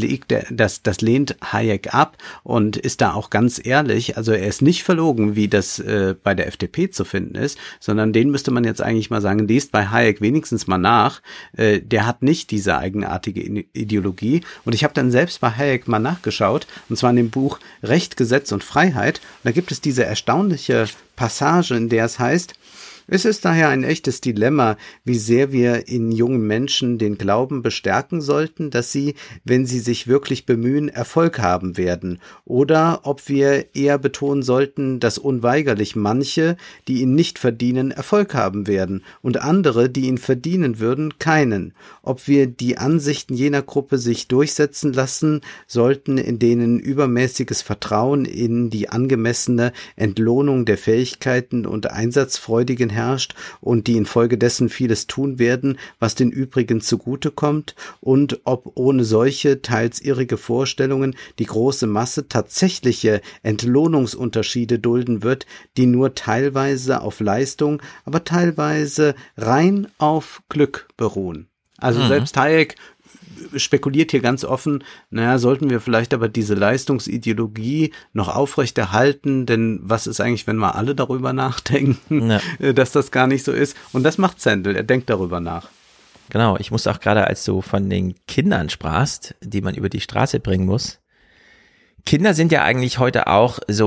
lehnt Hayek ab und ist da auch ganz ehrlich. Also er ist nicht verlogen, wie das bei der FDP zu finden ist, sondern den müsste man jetzt eigentlich mal sagen, lest bei Hayek wenigstens mal nach. Der hat nicht diese eigenartige Ideologie. Und ich habe dann selbst bei Hayek mal nachgeschaut, und zwar in dem Buch Recht, Gesetz und Freiheit. Und da gibt es diese erstaunliche Passage, in der es heißt, es ist daher ein echtes Dilemma, wie sehr wir in jungen Menschen den Glauben bestärken sollten, dass sie, wenn sie sich wirklich bemühen, Erfolg haben werden, oder ob wir eher betonen sollten, dass unweigerlich manche, die ihn nicht verdienen, Erfolg haben werden und andere, die ihn verdienen würden, keinen. Ob wir die Ansichten jener Gruppe sich durchsetzen lassen sollten, in denen übermäßiges Vertrauen in die angemessene Entlohnung der Fähigkeiten und einsatzfreudigen herrscht und die infolgedessen vieles tun werden, was den übrigen zugutekommt, und ob ohne solche, teils irrige Vorstellungen die große Masse tatsächliche Entlohnungsunterschiede dulden wird, die nur teilweise auf Leistung, aber teilweise rein auf Glück beruhen. Also selbst Hayek spekuliert hier ganz offen, naja, sollten wir vielleicht aber diese Leistungsideologie noch aufrechterhalten, denn was ist eigentlich, wenn wir alle darüber nachdenken, dass das gar nicht so ist? Und das macht Sandel, er denkt darüber nach. Genau, ich musste auch gerade, als du von den Kindern sprachst, die man über die Straße bringen muss, Kinder sind ja eigentlich heute auch so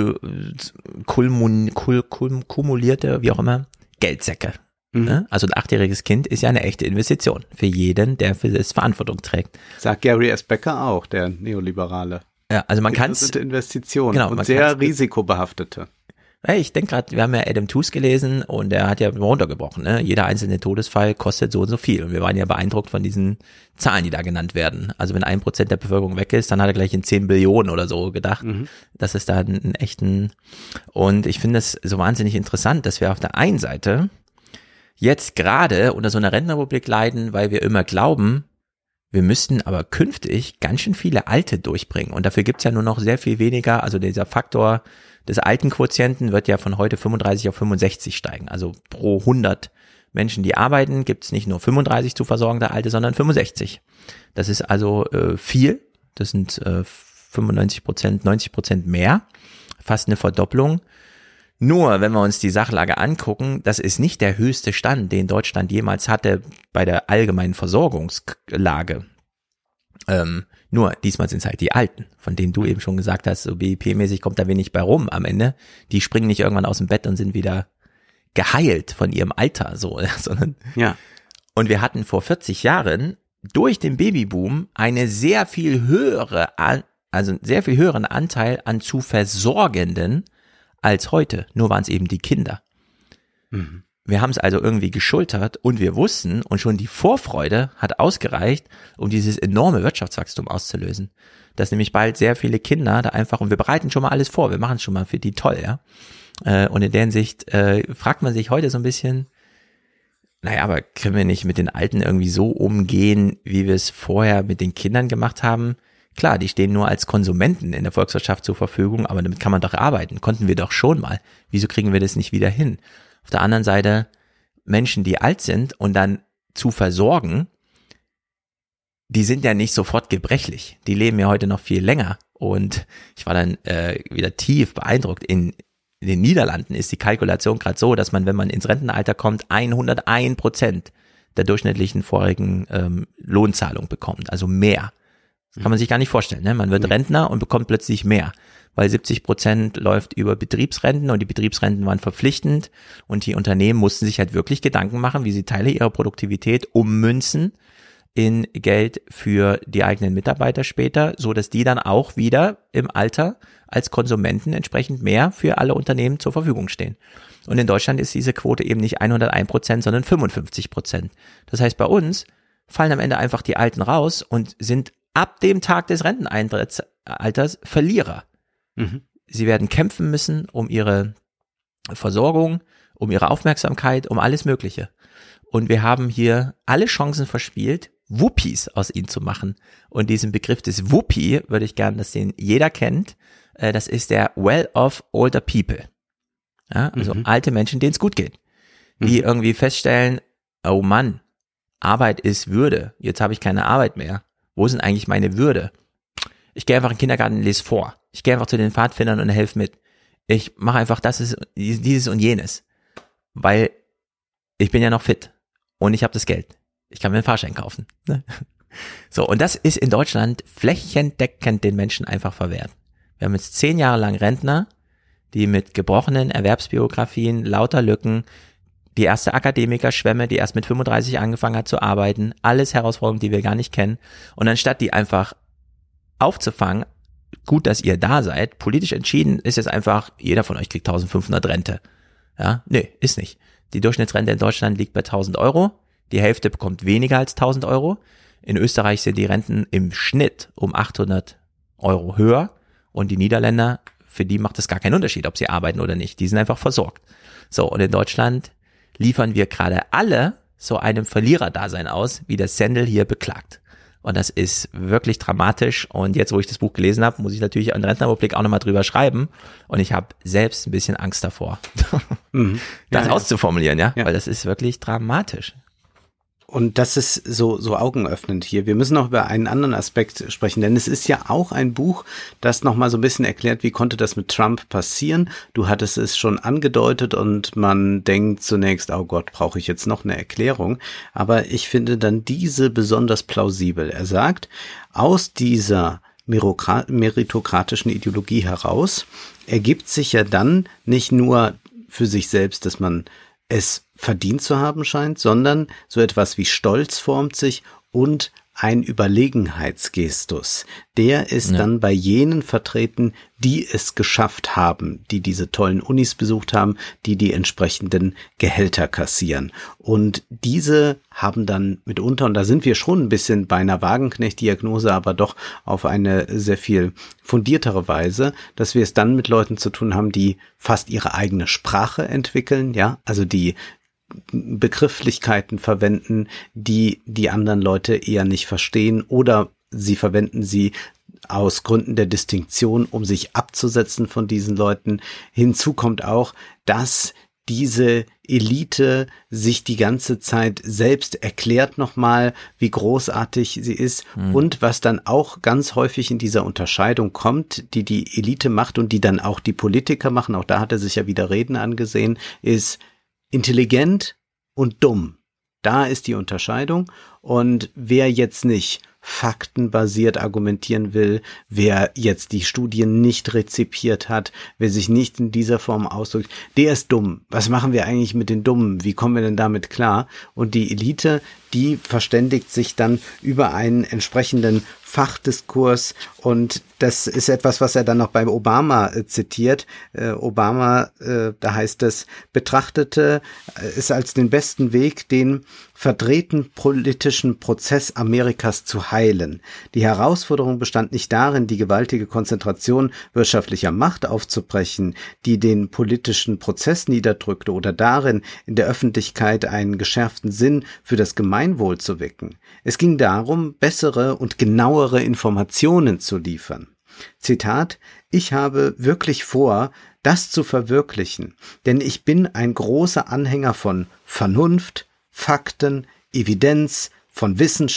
kumulierte, wie auch immer, Geldsäcke. Also ein 8-jähriges Kind ist ja eine echte Investition für jeden, der für das Verantwortung trägt. Sagt Gary S. Becker auch, der Neoliberale. Ja, also man kann es. Investitionen, genau, und sehr risikobehaftete. Hey, ich denke gerade, wir haben ja Adam Tooze gelesen und er hat ja runtergebrochen, ne? Jeder einzelne Todesfall kostet so und so viel. Und wir waren ja beeindruckt von diesen Zahlen, die da genannt werden. Also wenn 1% der Bevölkerung weg ist, dann hat er gleich in 10 Billionen oder so gedacht. Das ist da einen echten. Und ich finde es so wahnsinnig interessant, dass wir auf der einen Seite jetzt gerade unter so einer Rentenrepublik leiden, weil wir immer glauben, wir müssten aber künftig ganz schön viele Alte durchbringen. Und dafür gibt's ja nur noch sehr viel weniger. Also dieser Faktor des Altenquotienten wird ja von heute 35 auf 65 steigen. Also pro 100 Menschen, die arbeiten, gibt's nicht nur 35 zu versorgende Alte, sondern 65. Das ist also viel. Das sind 95%, 90% mehr. Fast eine Verdopplung. Nur, wenn wir uns die Sachlage angucken, das ist nicht der höchste Stand, den Deutschland jemals hatte bei der allgemeinen Versorgungslage. Nur, diesmal sind es halt die Alten, von denen du eben schon gesagt hast, so BIP-mäßig kommt da wenig bei rum am Ende. Die springen nicht irgendwann aus dem Bett und sind wieder geheilt von ihrem Alter, so, sondern. Ja. Und wir hatten vor 40 Jahren durch den Babyboom einen sehr viel höheren Anteil an zu Versorgenden als heute, nur waren es eben die Kinder. Wir haben es also irgendwie geschultert und wir wussten und schon die Vorfreude hat ausgereicht, um dieses enorme Wirtschaftswachstum auszulösen. Dass nämlich bald sehr viele Kinder da einfach, und wir bereiten schon mal alles vor, wir machen es schon mal für die toll, ja. Und in der Hinsicht fragt man sich heute so ein bisschen, naja, aber können wir nicht mit den Alten irgendwie so umgehen, wie wir es vorher mit den Kindern gemacht haben? Klar, die stehen nur als Konsumenten in der Volkswirtschaft zur Verfügung, aber damit kann man doch arbeiten. Konnten wir doch schon mal. Wieso kriegen wir das nicht wieder hin? Auf der anderen Seite Menschen, die alt sind und dann zu versorgen, die sind ja nicht sofort gebrechlich. Die leben ja heute noch viel länger. Und ich war dann wieder tief beeindruckt. In den Niederlanden ist die Kalkulation gerade so, dass man, wenn man ins Rentenalter kommt, 101% der durchschnittlichen vorigen Lohnzahlung bekommt. Also mehr. Das kann man sich gar nicht vorstellen. Ne? Man wird Rentner und bekommt plötzlich mehr. Weil 70% läuft über Betriebsrenten und die Betriebsrenten waren verpflichtend. Und die Unternehmen mussten sich halt wirklich Gedanken machen, wie sie Teile ihrer Produktivität ummünzen in Geld für die eigenen Mitarbeiter später, so dass die dann auch wieder im Alter als Konsumenten entsprechend mehr für alle Unternehmen zur Verfügung stehen. Und in Deutschland ist diese Quote eben nicht 101%, sondern 55%. Das heißt, bei uns fallen am Ende einfach die Alten raus und sind ab dem Tag des Renteneintrittsalters Verlierer. Sie werden kämpfen müssen um ihre Versorgung, um ihre Aufmerksamkeit, um alles Mögliche. Und wir haben hier alle Chancen verspielt, Wuppies aus ihnen zu machen. Und diesen Begriff des Wuppi würde ich gerne, dass den jeder kennt. Das ist der Well-off Older People. Ja, also alte Menschen, denen es gut geht. Die irgendwie feststellen, oh Mann, Arbeit ist Würde. Jetzt habe ich keine Arbeit mehr. Wo sind eigentlich meine Würde? Ich gehe einfach in den Kindergarten und lese vor. Ich gehe einfach zu den Pfadfindern und helfe mit. Ich mache einfach dieses und jenes. Weil ich bin ja noch fit. Und ich habe das Geld. Ich kann mir einen Fahrschein kaufen. So, und das ist in Deutschland flächendeckend den Menschen einfach verwehrt. Wir haben jetzt 10 Jahre lang Rentner, die mit gebrochenen Erwerbsbiografien, lauter Lücken, die erste Akademikerschwemme, die erst mit 35 angefangen hat zu arbeiten, alles Herausforderungen, die wir gar nicht kennen. Und anstatt die einfach aufzufangen, gut, dass ihr da seid, politisch entschieden ist jetzt einfach, jeder von euch kriegt 1500 Rente. Ja, nee, ist nicht. Die Durchschnittsrente in Deutschland liegt bei 1000 Euro. Die Hälfte bekommt weniger als 1000 Euro. In Österreich sind die Renten im Schnitt um 800 Euro höher. Und die Niederländer, für die macht es gar keinen Unterschied, ob sie arbeiten oder nicht. Die sind einfach versorgt. So, und in Deutschland liefern wir gerade alle so einem Verliererdasein aus, wie der Sendel hier beklagt. Und das ist wirklich dramatisch. Und jetzt, wo ich das Buch gelesen habe, muss ich natürlich an Rentenrepublik auch nochmal drüber schreiben. Und ich habe selbst ein bisschen Angst davor, das auszuformulieren, ja, weil das ist wirklich dramatisch. Und das ist so augenöffnend hier. Wir müssen noch über einen anderen Aspekt sprechen, denn es ist ja auch ein Buch, das nochmal so ein bisschen erklärt, wie konnte das mit Trump passieren. Du hattest es schon angedeutet und man denkt zunächst, oh Gott, brauche ich jetzt noch eine Erklärung. Aber ich finde dann diese besonders plausibel. Er sagt, aus dieser meritokratischen Ideologie heraus ergibt sich ja dann nicht nur für sich selbst, dass man es verdient zu haben scheint, sondern so etwas wie Stolz formt sich und ein Überlegenheitsgestus. Der ist dann bei jenen vertreten, die es geschafft haben, die diese tollen Unis besucht haben, die entsprechenden Gehälter kassieren. Und diese haben dann mitunter, und da sind wir schon ein bisschen bei einer Wagenknecht-Diagnose, aber doch auf eine sehr viel fundiertere Weise, dass wir es dann mit Leuten zu tun haben, die fast ihre eigene Sprache entwickeln, ja, also die Begrifflichkeiten verwenden, die anderen Leute eher nicht verstehen, oder sie verwenden sie aus Gründen der Distinktion, um sich abzusetzen von diesen Leuten. Hinzu kommt auch, dass diese Elite sich die ganze Zeit selbst erklärt nochmal, wie großartig sie ist. Und was dann auch ganz häufig in dieser Unterscheidung kommt, die Elite macht und die dann auch die Politiker machen, auch da hat er sich ja wieder Reden angesehen, ist intelligent und dumm. Da ist die Unterscheidung. Und wer jetzt nicht faktenbasiert argumentieren will, wer jetzt die Studien nicht rezipiert hat, wer sich nicht in dieser Form ausdrückt, der ist dumm. Was machen wir eigentlich mit den Dummen? Wie kommen wir denn damit klar? Und die Elite, die verständigt sich dann über einen entsprechenden Fachdiskurs, und das ist etwas, was er dann noch beim Obama zitiert. Obama, da heißt es, betrachtete es als den besten Weg, den verdrehten politischen Prozess Amerikas zu heilen. Die Herausforderung bestand nicht darin, die gewaltige Konzentration wirtschaftlicher Macht aufzubrechen, die den politischen Prozess niederdrückte, oder darin, in der Öffentlichkeit einen geschärften Sinn für das Gemeinwohl zu wecken. Es ging darum, bessere und genauere Informationen zu liefern. Zitat: Ich habe wirklich vor, das zu verwirklichen, denn ich bin ein großer Anhänger von Vernunft, Fakten, Evidenz, von Wissenschaft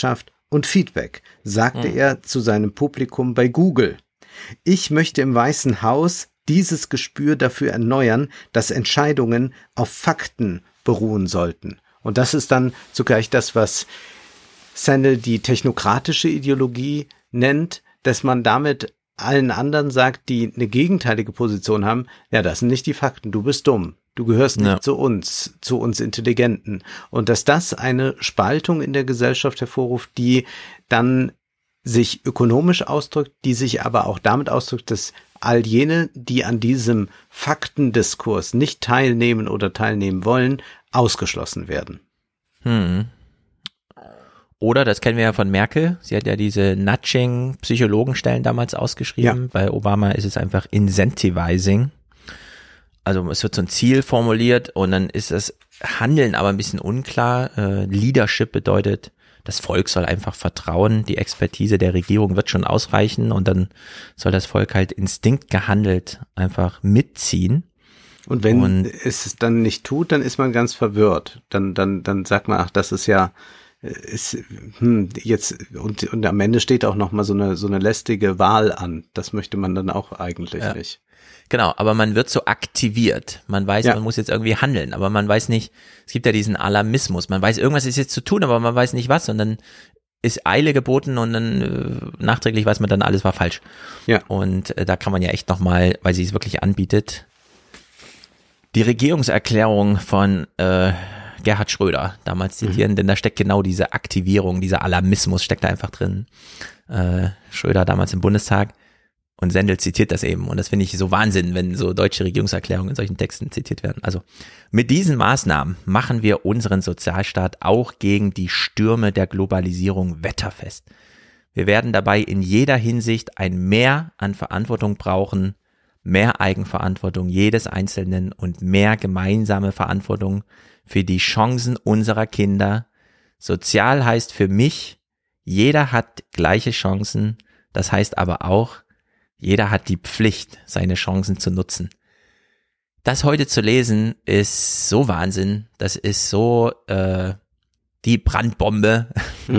und Feedback, sagte er zu seinem Publikum bei Google. Ich möchte im Weißen Haus dieses Gespür dafür erneuern, dass Entscheidungen auf Fakten beruhen sollten. Und das ist dann zugleich das, was Sandel die technokratische Ideologie nennt, dass man damit allen anderen sagt, die eine gegenteilige Position haben, ja, das sind nicht die Fakten, du bist dumm, du gehörst nicht zu uns Intelligenten. Und dass das eine Spaltung in der Gesellschaft hervorruft, die dann sich ökonomisch ausdrückt, die sich aber auch damit ausdrückt, dass all jene, die an diesem Faktendiskurs nicht teilnehmen oder teilnehmen wollen, ausgeschlossen werden. Oder, das kennen wir ja von Merkel, sie hat ja diese Nudging-Psychologenstellen damals ausgeschrieben, ja. Bei Obama ist es einfach Incentivizing, also es wird so ein Ziel formuliert und dann ist das Handeln aber ein bisschen unklar. Leadership bedeutet, das Volk soll einfach vertrauen, die Expertise der Regierung wird schon ausreichen und dann soll das Volk halt instinktgehandelt einfach mitziehen. Und wenn es dann nicht tut, dann ist man ganz verwirrt. Dann sagt man, ach, das ist ja jetzt und am Ende steht auch noch mal so eine lästige Wahl an. Das möchte man dann auch eigentlich nicht. Genau, aber man wird so aktiviert. Man weiß, man muss jetzt irgendwie handeln, aber man weiß nicht, es gibt ja diesen Alarmismus. Man weiß, irgendwas ist jetzt zu tun, aber man weiß nicht was und dann ist Eile geboten und dann nachträglich weiß man dann, alles war falsch. Ja. Und da kann man ja echt nochmal, weil sie es wirklich anbietet, die Regierungserklärung von Gerhard Schröder damals zitieren, denn da steckt genau diese Aktivierung, dieser Alarmismus steckt da einfach drin. Schröder damals im Bundestag und Sandel zitiert das eben und das finde ich so Wahnsinn, wenn so deutsche Regierungserklärungen in solchen Texten zitiert werden. Also mit diesen Maßnahmen machen wir unseren Sozialstaat auch gegen die Stürme der Globalisierung wetterfest. Wir werden dabei in jeder Hinsicht ein Mehr an Verantwortung brauchen, mehr Eigenverantwortung jedes Einzelnen und mehr gemeinsame Verantwortung für die Chancen unserer Kinder. Sozial heißt für mich, jeder hat gleiche Chancen, das heißt aber auch, jeder hat die Pflicht, seine Chancen zu nutzen. Das heute zu lesen ist so Wahnsinn, das ist so die Brandbombe,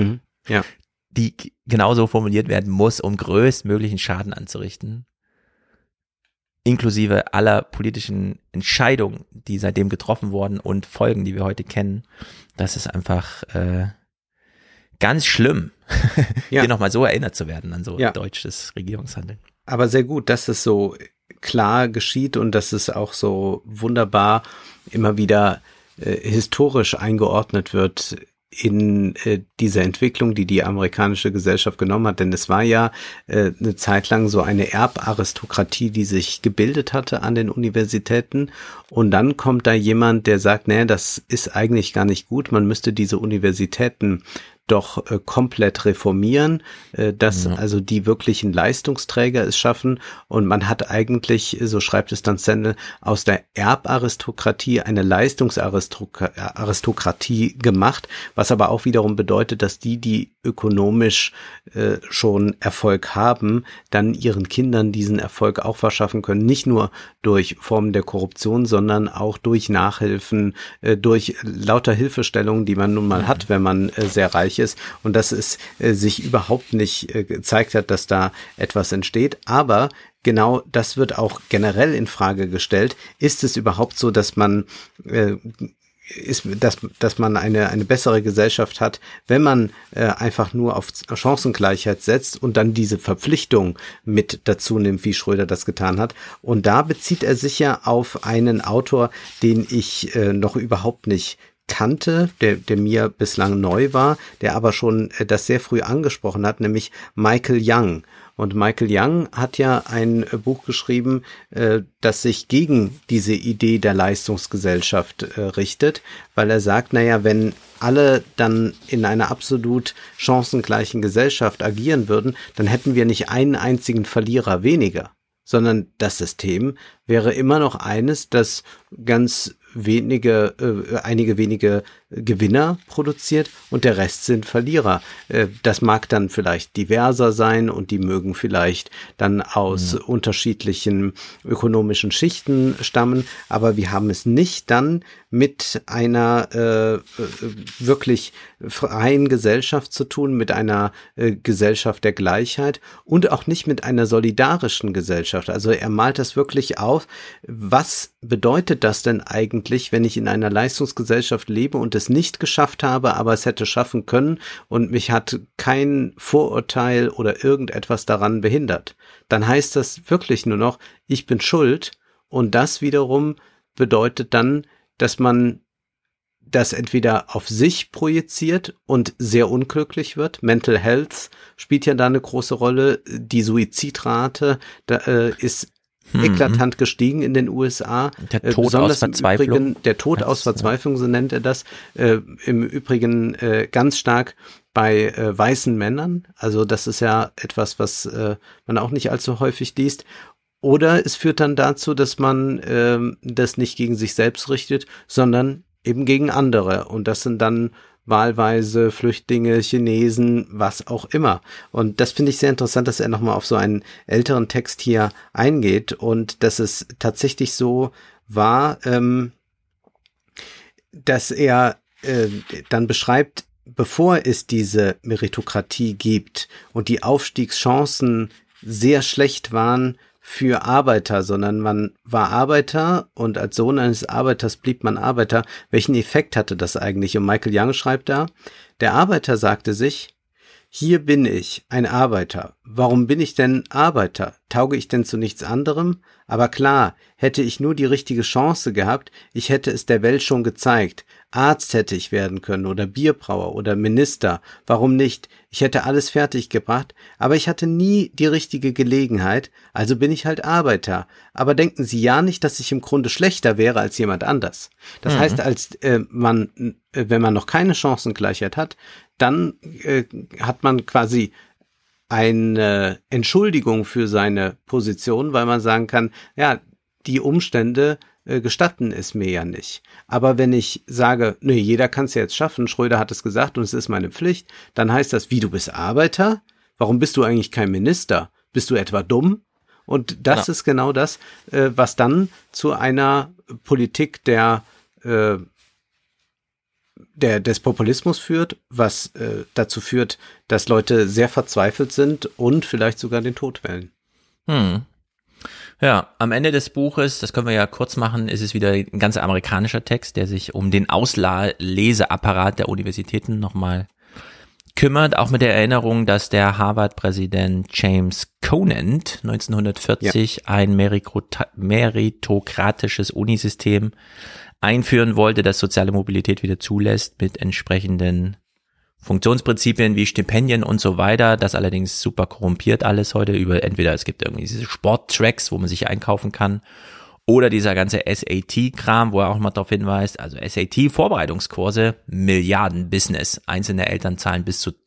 die genauso formuliert werden muss, um größtmöglichen Schaden anzurichten. Inklusive aller politischen Entscheidungen, die seitdem getroffen wurden und Folgen, die wir heute kennen. Das ist einfach ganz schlimm, hier nochmal so erinnert zu werden an so deutsches Regierungshandeln. Aber sehr gut, dass es so klar geschieht und dass es auch so wunderbar immer wieder historisch eingeordnet wird in dieser Entwicklung, die amerikanische Gesellschaft genommen hat. Denn es war ja eine Zeit lang so eine Erbaristokratie, die sich gebildet hatte an den Universitäten. Und dann kommt da jemand, der sagt, nee, das ist eigentlich gar nicht gut. Man müsste diese Universitäten doch komplett reformieren, dass also die wirklichen Leistungsträger es schaffen und man hat eigentlich, so schreibt es dann Sandel, aus der Erbaristokratie eine Leistungsaristokratie gemacht, was aber auch wiederum bedeutet, dass die ökonomisch schon Erfolg haben, dann ihren Kindern diesen Erfolg auch verschaffen können, nicht nur durch Formen der Korruption, sondern auch durch Nachhilfen, durch lauter Hilfestellungen, die man nun mal hat, wenn man sehr reich ist und dass es sich überhaupt nicht gezeigt hat, dass da etwas entsteht. Aber genau das wird auch generell in Frage gestellt. Ist es überhaupt so, dass man dass man eine bessere Gesellschaft hat, wenn man einfach nur auf Chancengleichheit setzt und dann diese Verpflichtung mit dazu nimmt, wie Schröder das getan hat. Und da bezieht er sich ja auf einen Autor, den ich noch überhaupt nicht kannte, der mir bislang neu war, der aber schon das sehr früh angesprochen hat, nämlich Michael Young. Und Michael Young hat ja ein Buch geschrieben, das sich gegen diese Idee der Leistungsgesellschaft richtet, weil er sagt, naja, wenn alle dann in einer absolut chancengleichen Gesellschaft agieren würden, dann hätten wir nicht einen einzigen Verlierer weniger, sondern das System wäre immer noch eines, das einige wenige Gewinner produziert und der Rest sind Verlierer. Das mag dann vielleicht diverser sein und die mögen vielleicht dann aus unterschiedlichen ökonomischen Schichten stammen, aber wir haben es nicht dann mit einer wirklich freien Gesellschaft zu tun, mit einer Gesellschaft der Gleichheit und auch nicht mit einer solidarischen Gesellschaft. Also er malt das wirklich auf. Was bedeutet das denn eigentlich, wenn ich in einer Leistungsgesellschaft lebe und es nicht geschafft habe, aber es hätte schaffen können und mich hat kein Vorurteil oder irgendetwas daran behindert? Dann heißt das wirklich nur noch, ich bin schuld, und das wiederum bedeutet dann, dass man das entweder auf sich projiziert und sehr unglücklich wird. Mental Health spielt ja da eine große Rolle. Die Suizidrate ist eklatant gestiegen in den USA. Der Tod aus Verzweiflung. Der Tod aus Verzweiflung, so nennt er das. Im Übrigen ganz stark bei weißen Männern. Also das ist ja etwas, was man auch nicht allzu häufig liest. Oder es führt dann dazu, dass man das nicht gegen sich selbst richtet, sondern eben gegen andere. Und das sind dann wahlweise Flüchtlinge, Chinesen, was auch immer. Und das finde ich sehr interessant, dass er nochmal auf so einen älteren Text hier eingeht und dass es tatsächlich so war, dass er dann beschreibt, bevor es diese Meritokratie gibt und die Aufstiegschancen sehr schlecht waren für Arbeiter, sondern man war Arbeiter und als Sohn eines Arbeiters blieb man Arbeiter. Welchen Effekt hatte das eigentlich? Und Michael Young schreibt da, der Arbeiter sagte sich, hier bin ich, ein Arbeiter. Warum bin ich denn Arbeiter? Tauge ich denn zu nichts anderem? Aber klar, hätte ich nur die richtige Chance gehabt, ich hätte es der Welt schon gezeigt. Arzt hätte ich werden können oder Bierbrauer oder Minister. Warum nicht? Ich hätte alles fertig gebracht, aber ich hatte nie die richtige Gelegenheit, also bin ich halt Arbeiter. Aber denken Sie ja nicht, dass ich im Grunde schlechter wäre als jemand anders. Das heißt, wenn man noch keine Chancengleichheit hat, dann hat man quasi eine Entschuldigung für seine Position, weil man sagen kann, ja, die Umstände gestatten es mir ja nicht. Aber wenn ich sage, nee, jeder kann es ja jetzt schaffen, Schröder hat es gesagt und es ist meine Pflicht, dann heißt das, wie, du bist Arbeiter? Warum bist du eigentlich kein Minister? Bist du etwa dumm? Und das ist genau das, was dann zu einer Politik des Populismus führt, was dazu führt, dass Leute sehr verzweifelt sind und vielleicht sogar den Tod wählen. Ja, am Ende des Buches, das können wir ja kurz machen, ist es wieder ein ganz amerikanischer Text, der sich um den Ausleseapparat der Universitäten nochmal kümmert, auch mit der Erinnerung, dass der Harvard-Präsident James Conant 1940 ein meritokratisches Unisystem einführen wollte, das soziale Mobilität wieder zulässt mit entsprechenden Funktionsprinzipien wie Stipendien und so weiter, das allerdings super korrumpiert alles heute über, entweder es gibt irgendwie diese Sporttracks, wo man sich einkaufen kann, oder dieser ganze SAT-Kram, wo er auch mal darauf hinweist, also SAT-Vorbereitungskurse, Milliarden-Business. Einzelne Eltern zahlen bis zu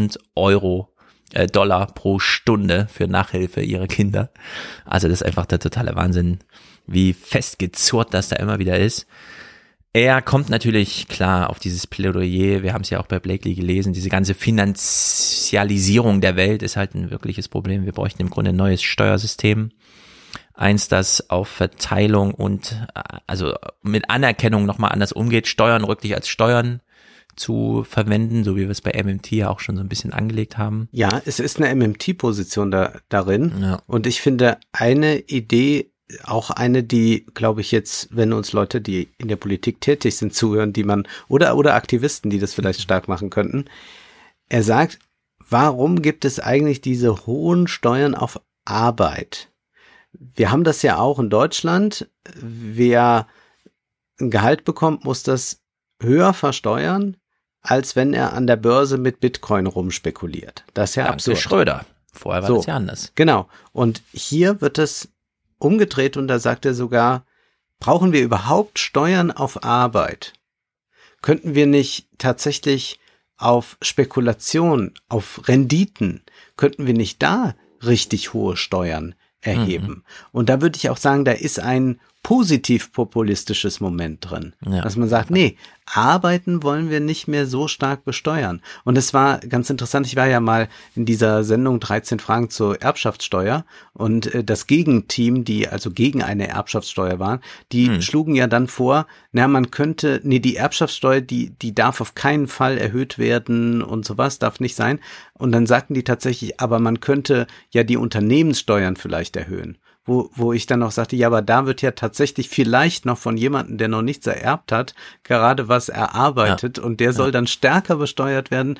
$1.000 pro Stunde für Nachhilfe ihrer Kinder. Also das ist einfach der totale Wahnsinn, wie festgezurrt das da immer wieder ist. Er kommt natürlich klar auf dieses Plädoyer, wir haben es ja auch bei Blakely gelesen, diese ganze Finanzialisierung der Welt ist halt ein wirkliches Problem. Wir bräuchten im Grunde ein neues Steuersystem. Eins, das auf Verteilung und also mit Anerkennung nochmal anders umgeht, Steuern wirklich als Steuern zu verwenden, so wie wir es bei MMT ja auch schon so ein bisschen angelegt haben. Ja, es ist eine MMT-Position darin. Ja. Und ich finde eine Idee, auch eine, die, glaube ich, jetzt, wenn uns Leute, die in der Politik tätig sind, zuhören, die man, oder Aktivisten, die das vielleicht stark machen könnten. Er sagt, warum gibt es eigentlich diese hohen Steuern auf Arbeit? Wir haben das ja auch in Deutschland. Wer ein Gehalt bekommt, muss das höher versteuern, als wenn er an der Börse mit Bitcoin rumspekuliert. Das ist ja absurd. Schröder. Vorher war das ja anders. Genau. Und hier wird es umgedreht und da sagt er sogar, brauchen wir überhaupt Steuern auf Arbeit? Könnten wir nicht tatsächlich auf Spekulation, auf Renditen, könnten wir nicht da richtig hohe Steuern erheben? Und da würde ich auch sagen, da ist ein positiv-populistisches Moment drin. Ja. Dass man sagt, nee, Arbeiten wollen wir nicht mehr so stark besteuern. Und es war ganz interessant, ich war ja mal in dieser Sendung 13 Fragen zur Erbschaftssteuer und das Gegenteam, die also gegen eine Erbschaftssteuer waren, die schlugen ja dann vor, man könnte, die Erbschaftssteuer, die darf auf keinen Fall erhöht werden und sowas, darf nicht sein. Und dann sagten die tatsächlich, aber man könnte ja die Unternehmenssteuern vielleicht erhöhen. Wo ich dann noch sagte, ja, aber da wird ja tatsächlich vielleicht noch von jemandem, der noch nichts ererbt hat, gerade was erarbeitet und der soll dann stärker besteuert werden,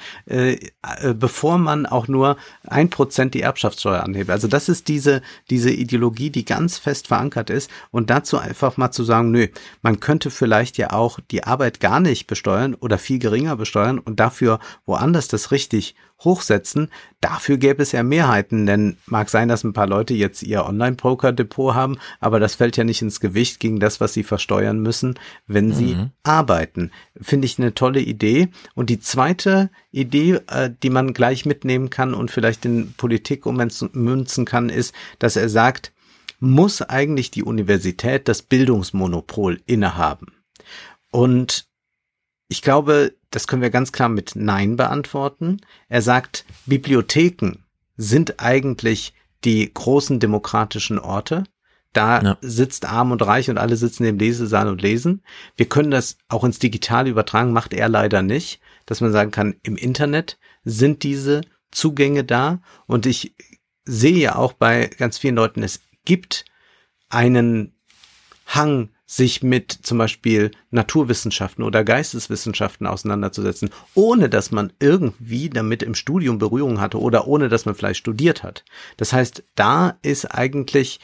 bevor man auch nur 1% die Erbschaftssteuer anhebt. Also das ist diese Ideologie, die ganz fest verankert ist und dazu einfach mal zu sagen, nö, man könnte vielleicht ja auch die Arbeit gar nicht besteuern oder viel geringer besteuern und dafür woanders das richtig hochsetzen. Dafür gäbe es ja Mehrheiten, denn mag sein, dass ein paar Leute jetzt ihr Online-Poker-Depot haben, aber das fällt ja nicht ins Gewicht gegen das, was sie versteuern müssen, wenn sie arbeiten. Finde ich eine tolle Idee. Und die zweite Idee, die man gleich mitnehmen kann und vielleicht in Politik ummünzen kann, ist, dass er sagt, muss eigentlich die Universität das Bildungsmonopol innehaben? Und ich glaube, das können wir ganz klar mit Nein beantworten. Er sagt, Bibliotheken sind eigentlich die großen demokratischen Orte. Da sitzt Arm und Reich und alle sitzen im Lesesaal und lesen. Wir können das auch ins Digitale übertragen, macht er leider nicht, dass man sagen kann, im Internet sind diese Zugänge da. Und ich sehe ja auch bei ganz vielen Leuten, es gibt einen Hang, sich mit zum Beispiel Naturwissenschaften oder Geisteswissenschaften auseinanderzusetzen, ohne dass man irgendwie damit im Studium Berührung hatte oder ohne dass man vielleicht studiert hat. Das heißt, da ist eigentlich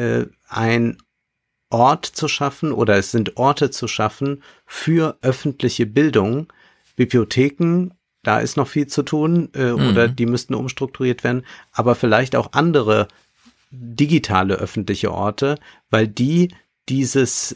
ein Ort zu schaffen oder es sind Orte zu schaffen für öffentliche Bildung. Bibliotheken, da ist noch viel zu tun oder die müssten umstrukturiert werden, aber vielleicht auch andere digitale öffentliche Orte, weil die dieses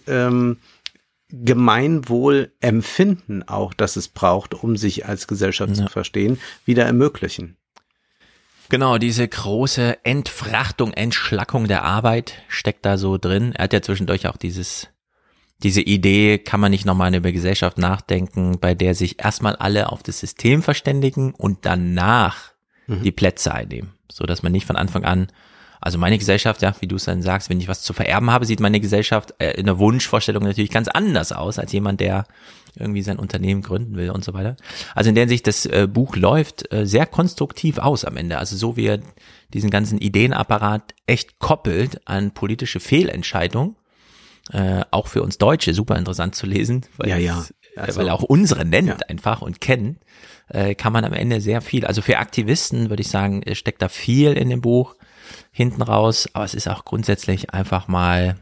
Gemeinwohlempfinden auch, das es braucht, um sich als Gesellschaft zu verstehen, wieder ermöglichen. Genau, diese große Entfrachtung, Entschlackung der Arbeit steckt da so drin. Er hat ja zwischendurch auch diese Idee, kann man nicht nochmal über Gesellschaft nachdenken, bei der sich erstmal alle auf das System verständigen und danach die Plätze einnehmen, so dass man nicht von Anfang an, also meine Gesellschaft, ja, wie du es dann sagst, wenn ich was zu vererben habe, sieht meine Gesellschaft in der Wunschvorstellung natürlich ganz anders aus, als jemand, der irgendwie sein Unternehmen gründen will und so weiter. Also in der Hinsicht, das Buch läuft sehr konstruktiv aus am Ende. Also so wie er diesen ganzen Ideenapparat echt koppelt an politische Fehlentscheidungen, auch für uns Deutsche super interessant zu lesen, weil weil er auch unsere nennt einfach und kennt, kann man am Ende sehr viel, also für Aktivisten würde ich sagen, steckt da viel in dem Buch hinten raus, aber es ist auch grundsätzlich einfach mal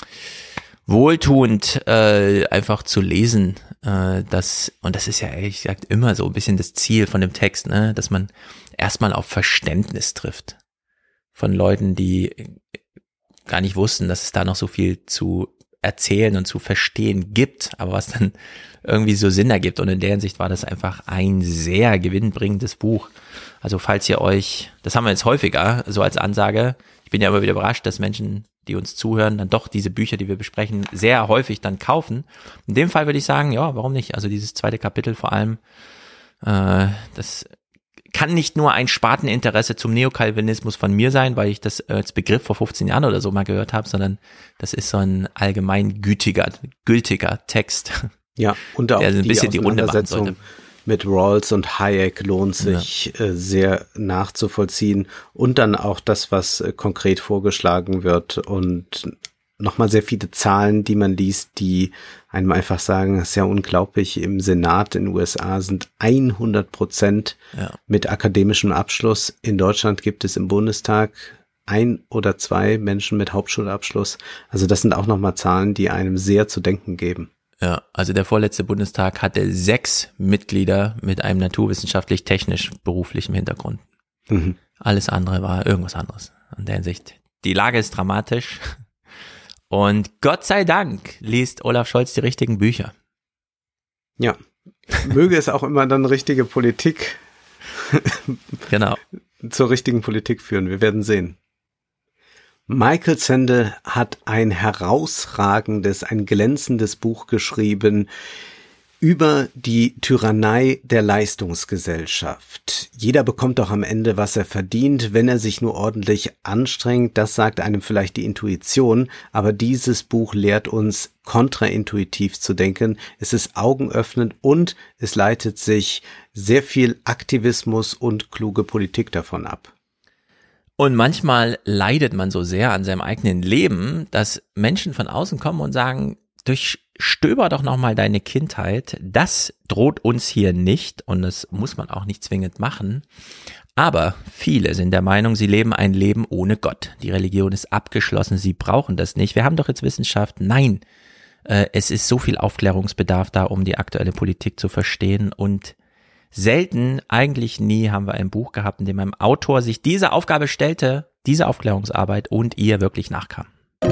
wohltuend, einfach zu lesen, und das ist ja ehrlich gesagt immer so ein bisschen das Ziel von dem Text, ne, dass man erstmal auf Verständnis trifft von Leuten, die gar nicht wussten, dass es da noch so viel zu erzählen und zu verstehen gibt, aber was dann irgendwie so Sinn ergibt. Und in der Hinsicht war das einfach ein sehr gewinnbringendes Buch. Also falls ihr euch, das haben wir jetzt häufiger, so als Ansage, ich bin ja immer wieder überrascht, dass Menschen, die uns zuhören, dann doch diese Bücher, die wir besprechen, sehr häufig dann kaufen. In dem Fall würde ich sagen, ja, warum nicht? Also dieses zweite Kapitel vor allem, das kann nicht nur ein Sparteninteresse zum Neokalvinismus von mir sein, weil ich das als Begriff vor 15 Jahren oder so mal gehört habe, sondern das ist so ein allgemein gültiger Text. Ja, und auch der so ein bisschen die Runde machen sollte. Mit Rawls und Hayek lohnt sich sehr nachzuvollziehen und dann auch das, was konkret vorgeschlagen wird und nochmal sehr viele Zahlen, die man liest, die einem einfach sagen, das ist ja unglaublich, im Senat in den USA sind 100% mit akademischem Abschluss. In Deutschland gibt es im Bundestag 1 oder 2 Menschen mit Hauptschulabschluss. Also das sind auch nochmal Zahlen, die einem sehr zu denken geben. Ja, also der vorletzte Bundestag hatte 6 Mitglieder mit einem naturwissenschaftlich-technisch-beruflichen Hintergrund. Alles andere war irgendwas anderes. In der Hinsicht, die Lage ist dramatisch. Und Gott sei Dank liest Olaf Scholz die richtigen Bücher. Ja, möge es auch immer dann richtige Politik genau. zur richtigen Politik führen. Wir werden sehen. Michael Sandel hat ein herausragendes, ein glänzendes Buch geschrieben über die Tyrannei der Leistungsgesellschaft. Jeder bekommt doch am Ende, was er verdient, wenn er sich nur ordentlich anstrengt. Das sagt einem vielleicht die Intuition, aber dieses Buch lehrt uns, kontraintuitiv zu denken. Es ist augenöffnend und es leitet sich sehr viel Aktivismus und kluge Politik davon ab. Und manchmal leidet man so sehr an seinem eigenen Leben, dass Menschen von außen kommen und sagen, durchstöber doch nochmal deine Kindheit. Das droht uns hier nicht und das muss man auch nicht zwingend machen. Aber viele sind der Meinung, sie leben ein Leben ohne Gott. Die Religion ist abgeschlossen, sie brauchen das nicht. Wir haben doch jetzt Wissenschaft. Nein, es ist so viel Aufklärungsbedarf da, um die aktuelle Politik zu verstehen und selten, eigentlich nie, haben wir ein Buch gehabt, in dem ein Autor sich diese Aufgabe stellte, diese Aufklärungsarbeit und ihr wirklich nachkam.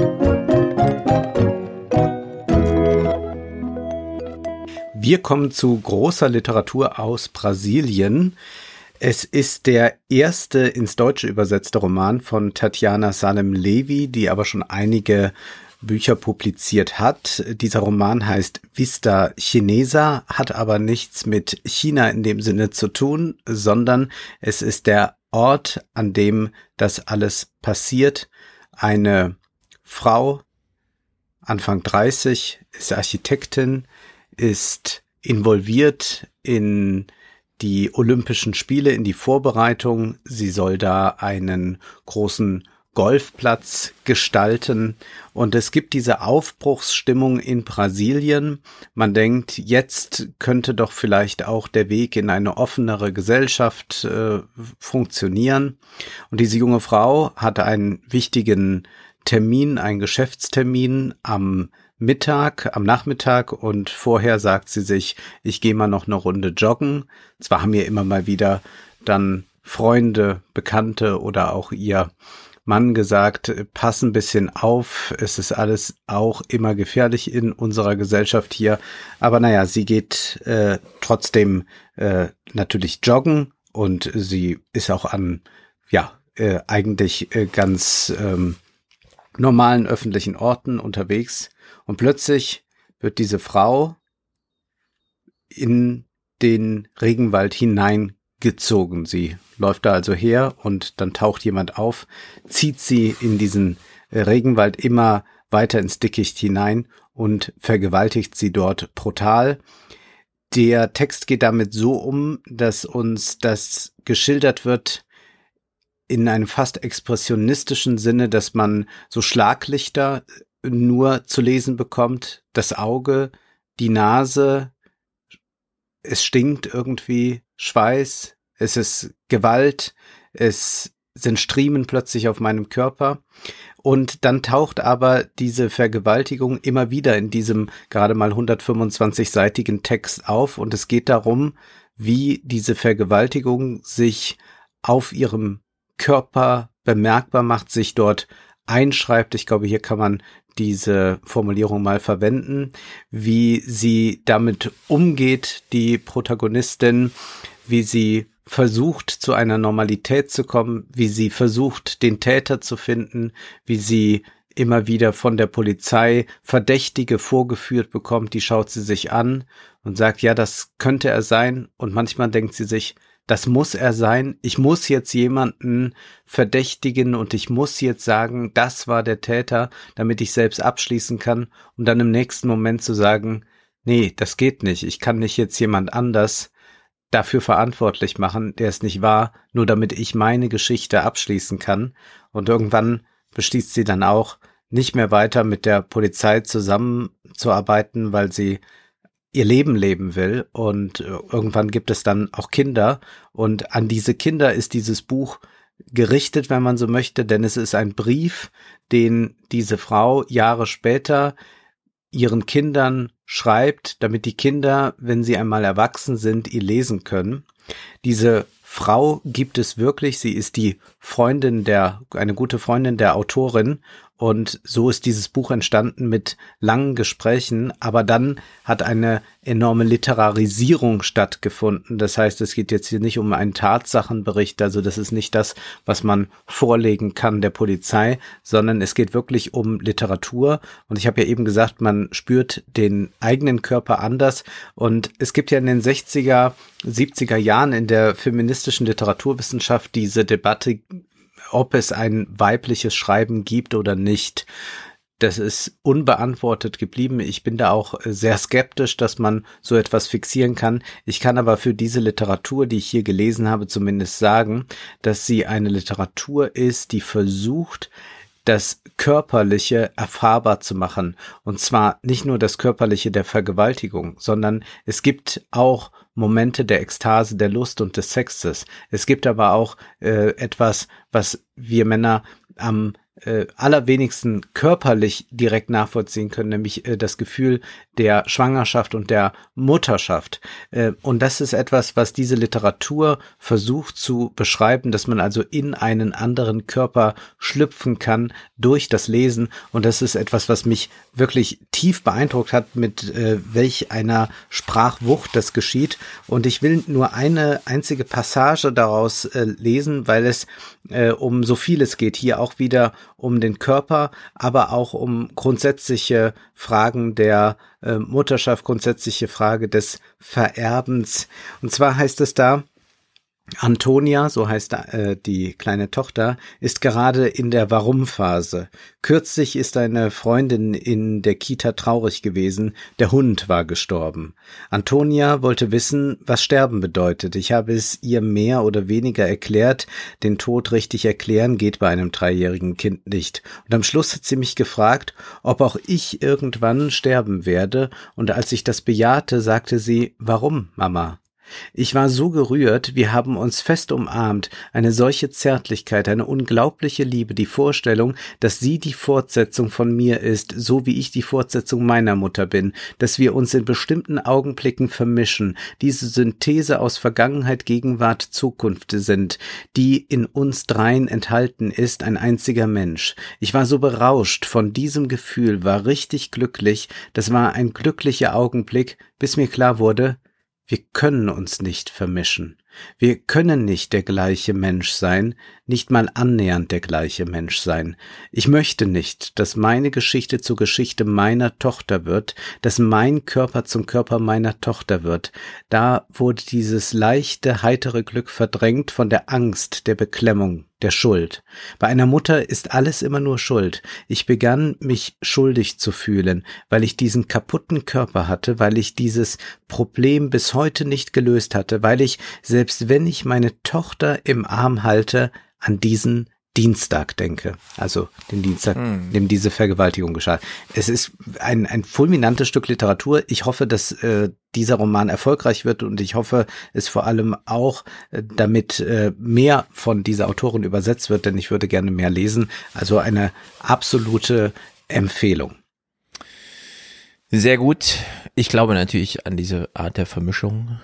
Wir kommen zu großer Literatur aus Brasilien. Es ist der erste ins Deutsche übersetzte Roman von Tatjana Salem-Levy, die aber schon einige Bücher publiziert hat. Dieser Roman heißt Vista Chinesa, hat aber nichts mit China in dem Sinne zu tun, sondern es ist der Ort, an dem das alles passiert. Eine Frau, Anfang 30, ist Architektin, ist involviert in die Olympischen Spiele, in die Vorbereitung. Sie soll da einen großen Golfplatz gestalten und es gibt diese Aufbruchsstimmung in Brasilien. Man denkt, jetzt könnte doch vielleicht auch der Weg in eine offenere Gesellschaft funktionieren. Und diese junge Frau hat einen wichtigen Termin, einen Geschäftstermin am Nachmittag und vorher sagt sie sich, ich gehe mal noch eine Runde joggen. Zwar haben ihr immer mal wieder dann Freunde, Bekannte oder auch ihr Mann gesagt, pass ein bisschen auf, es ist alles auch immer gefährlich in unserer Gesellschaft hier. Aber naja, sie geht trotzdem natürlich joggen und sie ist auch an, eigentlich ganz normalen öffentlichen Orten unterwegs. Und plötzlich wird diese Frau in den Regenwald hineingezogen. Sie läuft da also her und dann taucht jemand auf, zieht sie in diesen Regenwald immer weiter ins Dickicht hinein und vergewaltigt sie dort brutal. Der Text geht damit so um, dass uns das geschildert wird in einem fast expressionistischen Sinne, dass man so Schlaglichter nur zu lesen bekommt, das Auge, die Nase, es stinkt irgendwie, Schweiß, es ist Gewalt, es sind Striemen plötzlich auf meinem Körper und dann taucht aber diese Vergewaltigung immer wieder in diesem gerade mal 125-seitigen Text auf und es geht darum, wie diese Vergewaltigung sich auf ihrem Körper bemerkbar macht, sich dort einschreibt. Ich glaube, hier kann man diese Formulierung mal verwenden, wie sie damit umgeht, die Protagonistin, wie sie versucht, zu einer Normalität zu kommen, wie sie versucht, den Täter zu finden, wie sie immer wieder von der Polizei Verdächtige vorgeführt bekommt, die schaut sie sich an und sagt, ja, das könnte er sein. Und manchmal denkt sie sich, das muss er sein. Ich muss jetzt jemanden verdächtigen und ich muss jetzt sagen, das war der Täter, damit ich selbst abschließen kann, um dann im nächsten Moment zu sagen, nee, das geht nicht. Ich kann nicht jetzt jemand anders dafür verantwortlich machen, der es nicht war, nur damit ich meine Geschichte abschließen kann. Und irgendwann beschließt sie dann auch, nicht mehr weiter mit der Polizei zusammenzuarbeiten, weil sie ihr Leben leben will und irgendwann gibt es dann auch Kinder und an diese Kinder ist dieses Buch gerichtet, wenn man so möchte, denn es ist ein Brief, den diese Frau Jahre später ihren Kindern schreibt, damit die Kinder, wenn sie einmal erwachsen sind, ihn lesen können. Diese Frau gibt es wirklich, sie ist die eine gute Freundin der Autorin Und so ist dieses Buch entstanden mit langen Gesprächen, aber dann hat eine enorme Literarisierung stattgefunden. Das heißt, es geht jetzt hier nicht um einen Tatsachenbericht, also das ist nicht das, was man vorlegen kann der Polizei, sondern es geht wirklich um Literatur. Und ich habe ja eben gesagt, man spürt den eigenen Körper anders. Und es gibt ja in den 60er, 70er Jahren in der feministischen Literaturwissenschaft diese Debatte, ob es ein weibliches Schreiben gibt oder nicht. Das ist unbeantwortet geblieben. Ich bin da auch sehr skeptisch, dass man so etwas fixieren kann. Ich kann aber für diese Literatur, die ich hier gelesen habe, zumindest sagen, dass sie eine Literatur ist, die versucht, das Körperliche erfahrbar zu machen. Und zwar nicht nur das Körperliche der Vergewaltigung, sondern es gibt auch Momente der Ekstase, der Lust und des Sexes. Es gibt aber auch etwas, was wir Männer am allerwenigsten körperlich direkt nachvollziehen können, nämlich das Gefühl der Schwangerschaft und der Mutterschaft. Und das ist etwas, was diese Literatur versucht zu beschreiben, dass man also in einen anderen Körper schlüpfen kann durch das Lesen. Und das ist etwas, was mich wirklich tief beeindruckt hat, mit welch einer Sprachwucht das geschieht. Und ich will nur eine einzige Passage daraus lesen, weil es um so vieles geht. Hier auch wieder um den Körper, aber auch um grundsätzliche Fragen der Mutterschaft, grundsätzliche Frage des Vererbens. Und zwar heißt es da, Antonia, so heißt die kleine Tochter, ist gerade in der Warum-Phase. Kürzlich ist eine Freundin in der Kita traurig gewesen, der Hund war gestorben. Antonia wollte wissen, was Sterben bedeutet. Ich habe es ihr mehr oder weniger erklärt. Den Tod richtig erklären geht bei einem 3-jährigen Kind nicht. Und am Schluss hat sie mich gefragt, ob auch ich irgendwann sterben werde. Und als ich das bejahte, sagte sie, warum, Mama? Ich war so gerührt, wir haben uns fest umarmt, eine solche Zärtlichkeit, eine unglaubliche Liebe, die Vorstellung, dass sie die Fortsetzung von mir ist, so wie ich die Fortsetzung meiner Mutter bin, dass wir uns in bestimmten Augenblicken vermischen, diese Synthese aus Vergangenheit, Gegenwart, Zukunft sind, die in uns dreien enthalten ist, ein einziger Mensch. Ich war so berauscht von diesem Gefühl, war richtig glücklich, das war ein glücklicher Augenblick, bis mir klar wurde, wir können uns nicht vermischen. Wir können nicht der gleiche Mensch sein, nicht mal annähernd der gleiche Mensch sein. Ich möchte nicht, dass meine Geschichte zur Geschichte meiner Tochter wird, dass mein Körper zum Körper meiner Tochter wird. Da wurde dieses leichte, heitere Glück verdrängt von der Angst, der Beklemmung, der Schuld. Bei einer Mutter ist alles immer nur Schuld. Ich begann, mich schuldig zu fühlen, weil ich diesen kaputten Körper hatte, weil ich dieses Problem bis heute nicht gelöst hatte, weil ich, selbst wenn ich meine Tochter im Arm halte, an diesen Dienstag denke, also den Dienstag, in dem diese Vergewaltigung geschah. Es ist ein fulminantes Stück Literatur. Ich hoffe, dass dieser Roman erfolgreich wird und ich hoffe, es vor allem auch, damit mehr von dieser Autorin übersetzt wird, denn ich würde gerne mehr lesen. Also eine absolute Empfehlung. Sehr gut. Ich glaube natürlich an diese Art der Vermischung.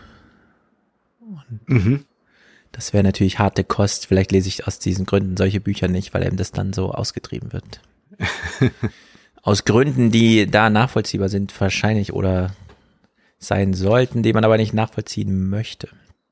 Das wäre natürlich harte Kost. Vielleicht lese ich aus diesen Gründen solche Bücher nicht, weil eben das dann so ausgetrieben wird. Aus Gründen, die da nachvollziehbar sind, wahrscheinlich oder sein sollten, die man aber nicht nachvollziehen möchte.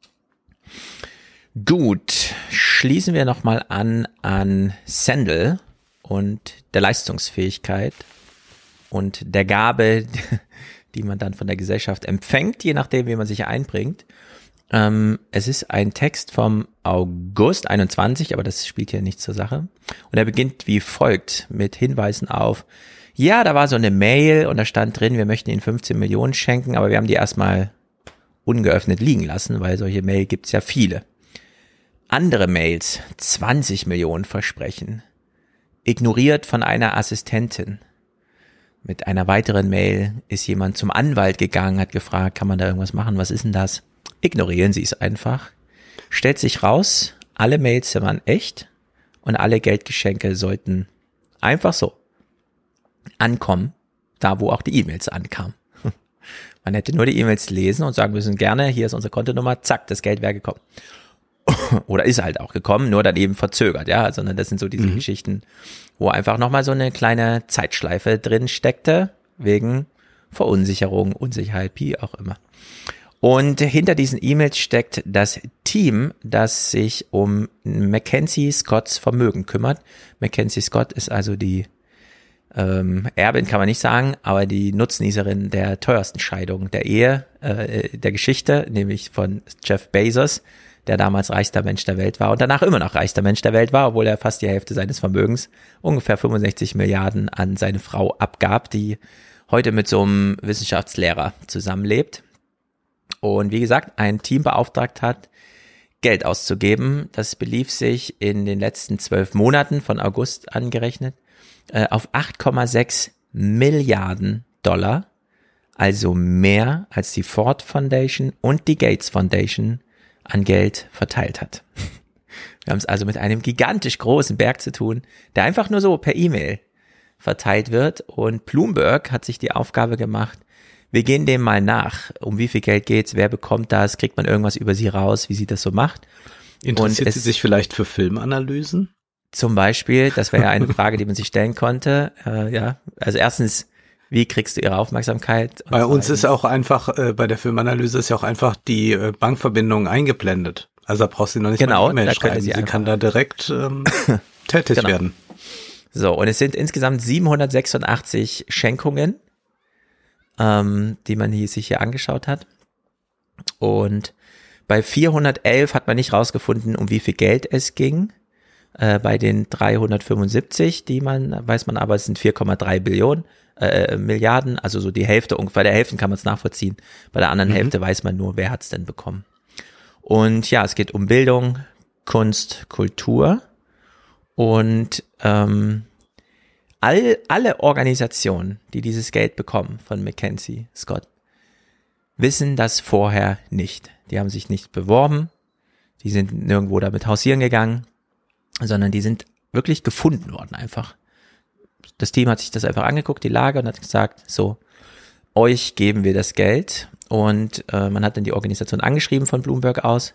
Gut, schließen wir nochmal an Sandel und der Leistungsfähigkeit und der Gabe, die man dann von der Gesellschaft empfängt, je nachdem, wie man sich einbringt. Es ist ein Text vom August 21, aber das spielt hier nicht zur Sache. Und er beginnt wie folgt mit Hinweisen auf, ja, da war so eine Mail und da stand drin, wir möchten Ihnen 15 Millionen schenken, aber wir haben die erstmal ungeöffnet liegen lassen, weil solche Mail gibt's ja viele. Andere Mails, 20 Millionen Versprechen, ignoriert von einer Assistentin. Mit einer weiteren Mail ist jemand zum Anwalt gegangen, hat gefragt, kann man da irgendwas machen, was ist denn das? Ignorieren Sie es einfach. Stellt sich raus, alle Mails waren echt und alle Geldgeschenke sollten einfach so ankommen, da wo auch die E-Mails ankamen. Man hätte nur die E-Mails lesen und sagen müssen, gerne, hier ist unsere Kontonummer, zack, das Geld wäre gekommen. oder ist halt auch gekommen, nur dann eben verzögert, ja, sondern das sind so diese Geschichten, wo einfach nochmal so eine kleine Zeitschleife drin steckte, wegen Verunsicherung, Unsicherheit, wie auch immer. Und hinter diesen E-Mails steckt das Team, das sich um Mackenzie Scotts Vermögen kümmert. Mackenzie Scott ist also die Erbin, kann man nicht sagen, aber die Nutznießerin der teuersten Scheidung der Ehe, der Geschichte, nämlich von Jeff Bezos, der damals reichster Mensch der Welt war und danach immer noch reichster Mensch der Welt war, obwohl er fast die Hälfte seines Vermögens, ungefähr 65 Milliarden, an seine Frau abgab, die heute mit so einem Wissenschaftslehrer zusammenlebt. Und wie gesagt, ein Team beauftragt hat, Geld auszugeben. Das belief sich in den letzten 12 Monaten, von August angerechnet, auf 8,6 Milliarden $, also mehr als die Ford Foundation und die Gates Foundation an Geld verteilt hat. Wir haben es also mit einem gigantisch großen Berg zu tun, der einfach nur so per E-Mail verteilt wird, und Bloomberg hat sich die Aufgabe gemacht, wir gehen dem mal nach, um wie viel Geld geht's, wer bekommt das, kriegt man irgendwas über sie raus, wie sie das so macht. Interessiert sie sich vielleicht für Filmanalysen? Zum Beispiel, das wäre ja eine Frage, die man sich stellen konnte. Ja, also erstens, wie kriegst du ihre Aufmerksamkeit? Bei uns ist auch einfach, bei der Filmanalyse ist ja auch einfach die Bankverbindung eingeblendet. Also da brauchst du noch nicht mal eine E-Mail schreiben. Sie kann da direkt tätig werden. So, und es sind insgesamt 786 Schenkungen, die man sich hier angeschaut hat. Und bei 411 hat man nicht rausgefunden, um wie viel Geld es ging. Bei den 375, weiß man aber, es sind 4,3 Milliarden, also so die Hälfte, ungefähr der Hälfte kann man es nachvollziehen. Bei der anderen Hälfte weiß man nur, wer hat es denn bekommen. Und ja, es geht um Bildung, Kunst, Kultur und alle Organisationen, die dieses Geld bekommen von Mackenzie Scott, wissen das vorher nicht. Die haben sich nicht beworben, die sind nirgendwo damit hausieren gegangen, sondern die sind wirklich gefunden worden einfach. Das Team hat sich das einfach angeguckt, die Lage, und hat gesagt, so, euch geben wir das Geld. Und man hat dann die Organisation angeschrieben von Bloomberg aus.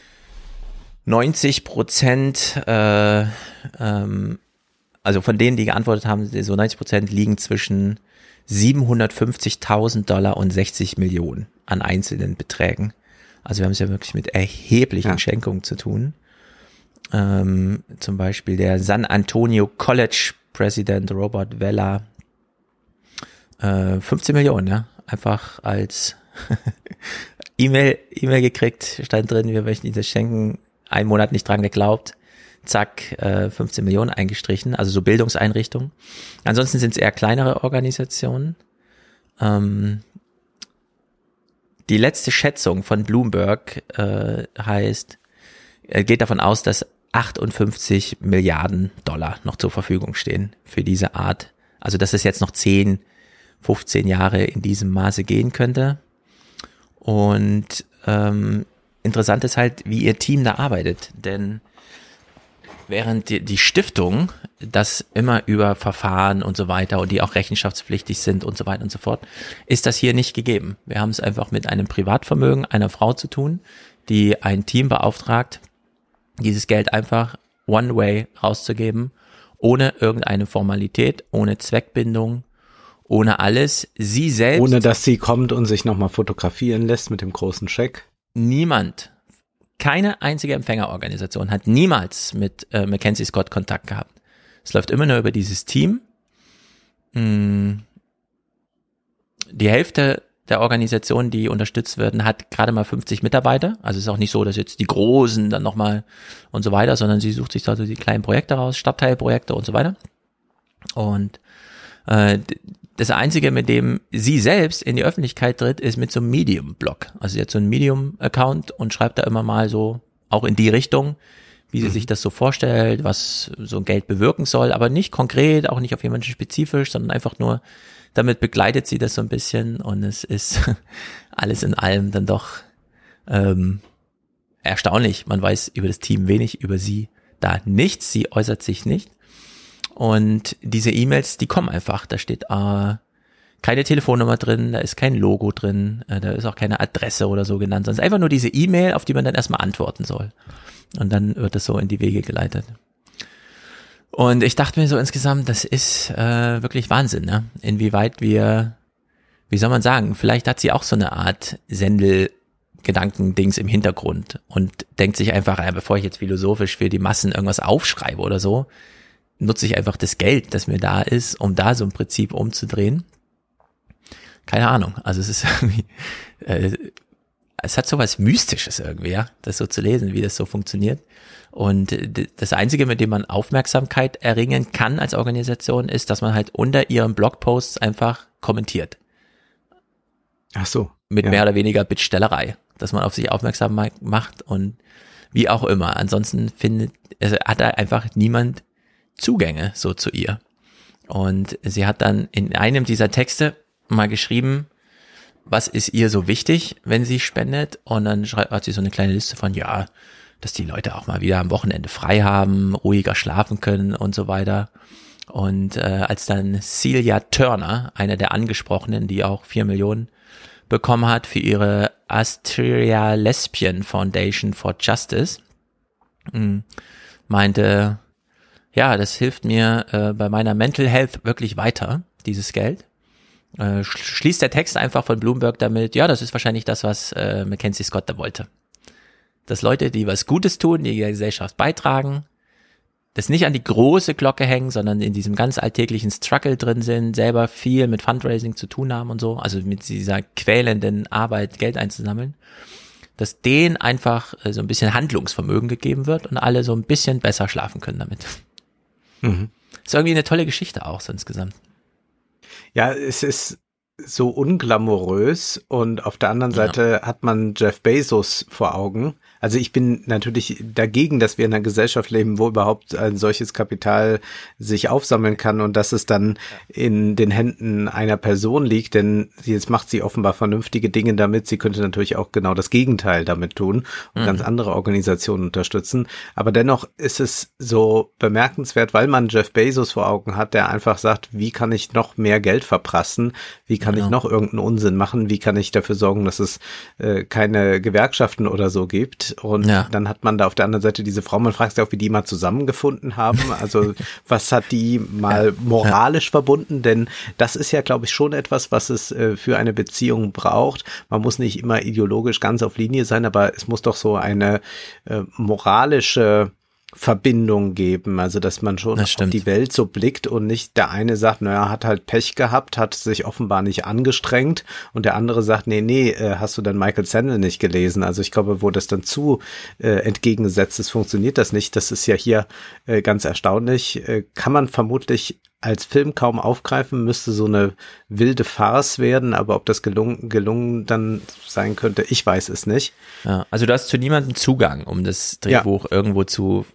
90%, also von denen, die geantwortet haben, so 90% liegen zwischen $750.000 und 60 Millionen an einzelnen Beträgen. Also wir haben es ja wirklich mit erheblichen Schenkungen zu tun. Zum Beispiel der San Antonio College President Robert Vela, 15 Millionen, ja, einfach als E-Mail gekriegt, stand drin, wir möchten Ihnen das schenken, einen Monat nicht dran geglaubt, zack, 15 Millionen eingestrichen, also so Bildungseinrichtungen. Ansonsten sind es eher kleinere Organisationen. Die letzte Schätzung von Bloomberg geht davon aus, dass 58 Milliarden $ noch zur Verfügung stehen für diese Art. Also dass es jetzt noch 10, 15 Jahre in diesem Maße gehen könnte. Und interessant ist halt, wie ihr Team da arbeitet. Denn während die Stiftung das immer über Verfahren und so weiter und die auch rechenschaftspflichtig sind und so weiter und so fort, ist das hier nicht gegeben. Wir haben es einfach mit einem Privatvermögen einer Frau zu tun, die ein Team beauftragt, dieses Geld einfach one way rauszugeben, ohne irgendeine Formalität, ohne Zweckbindung, ohne alles. Sie selbst. Ohne dass sie kommt und sich nochmal fotografieren lässt mit dem großen Scheck. Niemand. Keine einzige Empfängerorganisation hat niemals mit Mackenzie Scott Kontakt gehabt. Es läuft immer nur über dieses Team. Die Hälfte der Organisationen, die unterstützt werden, hat gerade mal 50 Mitarbeiter. Also es ist auch nicht so, dass jetzt die Großen dann nochmal und so weiter, sondern sie sucht sich da so die kleinen Projekte raus, Stadtteilprojekte und so weiter. Und das Einzige, mit dem sie selbst in die Öffentlichkeit tritt, ist mit so einem Medium-Blog. Also sie hat so einen Medium-Account und schreibt da immer mal so, auch in die Richtung, wie sie sich das so vorstellt, was so ein Geld bewirken soll, aber nicht konkret, auch nicht auf jemanden spezifisch, sondern einfach nur, damit begleitet sie das so ein bisschen, und es ist alles in allem dann doch erstaunlich. Man weiß über das Team wenig, über sie da nichts, sie äußert sich nicht. Und diese E-Mails, die kommen einfach, da steht keine Telefonnummer drin, da ist kein Logo drin, da ist auch keine Adresse oder so genannt, sondern einfach nur diese E-Mail, auf die man dann erstmal antworten soll. Und dann wird es so in die Wege geleitet. Und ich dachte mir so insgesamt, das ist wirklich Wahnsinn, ne? Inwieweit wir, wie soll man sagen, vielleicht hat sie auch so eine Art Gedankendings im Hintergrund und denkt sich einfach, bevor ich jetzt philosophisch für die Massen irgendwas aufschreibe oder so, nutze ich einfach das Geld, das mir da ist, um da so ein Prinzip umzudrehen. Keine Ahnung, also es ist irgendwie, es hat so was Mystisches irgendwie, ja, das so zu lesen, wie das so funktioniert. Und das Einzige, mit dem man Aufmerksamkeit erringen kann als Organisation, ist, dass man halt unter ihren Blogposts einfach kommentiert. Ach so. Mit mehr oder weniger Bittstellerei, dass man auf sich aufmerksam macht und wie auch immer. Ansonsten hat da einfach niemand Zugänge so zu ihr. Und sie hat dann in einem dieser Texte mal geschrieben, was ist ihr so wichtig, wenn sie spendet, und dann hat sie so eine kleine Liste von, ja, dass die Leute auch mal wieder am Wochenende frei haben, ruhiger schlafen können und so weiter. Und als dann Celia Turner, eine der Angesprochenen, die auch 4 Millionen bekommen hat für ihre Asteria Lesbian Foundation for Justice, meinte, ja, das hilft mir bei meiner Mental Health wirklich weiter, dieses Geld. Schließt der Text einfach von Bloomberg damit, ja, das ist wahrscheinlich das, was Mackenzie Scott da wollte. Dass Leute, die was Gutes tun, die der Gesellschaft beitragen, das nicht an die große Glocke hängen, sondern in diesem ganz alltäglichen Struggle drin sind, selber viel mit Fundraising zu tun haben und so, also mit dieser quälenden Arbeit Geld einzusammeln, dass denen einfach so ein bisschen Handlungsvermögen gegeben wird und alle so ein bisschen besser schlafen können damit. Mhm. Ist irgendwie eine tolle Geschichte auch so insgesamt. Ja, es ist so unglamourös und auf der anderen Seite hat man Jeff Bezos vor Augen. Also ich bin natürlich dagegen, dass wir in einer Gesellschaft leben, wo überhaupt ein solches Kapital sich aufsammeln kann und dass es dann in den Händen einer Person liegt, denn jetzt macht sie offenbar vernünftige Dinge damit. Sie könnte natürlich auch genau das Gegenteil damit tun und ganz andere Organisationen unterstützen. Aber dennoch ist es so bemerkenswert, weil man Jeff Bezos vor Augen hat, der einfach sagt, wie kann ich noch mehr Geld verprassen? Wie kann ich noch irgendeinen Unsinn machen? Wie kann ich dafür sorgen, dass es keine Gewerkschaften oder so gibt? Und dann hat man da auf der anderen Seite diese Frau, man fragt sich auch, wie die mal zusammengefunden haben. Also was hat die mal moralisch verbunden? Denn das ist ja, glaube ich, schon etwas, was es für eine Beziehung braucht. Man muss nicht immer ideologisch ganz auf Linie sein, aber es muss doch so eine moralische Verbindung geben, also dass man schon auf die Welt so blickt und nicht der eine sagt, naja, hat halt Pech gehabt, hat sich offenbar nicht angestrengt und der andere sagt, nee, hast du denn Michael Sandel nicht gelesen? Also ich glaube, wo das dann zu entgegengesetzt ist, funktioniert das nicht. Das ist ja hier ganz erstaunlich. Kann man vermutlich als Film kaum aufgreifen, müsste so eine wilde Farce werden, aber ob das gelungen dann sein könnte, ich weiß es nicht. Ja, also du hast zu niemandem Zugang, um das Drehbuch irgendwo zu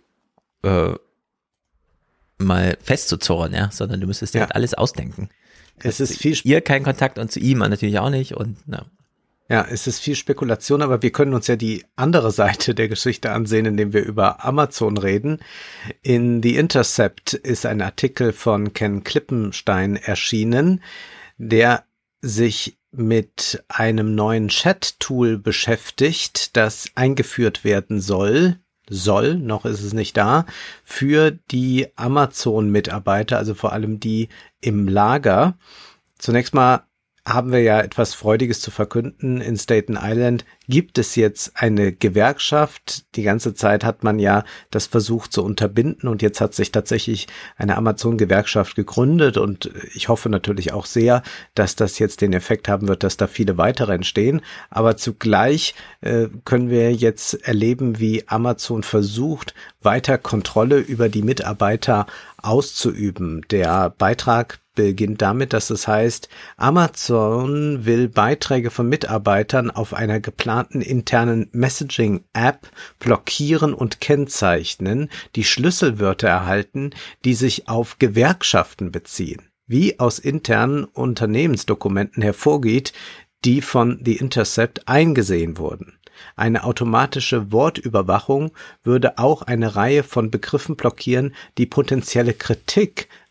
mal festzuzurren, ja, sondern du müsstest dir halt alles ausdenken. Es ist viel ihr keinen Kontakt und zu ihm natürlich auch nicht und Ja, es ist viel Spekulation, aber wir können uns ja die andere Seite der Geschichte ansehen, indem wir über Amazon reden. In The Intercept ist ein Artikel von Ken Klippenstein erschienen, der sich mit einem neuen Chat-Tool beschäftigt, das eingeführt werden soll, noch ist es nicht da, für die Amazon-Mitarbeiter, also vor allem die im Lager. Zunächst mal haben wir ja etwas Freudiges zu verkünden. In Staten Island gibt es jetzt eine Gewerkschaft. Die ganze Zeit hat man ja das versucht zu unterbinden und jetzt hat sich tatsächlich eine Amazon-Gewerkschaft gegründet und ich hoffe natürlich auch sehr, dass das jetzt den Effekt haben wird, dass da viele weitere entstehen. Aber zugleich können wir jetzt erleben, wie Amazon versucht, weiter Kontrolle über die Mitarbeiter auszuüben. Der Beitrag beginnt damit, dass es heißt, Amazon will Beiträge von Mitarbeitern auf einer geplanten internen Messaging-App blockieren und kennzeichnen, die Schlüsselwörter erhalten, die sich auf Gewerkschaften beziehen. Wie aus internen Unternehmensdokumenten hervorgeht, die von The Intercept eingesehen wurden. Eine automatische Wortüberwachung würde auch eine Reihe von Begriffen blockieren, die potenzielle Kritik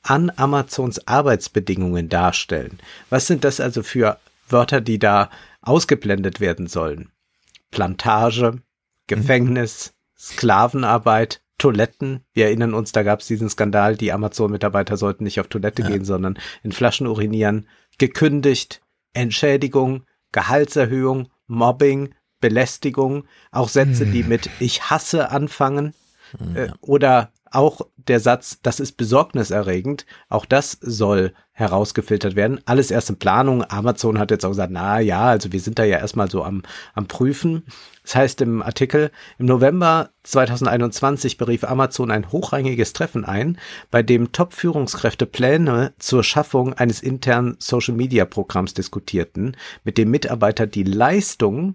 an Amazons Arbeitsbedingungen darstellen. Was sind das also für Wörter, die da ausgeblendet werden sollen? Plantage, Gefängnis, Sklavenarbeit, Toiletten. Wir erinnern uns, da gab es diesen Skandal, die Amazon-Mitarbeiter sollten nicht auf Toilette gehen, sondern in Flaschen urinieren. Gekündigt, Entschädigung, Gehaltserhöhung, Mobbing, Belästigung, auch Sätze, die mit "ich hasse" anfangen, oder auch der Satz, das ist besorgniserregend, auch das soll herausgefiltert werden. Alles erst in Planung. Amazon hat jetzt auch gesagt, na ja, also wir sind da ja erstmal so am Prüfen. Das heißt im Artikel, im November 2021 berief Amazon ein hochrangiges Treffen ein, bei dem Top-Führungskräfte Pläne zur Schaffung eines internen Social-Media-Programms diskutierten, mit dem Mitarbeiter die Leistung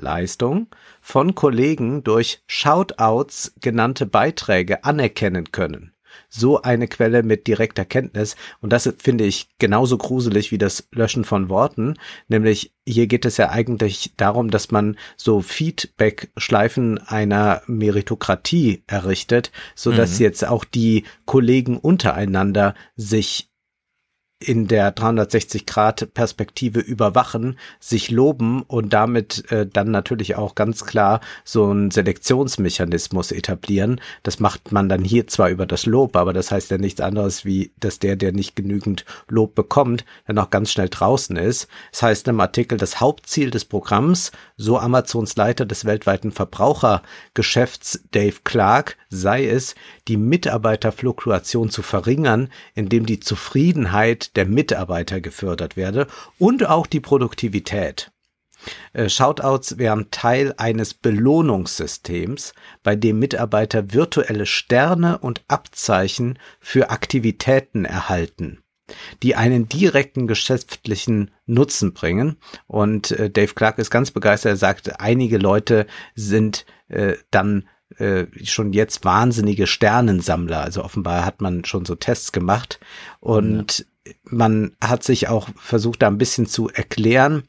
von Kollegen durch Shoutouts genannte Beiträge anerkennen können. So eine Quelle mit direkter Kenntnis. Und das finde ich genauso gruselig wie das Löschen von Worten. Nämlich hier geht es ja eigentlich darum, dass man so Feedback-Schleifen einer Meritokratie errichtet, sodass jetzt auch die Kollegen untereinander sich in der 360-Grad-Perspektive überwachen, sich loben und damit dann natürlich auch ganz klar so einen Selektionsmechanismus etablieren. Das macht man dann hier zwar über das Lob, aber das heißt ja nichts anderes wie, dass der nicht genügend Lob bekommt, dann auch ganz schnell draußen ist. Das heißt im Artikel, das Hauptziel des Programms, so Amazons Leiter des weltweiten Verbrauchergeschäfts Dave Clark, sei es, die Mitarbeiterfluktuation zu verringern, indem die Zufriedenheit der Mitarbeiter gefördert werde und auch die Produktivität. Shoutouts wären Teil eines Belohnungssystems, bei dem Mitarbeiter virtuelle Sterne und Abzeichen für Aktivitäten erhalten, die einen direkten geschäftlichen Nutzen bringen. Und Dave Clark ist ganz begeistert. Er sagt, einige Leute sind dann schon jetzt wahnsinnige Sternensammler. Also offenbar hat man schon so Tests gemacht und man hat sich auch versucht, da ein bisschen zu erklären,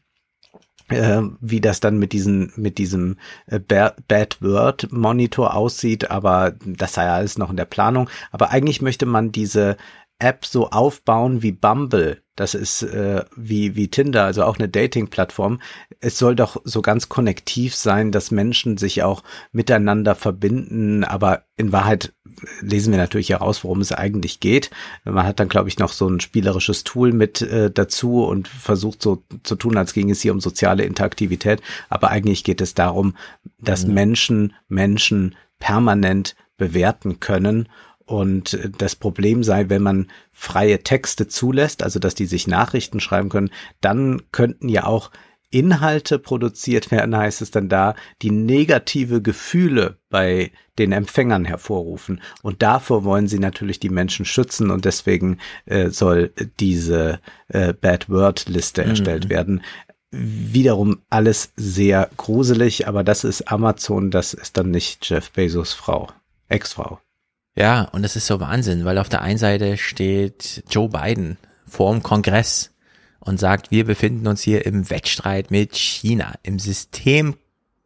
wie das dann mit diesem Bad Word Monitor aussieht, aber das sei ja alles noch in der Planung. Aber eigentlich möchte man diese App so aufbauen wie Bumble. Das ist wie Tinder, also auch eine Dating-Plattform. Es soll doch so ganz konnektiv sein, dass Menschen sich auch miteinander verbinden, aber in Wahrheit lesen wir natürlich heraus, worum es eigentlich geht. Man hat dann, glaube ich, noch so ein spielerisches Tool mit dazu und versucht so zu tun, als ging es hier um soziale Interaktivität, aber eigentlich geht es darum, dass Menschen permanent bewerten können. Und das Problem sei, wenn man freie Texte zulässt, also dass die sich Nachrichten schreiben können, dann könnten ja auch Inhalte produziert werden, heißt es dann da, die negative Gefühle bei den Empfängern hervorrufen. Und davor wollen sie natürlich die Menschen schützen und deswegen soll diese Bad Word Liste erstellt werden. Wiederum alles sehr gruselig, aber das ist Amazon, das ist dann nicht Jeff Bezos Ex-Frau. Ja, und das ist so Wahnsinn, weil auf der einen Seite steht Joe Biden vor dem Kongress und sagt, wir befinden uns hier im Wettstreit mit China, im Systemkampf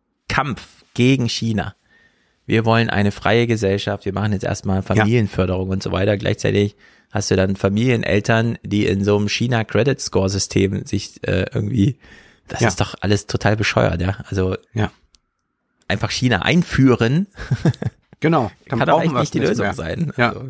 gegen China. Wir wollen eine freie Gesellschaft, wir machen jetzt erstmal Familienförderung und so weiter. Gleichzeitig hast du dann Familieneltern, die in so einem China-Credit-Score-System sich irgendwie, das ist doch alles total bescheuert, ja. Also einfach China einführen. Genau. Dann kann doch eigentlich nicht die Lösung sein. Ja. Also,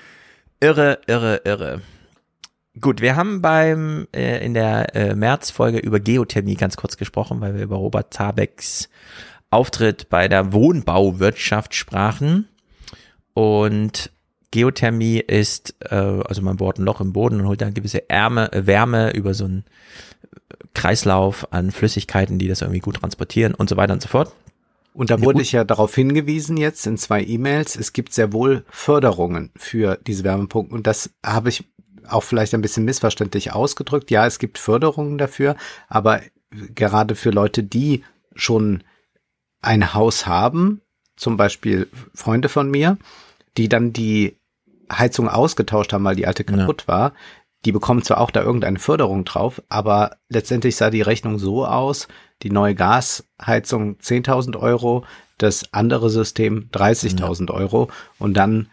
irre. Gut, wir haben in der März-Folge über Geothermie ganz kurz gesprochen, weil wir über Robert Zabecks Auftritt bei der Wohnbauwirtschaft sprachen. Und Geothermie ist, also man bohrt ein Loch im Boden und holt dann gewisse Wärme über so einen Kreislauf an Flüssigkeiten, die das irgendwie gut transportieren und so weiter und so fort. Und da wurde ich ja darauf hingewiesen jetzt in 2 E-Mails, es gibt sehr wohl Förderungen für diese Wärmepumpen und das habe ich auch vielleicht ein bisschen missverständlich ausgedrückt. Ja, es gibt Förderungen dafür, aber gerade für Leute, die schon ein Haus haben, zum Beispiel Freunde von mir, die dann die Heizung ausgetauscht haben, weil die alte kaputt war, die bekommen zwar auch da irgendeine Förderung drauf, aber letztendlich sah die Rechnung so aus, die neue Gasheizung 10.000 €, das andere System 30.000 € und dann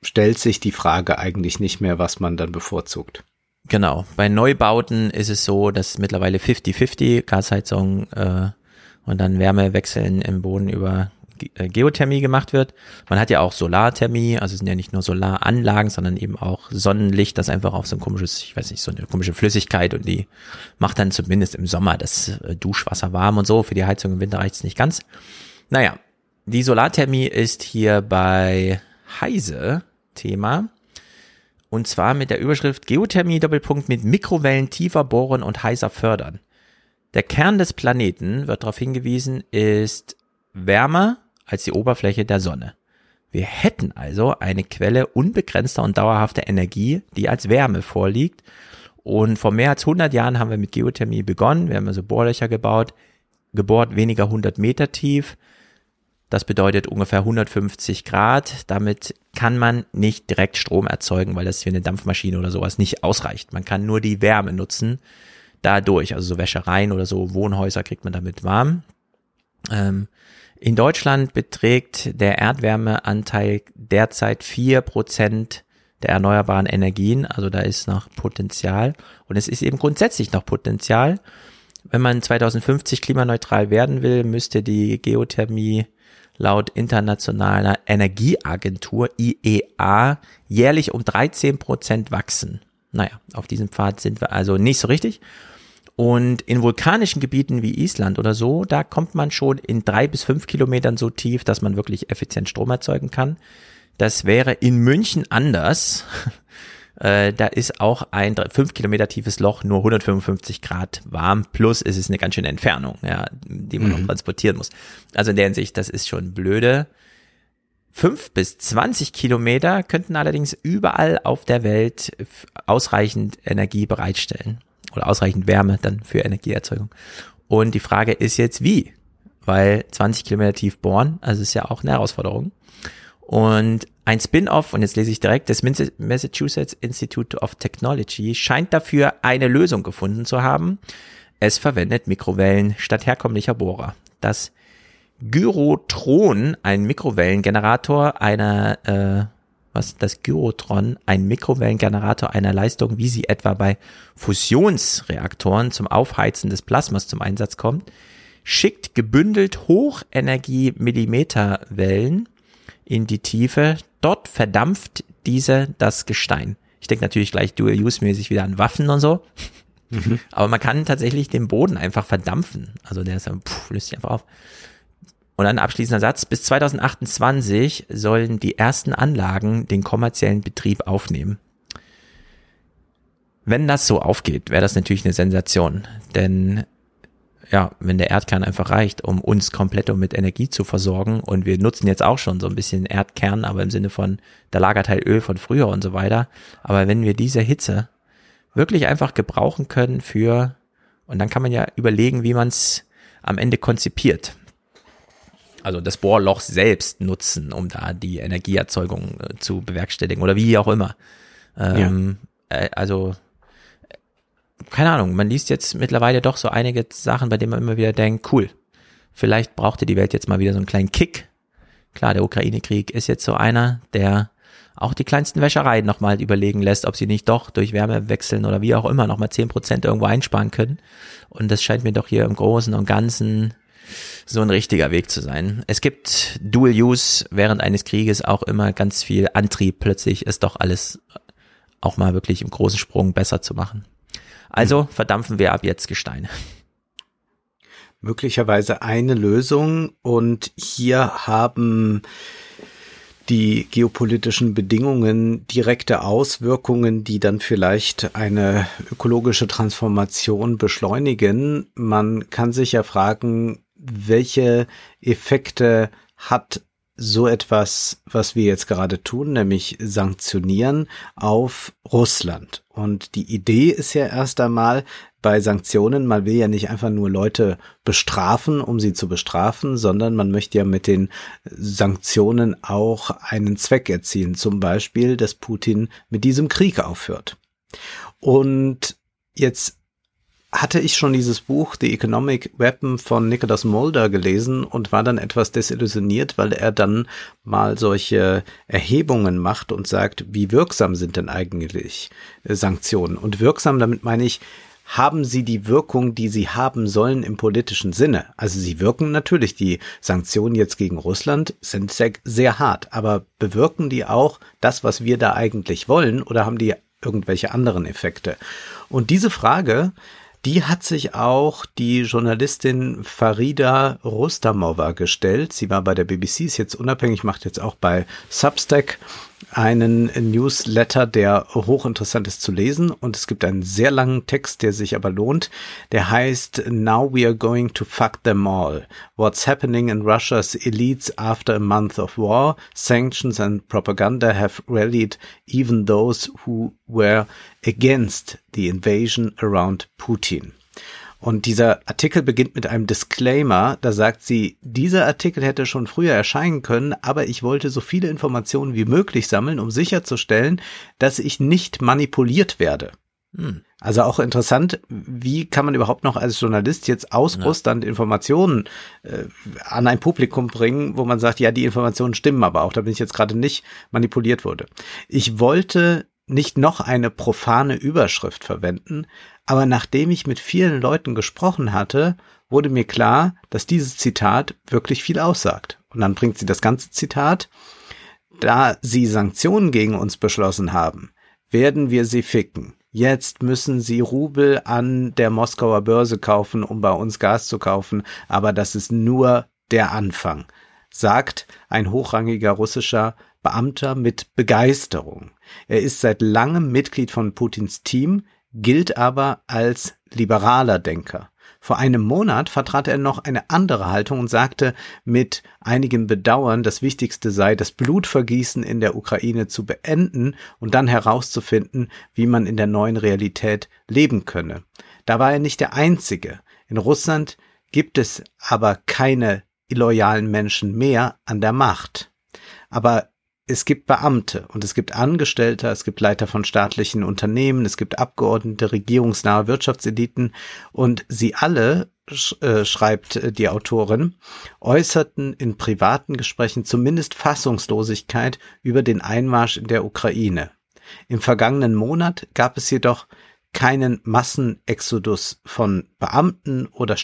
stellt sich die Frage eigentlich nicht mehr, was man dann bevorzugt. Genau. Bei Neubauten ist es so, dass mittlerweile 50-50 Gasheizung und dann Wärmewechseln im Boden über Geothermie gemacht wird. Man hat ja auch Solarthermie, also es sind ja nicht nur Solaranlagen, sondern eben auch Sonnenlicht, das einfach auf so ein komisches, ich weiß nicht, so eine komische Flüssigkeit und die macht dann zumindest im Sommer das Duschwasser warm und so. Für die Heizung im Winter reicht es nicht ganz. Naja, die Solarthermie ist hier bei Heise Thema. Und zwar mit der Überschrift Geothermie Doppelpunkt mit Mikrowellen tiefer bohren und heißer fördern. Der Kern des Planeten, wird darauf hingewiesen, ist wärmer als die Oberfläche der Sonne. Wir hätten also eine Quelle unbegrenzter und dauerhafter Energie, die als Wärme vorliegt. Und vor mehr als 100 Jahren haben wir mit Geothermie begonnen. Wir haben also Bohrlöcher gebohrt weniger 100 Meter tief. Das bedeutet ungefähr 150 Grad. Damit kann man nicht direkt Strom erzeugen, weil das für eine Dampfmaschine oder sowas nicht ausreicht. Man kann nur die Wärme nutzen dadurch. Also so Wäschereien oder so Wohnhäuser kriegt man damit warm. In Deutschland beträgt der Erdwärmeanteil derzeit 4% der erneuerbaren Energien. Also da ist noch Potenzial. Und es ist eben grundsätzlich noch Potenzial. Wenn man 2050 klimaneutral werden will, müsste die Geothermie laut Internationaler Energieagentur IEA jährlich um 13% wachsen. Naja, auf diesem Pfad sind wir also nicht so richtig. Und in vulkanischen Gebieten wie Island oder so, da kommt man schon in 3 bis 5 Kilometern so tief, dass man wirklich effizient Strom erzeugen kann. Das wäre in München anders. Da ist auch ein 5 Kilometer tiefes Loch nur 155 Grad warm, plus es ist eine ganz schöne Entfernung, ja, die man noch transportieren muss. Also in der Hinsicht, das ist schon blöde. 5 bis 20 Kilometer könnten allerdings überall auf der Welt ausreichend Energie bereitstellen oder ausreichend Wärme dann für Energieerzeugung. Und die Frage ist jetzt wie, weil 20 Kilometer tief bohren, also ist ja auch eine Herausforderung. Und ein Spin-off, und jetzt lese ich direkt, des Massachusetts Institute of Technology scheint dafür eine Lösung gefunden zu haben. Es verwendet Mikrowellen statt herkömmlicher Bohrer. Das Gyrotron, ein Mikrowellengenerator ein Mikrowellengenerator einer Leistung, wie sie etwa bei Fusionsreaktoren zum Aufheizen des Plasmas zum Einsatz kommt, schickt gebündelt Hochenergie-Millimeterwellen in die Tiefe. Dort verdampft diese das Gestein. Ich denke natürlich gleich Dual-Use-mäßig wieder an Waffen und so. Aber man kann tatsächlich den Boden einfach verdampfen. Also der ist dann, löst sich einfach auf. Und ein abschließender Satz. Bis 2028 sollen die ersten Anlagen den kommerziellen Betrieb aufnehmen. Wenn das so aufgeht, wäre das natürlich eine Sensation. Denn ja, wenn der Erdkern einfach reicht, um uns komplett mit Energie zu versorgen, und wir nutzen jetzt auch schon so ein bisschen Erdkern, aber im Sinne von, da lagert halt Öl von früher und so weiter. Aber wenn wir diese Hitze wirklich einfach gebrauchen können und dann kann man ja überlegen, wie man es am Ende konzipiert. Also das Bohrloch selbst nutzen, um da die Energieerzeugung zu bewerkstelligen oder wie auch immer. Also keine Ahnung, man liest jetzt mittlerweile doch so einige Sachen, bei denen man immer wieder denkt, cool, vielleicht brauchte die Welt jetzt mal wieder so einen kleinen Kick. Klar, der Ukraine-Krieg ist jetzt so einer, der auch die kleinsten Wäschereien nochmal überlegen lässt, ob sie nicht doch durch Wärmewechseln oder wie auch immer nochmal 10% irgendwo einsparen können. Und das scheint mir doch hier im Großen und Ganzen so ein richtiger Weg zu sein. Es gibt Dual-Use während eines Krieges auch immer ganz viel Antrieb. Plötzlich ist doch alles auch mal wirklich im großen Sprung besser zu machen. Also verdampfen wir ab jetzt Gesteine. Möglicherweise eine Lösung, und hier haben die geopolitischen Bedingungen direkte Auswirkungen, die dann vielleicht eine ökologische Transformation beschleunigen. Man kann sich ja fragen, welche Effekte hat so etwas, was wir jetzt gerade tun, nämlich sanktionieren, auf Russland. Und die Idee ist ja erst einmal bei Sanktionen, man will ja nicht einfach nur Leute bestrafen, um sie zu bestrafen, sondern man möchte ja mit den Sanktionen auch einen Zweck erzielen. Zum Beispiel, dass Putin mit diesem Krieg aufhört. Und jetzt hatte ich schon dieses Buch The Economic Weapon von Nicholas Mulder gelesen und war dann etwas desillusioniert, weil er dann mal solche Erhebungen macht und sagt, wie wirksam sind denn eigentlich Sanktionen? Und wirksam, damit meine ich, haben sie die Wirkung, die sie haben sollen im politischen Sinne? Also sie wirken natürlich, die Sanktionen jetzt gegen Russland sind sehr, sehr hart, aber bewirken die auch das, was wir da eigentlich wollen, oder haben die irgendwelche anderen Effekte? Und diese Frage, die hat sich auch die Journalistin Farida Rustamova gestellt. Sie war bei der BBC, ist jetzt unabhängig, macht jetzt auch bei Substack einen Newsletter, der hochinteressant ist zu lesen. Und es gibt einen sehr langen Text, der sich aber lohnt. Der heißt Now we are going to fuck them all. What's happening in Russia's elites after a month of war, sanctions and propaganda have rallied even those who were against the invasion around Putin. Und dieser Artikel beginnt mit einem Disclaimer, da sagt sie, dieser Artikel hätte schon früher erscheinen können, aber ich wollte so viele Informationen wie möglich sammeln, um sicherzustellen, dass ich nicht manipuliert werde. Also auch interessant, wie kann man überhaupt noch als Journalist jetzt aus Russland Informationen an ein Publikum bringen, wo man sagt, ja, die Informationen stimmen aber auch, da bin ich jetzt gerade nicht manipuliert wurde. Ich wollte nicht noch eine profane Überschrift verwenden, aber nachdem ich mit vielen Leuten gesprochen hatte, wurde mir klar, dass dieses Zitat wirklich viel aussagt. Und dann bringt sie das ganze Zitat: Da sie Sanktionen gegen uns beschlossen haben, werden wir sie ficken. Jetzt müssen sie Rubel an der Moskauer Börse kaufen, um bei uns Gas zu kaufen, aber das ist nur der Anfang, sagt ein hochrangiger russischer Beamter mit Begeisterung. Er ist seit langem Mitglied von Putins Team, gilt aber als liberaler Denker. Vor einem Monat vertrat er noch eine andere Haltung und sagte mit einigem Bedauern, das Wichtigste sei, das Blutvergießen in der Ukraine zu beenden und dann herauszufinden, wie man in der neuen Realität leben könne. Da war er nicht der Einzige. In Russland gibt es aber keine illoyalen Menschen mehr an der Macht. Aber es gibt Beamte und es gibt Angestellte, es gibt Leiter von staatlichen Unternehmen, es gibt Abgeordnete, regierungsnahe Wirtschaftseliten und sie alle, schreibt die Autorin, äußerten in privaten Gesprächen zumindest Fassungslosigkeit über den Einmarsch in der Ukraine. Im vergangenen Monat gab es jedoch keinen Massenexodus von Beamten oder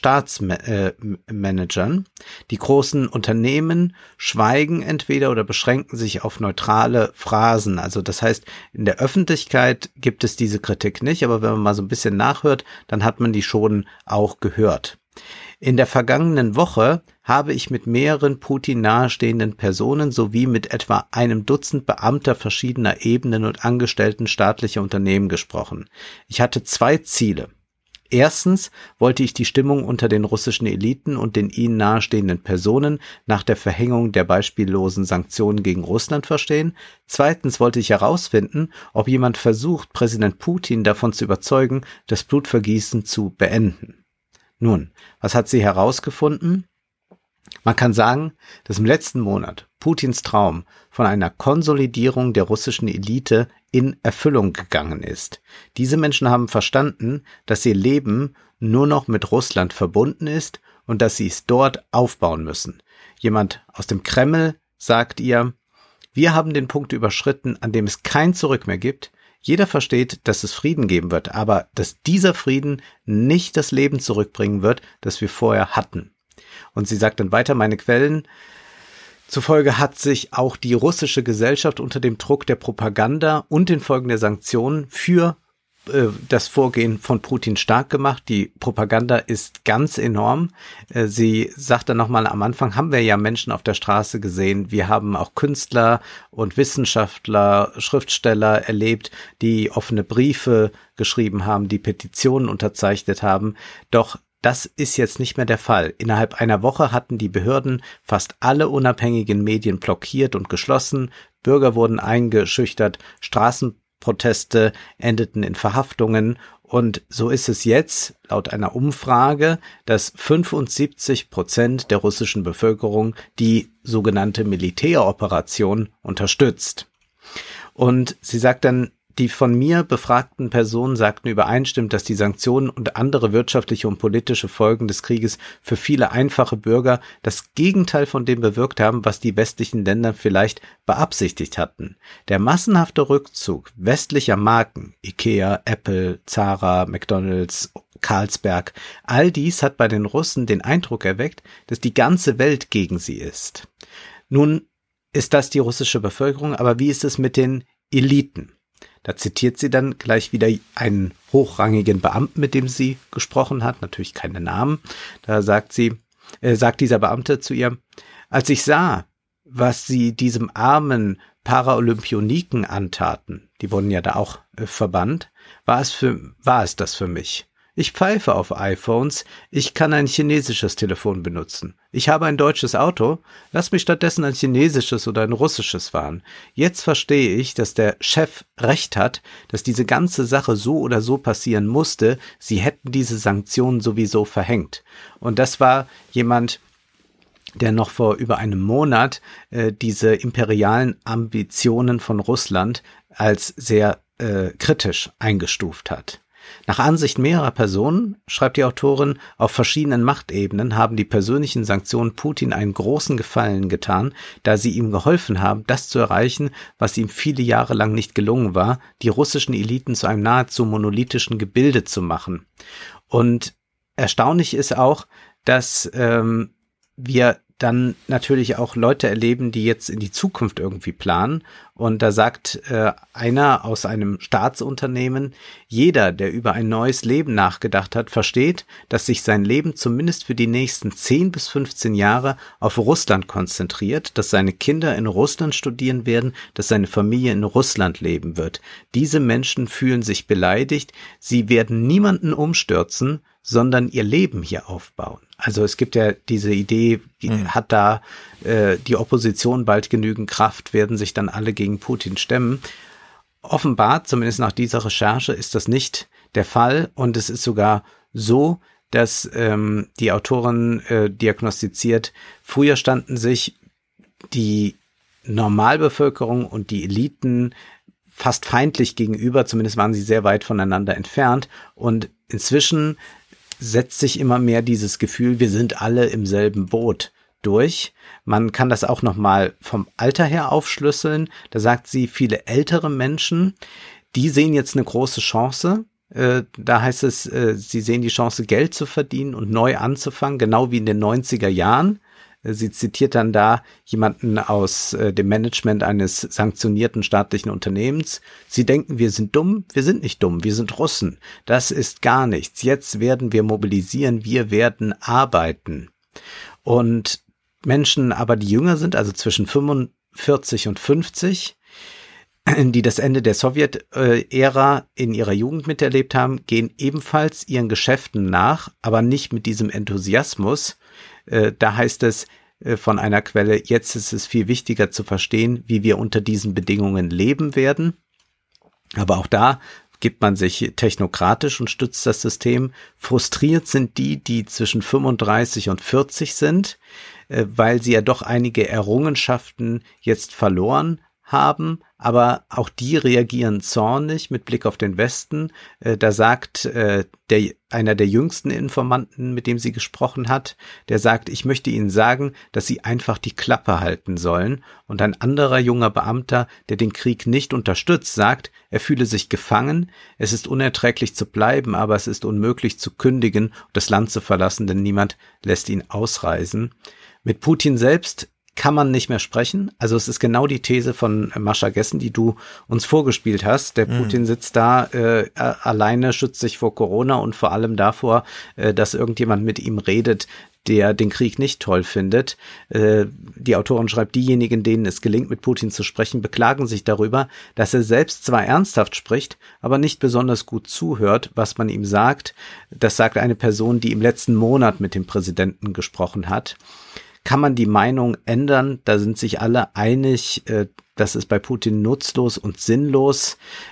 Staatsmanagern. Die großen Unternehmen schweigen entweder oder beschränken sich auf neutrale Phrasen. Also das heißt, in der Öffentlichkeit gibt es diese Kritik nicht, aber wenn man mal so ein bisschen nachhört, dann hat man die schon auch gehört. In der vergangenen Woche habe ich mit mehreren Putin nahestehenden Personen sowie mit etwa einem Dutzend Beamter verschiedener Ebenen und Angestellten staatlicher Unternehmen gesprochen. Ich hatte 2 Ziele. Erstens wollte ich die Stimmung unter den russischen Eliten und den ihnen nahestehenden Personen nach der Verhängung der beispiellosen Sanktionen gegen Russland verstehen. Zweitens wollte ich herausfinden, ob jemand versucht, Präsident Putin davon zu überzeugen, das Blutvergießen zu beenden. Nun, was hat sie herausgefunden? Man kann sagen, dass im letzten Monat Putins Traum von einer Konsolidierung der russischen Elite in Erfüllung gegangen ist. Diese Menschen haben verstanden, dass ihr Leben nur noch mit Russland verbunden ist und dass sie es dort aufbauen müssen. Jemand aus dem Kreml sagt ihr, wir haben den Punkt überschritten, an dem es kein Zurück mehr gibt. Jeder versteht, dass es Frieden geben wird, aber dass dieser Frieden nicht das Leben zurückbringen wird, das wir vorher hatten. Und sie sagt dann weiter, meine Quellen zufolge hat sich auch die russische Gesellschaft unter dem Druck der Propaganda und den Folgen der Sanktionen für das Vorgehen von Putin stark gemacht. Die Propaganda ist ganz enorm. Sie sagt dann nochmal, am Anfang haben wir ja Menschen auf der Straße gesehen. Wir haben auch Künstler und Wissenschaftler, Schriftsteller erlebt, die offene Briefe geschrieben haben, die Petitionen unterzeichnet haben. Doch das ist jetzt nicht mehr der Fall. Innerhalb einer Woche hatten die Behörden fast alle unabhängigen Medien blockiert und geschlossen. Bürger wurden eingeschüchtert, Straßenproteste endeten in Verhaftungen und so ist es jetzt, laut einer Umfrage, dass 75% der russischen Bevölkerung die sogenannte Militäroperation unterstützt. Und sie sagt dann, Die von mir befragten Personen sagten übereinstimmend, dass die Sanktionen und andere wirtschaftliche und politische Folgen des Krieges für viele einfache Bürger das Gegenteil von dem bewirkt haben, was die westlichen Länder vielleicht beabsichtigt hatten. Der massenhafte Rückzug westlicher Marken, Ikea, Apple, Zara, McDonald's, Carlsberg, all dies hat bei den Russen den Eindruck erweckt, dass die ganze Welt gegen sie ist. Nun ist das die russische Bevölkerung, aber wie ist es mit den Eliten? Da zitiert sie dann gleich wieder einen hochrangigen Beamten, mit dem sie gesprochen hat, natürlich keine Namen. Da sagt dieser Beamte zu ihr: Als ich sah, was sie diesem armen Paralympioniken antaten, die wurden ja da auch verbannt, war es das für mich. Ich pfeife auf iPhones, ich kann ein chinesisches Telefon benutzen. Ich habe ein deutsches Auto, lass mich stattdessen ein chinesisches oder ein russisches fahren. Jetzt verstehe ich, dass der Chef recht hat, dass diese ganze Sache so oder so passieren musste. Sie hätten diese Sanktionen sowieso verhängt. Und das war jemand, der noch vor über einem Monat diese imperialen Ambitionen von Russland als sehr kritisch eingestuft hat. Nach Ansicht mehrerer Personen, schreibt die Autorin, auf verschiedenen Machtebenen haben die persönlichen Sanktionen Putin einen großen Gefallen getan, da sie ihm geholfen haben, das zu erreichen, was ihm viele Jahre lang nicht gelungen war, die russischen Eliten zu einem nahezu monolithischen Gebilde zu machen. Und erstaunlich ist auch, dass wir dann natürlich auch Leute erleben, die jetzt in die Zukunft irgendwie planen. Und da sagt einer aus einem Staatsunternehmen: Jeder, der über ein neues Leben nachgedacht hat, versteht, dass sich sein Leben zumindest für die nächsten 10 bis 15 Jahre auf Russland konzentriert, dass seine Kinder in Russland studieren werden, dass seine Familie in Russland leben wird. Diese Menschen fühlen sich beleidigt. Sie werden niemanden umstürzen, sondern ihr Leben hier aufbauen. Also es gibt ja diese Idee, hat da die Opposition bald genügend Kraft, werden sich dann alle gegen Putin stemmen. Offenbar, zumindest nach dieser Recherche, ist das nicht der Fall, und es ist sogar so, dass die Autorin diagnostiziert, früher standen sich die Normalbevölkerung und die Eliten fast feindlich gegenüber, zumindest waren sie sehr weit voneinander entfernt, und inzwischen setzt sich immer mehr dieses Gefühl, wir sind alle im selben Boot durch. Man kann das auch nochmal vom Alter her aufschlüsseln. Da sagt sie, viele ältere Menschen, die sehen jetzt eine große Chance. Da heißt es, sie sehen die Chance, Geld zu verdienen und neu anzufangen, genau wie in den 90er Jahren. Sie zitiert dann da jemanden aus dem Management eines sanktionierten staatlichen Unternehmens. Sie denken, wir sind dumm. Wir sind nicht dumm. Wir sind Russen. Das ist gar nichts. Jetzt werden wir mobilisieren. Wir werden arbeiten. Und Menschen aber, die jünger sind, also zwischen 45 und 50, die das Ende der Sowjet-Ära in ihrer Jugend miterlebt haben, gehen ebenfalls ihren Geschäften nach, aber nicht mit diesem Enthusiasmus. Da heißt es von einer Quelle, jetzt ist es viel wichtiger zu verstehen, wie wir unter diesen Bedingungen leben werden. Aber auch da gibt man sich technokratisch und stützt das System. Frustriert sind die zwischen 35 und 40 sind, weil sie ja doch einige Errungenschaften jetzt verloren haben, aber auch die reagieren zornig mit Blick auf den Westen. Da sagt einer der jüngsten Informanten, mit dem sie gesprochen hat, der sagt, ich möchte Ihnen sagen, dass Sie einfach die Klappe halten sollen. Und ein anderer junger Beamter, der den Krieg nicht unterstützt, sagt, er fühle sich gefangen, es ist unerträglich zu bleiben, aber es ist unmöglich zu kündigen und das Land zu verlassen, denn niemand lässt ihn ausreisen. Mit Putin selbst kann man nicht mehr sprechen. Also es ist genau die These von Mascha Gessen, die du uns vorgespielt hast. Der Putin sitzt da alleine, schützt sich vor Corona und vor allem davor, dass irgendjemand mit ihm redet, der den Krieg nicht toll findet. Die Autorin schreibt, diejenigen, denen es gelingt, mit Putin zu sprechen, beklagen sich darüber, dass er selbst zwar ernsthaft spricht, aber nicht besonders gut zuhört, was man ihm sagt. Das sagt eine Person, die im letzten Monat mit dem Präsidenten gesprochen hat. Kann man die Meinung ändern? Da sind sich alle einig, das ist bei Putin nutzlos und sinnlos.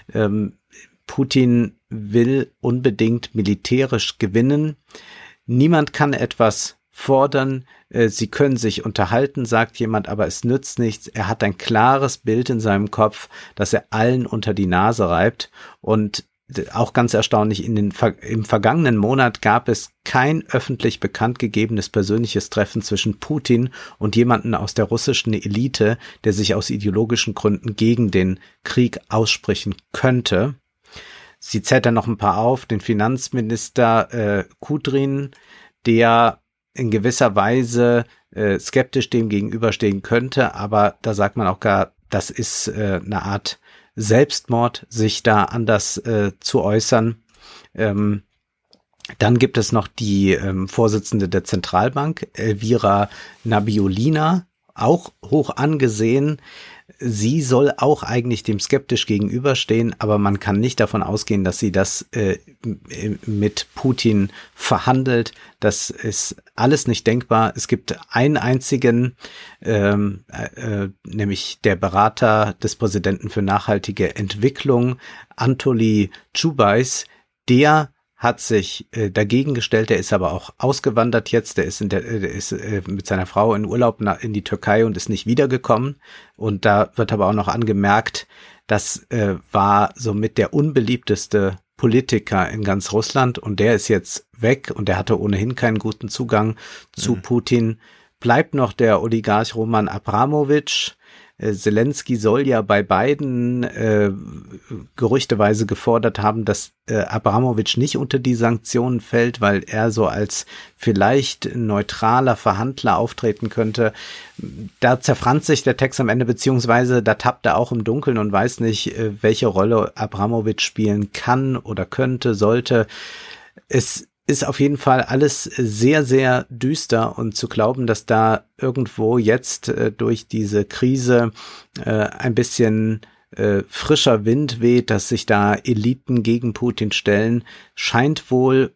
Putin will unbedingt militärisch gewinnen. Niemand kann etwas fordern, sie können sich unterhalten, sagt jemand, aber es nützt nichts. Er hat ein klares Bild in seinem Kopf, das er allen unter die Nase reibt. Und auch ganz erstaunlich, im vergangenen Monat gab es kein öffentlich bekannt gegebenes persönliches Treffen zwischen Putin und jemanden aus der russischen Elite, der sich aus ideologischen Gründen gegen den Krieg aussprechen könnte. Sie zählt dann noch ein paar auf, den Finanzminister Kudrin, der in gewisser Weise skeptisch dem gegenüberstehen könnte, aber da sagt man auch gar, das ist eine Art Selbstmord, sich da anders zu äußern. Dann gibt es noch die Vorsitzende der Zentralbank, Elvira Nabiulina, auch hoch angesehen. Sie soll auch eigentlich dem skeptisch gegenüberstehen, aber man kann nicht davon ausgehen, dass sie das mit Putin verhandelt. Das ist alles nicht denkbar. Es gibt einen einzigen, nämlich der Berater des Präsidenten für nachhaltige Entwicklung, Anatoly Chubais, der hat sich dagegen gestellt, der ist aber auch ausgewandert jetzt, der ist mit seiner Frau in Urlaub in die Türkei und ist nicht wiedergekommen. Und da wird aber auch noch angemerkt, das war somit der unbeliebteste Politiker in ganz Russland und der ist jetzt weg und der hatte ohnehin keinen guten Zugang zu Putin. Bleibt noch der Oligarch Roman Abramowitsch. Zelensky soll ja bei beiden gerüchteweise gefordert haben, dass Abramowitsch nicht unter die Sanktionen fällt, weil er so als vielleicht neutraler Verhandler auftreten könnte. Da zerfranst sich der Text am Ende, beziehungsweise da tappt er auch im Dunkeln und weiß nicht, welche Rolle Abramowitsch spielen kann oder könnte, sollte. Es ist auf jeden Fall alles sehr, sehr düster und zu glauben, dass da irgendwo jetzt durch diese Krise ein bisschen frischer Wind weht, dass sich da Eliten gegen Putin stellen, scheint wohl,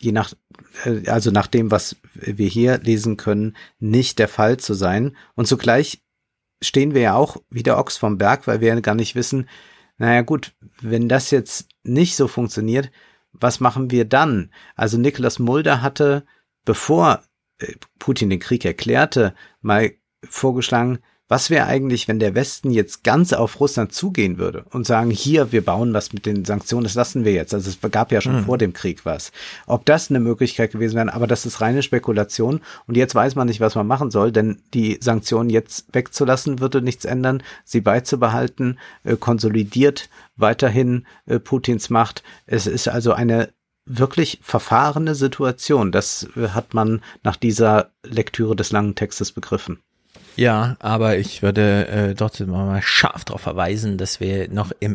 also nach dem, was wir hier lesen können, nicht der Fall zu sein. Und zugleich stehen wir ja auch wie der Ochs vom Berg, weil wir ja gar nicht wissen, naja gut, wenn das jetzt nicht so funktioniert, was machen wir dann? Also Nicholas Mulder hatte, bevor Putin den Krieg erklärte, mal vorgeschlagen, was wäre eigentlich, wenn der Westen jetzt ganz auf Russland zugehen würde und sagen, hier, wir bauen was mit den Sanktionen, das lassen wir jetzt. Also es gab ja schon vor dem Krieg was. Ob das eine Möglichkeit gewesen wäre, aber das ist reine Spekulation und jetzt weiß man nicht, was man machen soll, denn die Sanktionen jetzt wegzulassen, würde nichts ändern, sie beizubehalten, konsolidiert weiterhin Putins Macht. Es ist also eine wirklich verfahrene Situation. Das hat man nach dieser Lektüre des langen Textes begriffen. Ja, aber ich würde trotzdem mal scharf darauf verweisen, dass wir noch in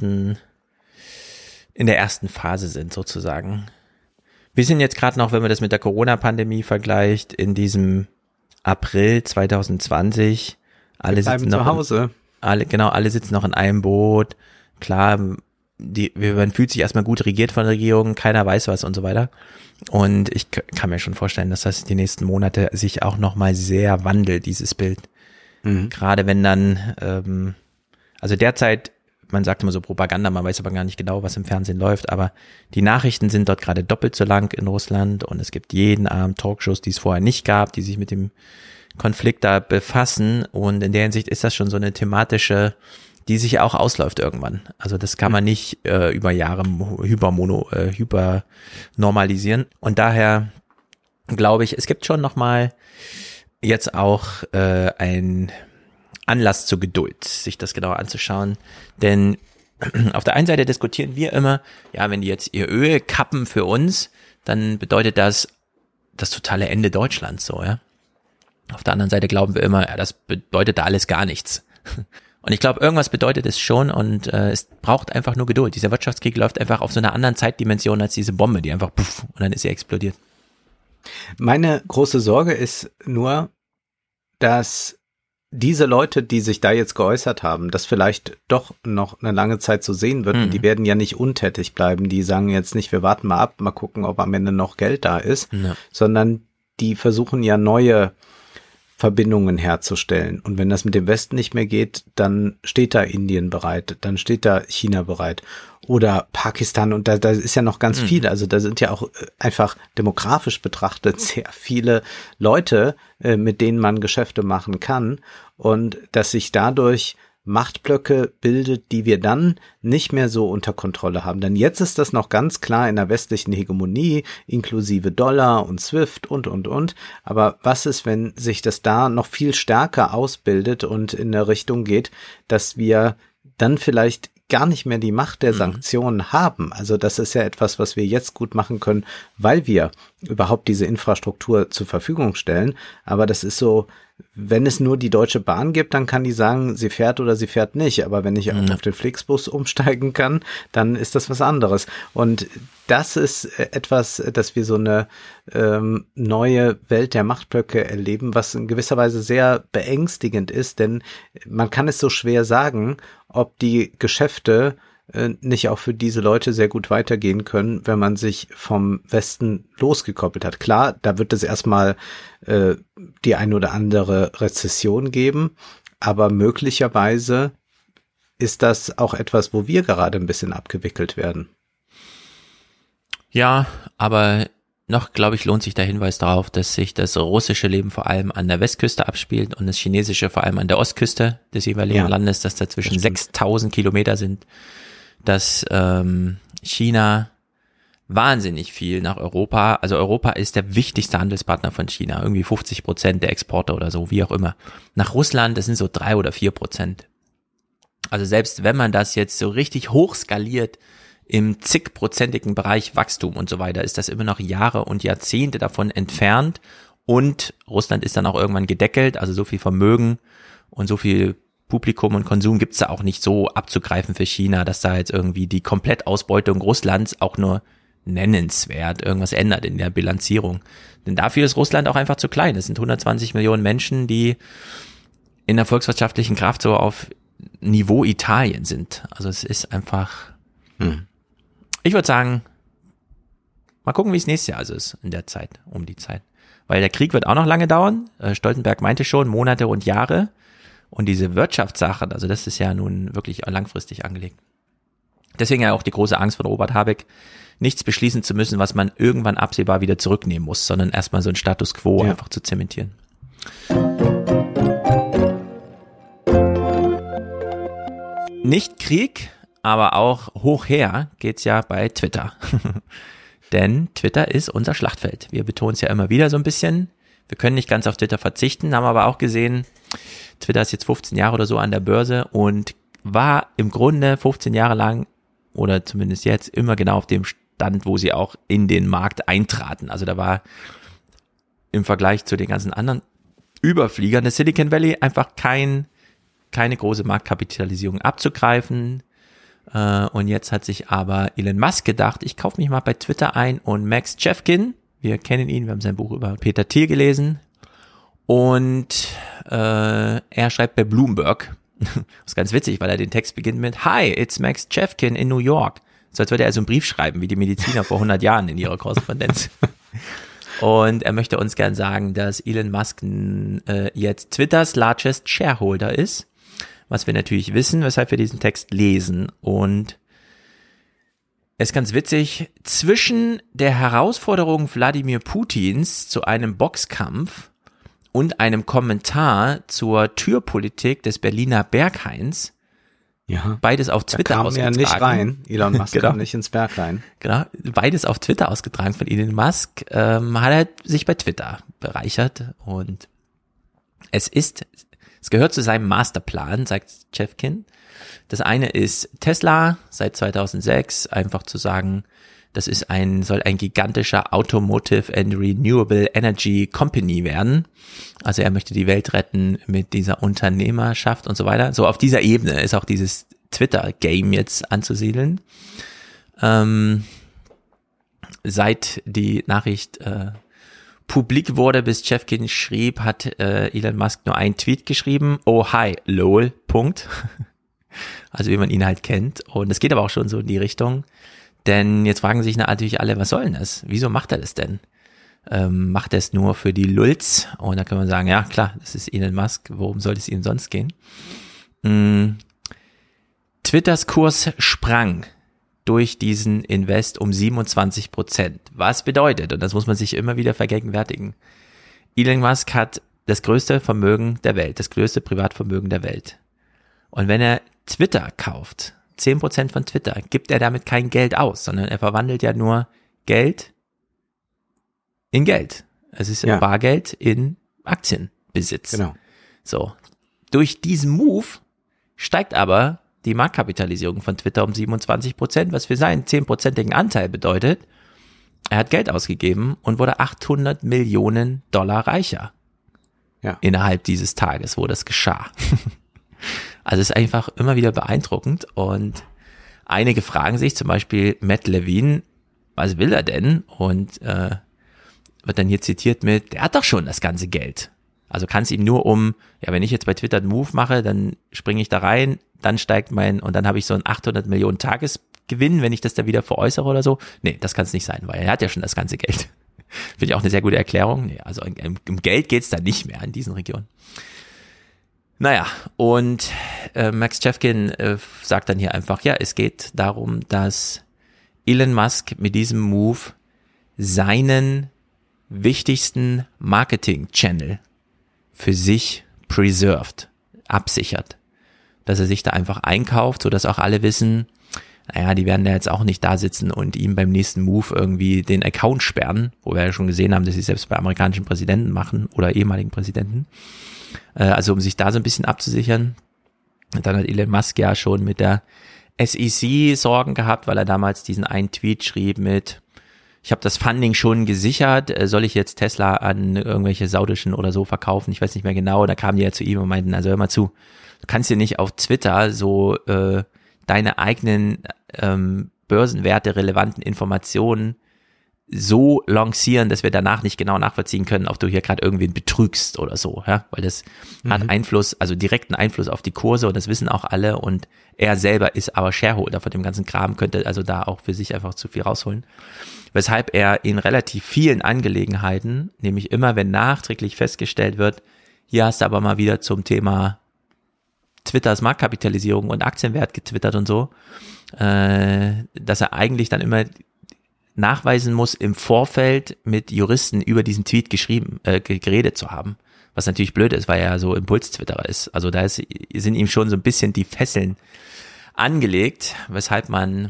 der ersten Phase sind sozusagen. Wir sind jetzt gerade noch, wenn man das mit der Corona-Pandemie vergleicht, in diesem April 2020. Alle sitzen noch zu Hause. Alle sitzen noch in einem Boot. Klar, man fühlt sich erstmal gut regiert von der Regierung, keiner weiß was und so weiter. Und ich kann mir schon vorstellen, dass das die nächsten Monate sich auch nochmal sehr wandelt, dieses Bild. Gerade wenn dann, also derzeit, man sagt immer so Propaganda, man weiß aber gar nicht genau, was im Fernsehen läuft, aber die Nachrichten sind dort gerade doppelt so lang in Russland und es gibt jeden Abend Talkshows, die es vorher nicht gab, die sich mit dem Konflikt da befassen und in der Hinsicht ist das schon so eine thematische, die sich auch ausläuft irgendwann. Also das kann man nicht über Jahre hyper normalisieren. Und daher glaube ich, es gibt schon nochmal jetzt auch ein Anlass zur Geduld, sich das genauer anzuschauen. Denn auf der einen Seite diskutieren wir immer, ja, wenn die jetzt ihr Öl kappen für uns, dann bedeutet das das totale Ende Deutschlands so, ja. Auf der anderen Seite glauben wir immer, ja, das bedeutet da alles gar nichts. Und ich glaube, irgendwas bedeutet es schon und es braucht einfach nur Geduld. Dieser Wirtschaftskrieg läuft einfach auf so einer anderen Zeitdimension als diese Bombe, die einfach puff und dann ist sie explodiert. Meine große Sorge ist nur, dass diese Leute, die sich da jetzt geäußert haben, das vielleicht doch noch eine lange Zeit so sehen wird, und die werden ja nicht untätig bleiben. Die sagen jetzt nicht, wir warten mal ab, mal gucken, ob am Ende noch Geld da ist, sondern die versuchen ja neue Verbindungen herzustellen. Und wenn das mit dem Westen nicht mehr geht, dann steht da Indien bereit, dann steht da China bereit oder Pakistan und da ist ja noch ganz viel. Also da sind ja auch einfach demografisch betrachtet sehr viele Leute, mit denen man Geschäfte machen kann und dass sich dadurch Machtblöcke bildet, die wir dann nicht mehr so unter Kontrolle haben. Denn jetzt ist das noch ganz klar in der westlichen Hegemonie, inklusive Dollar und SWIFT und. Aber was ist, wenn sich das da noch viel stärker ausbildet und in eine Richtung geht, dass wir dann vielleicht gar nicht mehr die Macht der Sanktionen haben. Also das ist ja etwas, was wir jetzt gut machen können, weil wir überhaupt diese Infrastruktur zur Verfügung stellen. Aber das ist so, wenn es nur die Deutsche Bahn gibt, dann kann die sagen, sie fährt oder sie fährt nicht. Aber wenn ich auf den Flixbus umsteigen kann, dann ist das was anderes. Und das ist etwas, dass wir so eine neue Welt der Machtblöcke erleben, was in gewisser Weise sehr beängstigend ist, denn man kann es so schwer sagen, ob die Geschäfte nicht auch für diese Leute sehr gut weitergehen können, wenn man sich vom Westen losgekoppelt hat. Klar, da wird es erstmal die ein oder andere Rezession geben, aber möglicherweise ist das auch etwas, wo wir gerade ein bisschen abgewickelt werden. Ja, aber noch, glaube ich, lohnt sich der Hinweis darauf, dass sich das russische Leben vor allem an der Westküste abspielt und das chinesische vor allem an der Ostküste des jeweiligen Landes, dass dazwischen 6000 Kilometer sind, dass China wahnsinnig viel nach Europa, also Europa ist der wichtigste Handelspartner von China, irgendwie 50% der Exporte oder so, wie auch immer. Nach Russland, das sind so 3 oder 4%. Also selbst wenn man das jetzt so richtig hoch skaliert, im zigprozentigen Bereich Wachstum und so weiter, ist das immer noch Jahre und Jahrzehnte davon entfernt und Russland ist dann auch irgendwann gedeckelt, also so viel Vermögen und so viel Publikum und Konsum gibt's da auch nicht so abzugreifen für China, dass da jetzt irgendwie die Komplettausbeutung Russlands auch nur nennenswert irgendwas ändert in der Bilanzierung. Denn dafür ist Russland auch einfach zu klein. Es sind 120 Millionen Menschen, die in der volkswirtschaftlichen Kraft so auf Niveau Italien sind. Also es ist einfach... Ich würde sagen, mal gucken, wie es nächstes Jahr also ist in der Zeit, um die Zeit. Weil der Krieg wird auch noch lange dauern. Stoltenberg meinte schon, Monate und Jahre. Und diese Wirtschaftssachen, also das ist ja nun wirklich langfristig angelegt. Deswegen ja auch die große Angst von Robert Habeck, nichts beschließen zu müssen, was man irgendwann absehbar wieder zurücknehmen muss, sondern erstmal so ein Status quo einfach zu zementieren. Nicht Krieg, aber auch hoch her geht's ja bei Twitter. Denn Twitter ist unser Schlachtfeld. Wir betonen es ja immer wieder so ein bisschen. Wir können nicht ganz auf Twitter verzichten, haben aber auch gesehen, Twitter ist jetzt 15 Jahre oder so an der Börse und war im Grunde 15 Jahre lang oder zumindest jetzt immer genau auf dem Stand, wo sie auch in den Markt eintraten. Also da war im Vergleich zu den ganzen anderen Überfliegern des Silicon Valley einfach keine große Marktkapitalisierung abzugreifen. Und jetzt hat sich aber Elon Musk gedacht, ich kaufe mich mal bei Twitter ein und Max Chefkin, wir kennen ihn, wir haben sein Buch über Peter Thiel gelesen und er schreibt bei Bloomberg, das ist ganz witzig, weil er den Text beginnt mit Hi, it's Max Chefkin in New York. So als würde er also einen Brief schreiben, wie die Mediziner vor 100 Jahren in ihrer Korrespondenz. Und er möchte uns gern sagen, dass Elon Musk jetzt Twitters largest shareholder ist, was wir natürlich wissen, weshalb wir diesen Text lesen. Und es ist ganz witzig, zwischen der Herausforderung Wladimir Putins zu einem Boxkampf und einem Kommentar zur Türpolitik des Berliner Berghains, beides auf Twitter ausgetragen. Da kam ja nicht rein, Elon Musk kam nicht ins Berghain. Genau, beides auf Twitter ausgetragen von Elon Musk, hat er sich bei Twitter bereichert und es gehört zu seinem Masterplan, sagt Chefkin. Das eine ist Tesla seit 2006, einfach zu sagen, das soll ein gigantischer Automotive and Renewable Energy Company werden. Also er möchte die Welt retten mit dieser Unternehmerschaft und so weiter. So auf dieser Ebene ist auch dieses Twitter-Game jetzt anzusiedeln. Seit die Nachricht publik wurde, bis Chefkin schrieb, hat Elon Musk nur einen Tweet geschrieben. Oh, hi, lol, Punkt. Also wie man ihn halt kennt. Und es geht aber auch schon so in die Richtung. Denn jetzt fragen sich natürlich alle, was soll denn das? Wieso macht er das denn? macht er es nur für die Lulz? Und da kann man sagen, ja klar, das ist Elon Musk, worum soll es ihm sonst gehen? Twitters Kurs sprang durch diesen Invest um 27%. Was bedeutet, und das muss man sich immer wieder vergegenwärtigen, Elon Musk hat das größte Vermögen der Welt, das größte Privatvermögen der Welt. Und wenn er Twitter kauft, 10% von Twitter, gibt er damit kein Geld aus, sondern er verwandelt ja nur Geld in Geld. Es ist Bargeld in Aktienbesitz. Genau. So. Durch diesen Move steigt aber die Marktkapitalisierung von Twitter um 27%, was für seinen 10%igen Anteil bedeutet, er hat Geld ausgegeben und wurde $800 Millionen reicher. Ja. Innerhalb dieses Tages, wo das geschah. Also es ist einfach immer wieder beeindruckend und einige fragen sich, zum Beispiel Matt Levine, was will er denn? Und wird dann hier zitiert mit, der hat doch schon das ganze Geld. Also kann es ihm nur wenn ich jetzt bei Twitter einen Move mache, dann springe ich da rein, dann steigt und dann habe ich so einen 800 Millionen Tagesgewinn, wenn ich das da wieder veräußere oder so. Nee, das kann es nicht sein, weil er hat ja schon das ganze Geld. Finde ich auch eine sehr gute Erklärung. Nee, also um Geld geht's da nicht mehr in diesen Regionen. Naja, und Max Chevkin sagt dann hier einfach, ja, es geht darum, dass Elon Musk mit diesem Move seinen wichtigsten Marketing-Channel für sich preserved, absichert. Dass er sich da einfach einkauft, sodass auch alle wissen, naja, die werden da jetzt auch nicht da sitzen und ihm beim nächsten Move irgendwie den Account sperren, wo wir ja schon gesehen haben, dass sie selbst bei amerikanischen Präsidenten machen oder ehemaligen Präsidenten. Also um sich da so ein bisschen abzusichern. Und dann hat Elon Musk ja schon mit der SEC Sorgen gehabt, weil er damals diesen einen Tweet schrieb mit, ich habe das Funding schon gesichert, soll ich jetzt Tesla an irgendwelche saudischen oder so verkaufen? Ich weiß nicht mehr genau. Da kamen die ja zu ihm und meinten, also hör mal zu, du kannst dir nicht auf Twitter so deine eigenen börsenwerte relevanten Informationen so lancieren, dass wir danach nicht genau nachvollziehen können, ob du hier gerade irgendwen betrügst oder so, ja, weil das hat Einfluss, also direkten Einfluss auf die Kurse und das wissen auch alle und er selber ist aber Shareholder von dem ganzen Kram, könnte also da auch für sich einfach zu viel rausholen. Weshalb er in relativ vielen Angelegenheiten, nämlich immer, wenn nachträglich festgestellt wird, hier hast du aber mal wieder zum Thema Twitters Marktkapitalisierung und Aktienwert getwittert und so, dass er eigentlich dann immer nachweisen muss, im Vorfeld mit Juristen über diesen Tweet geredet zu haben. Was natürlich blöd ist, weil er ja so Impuls-Twitterer ist. Also da sind ihm schon so ein bisschen die Fesseln angelegt, weshalb man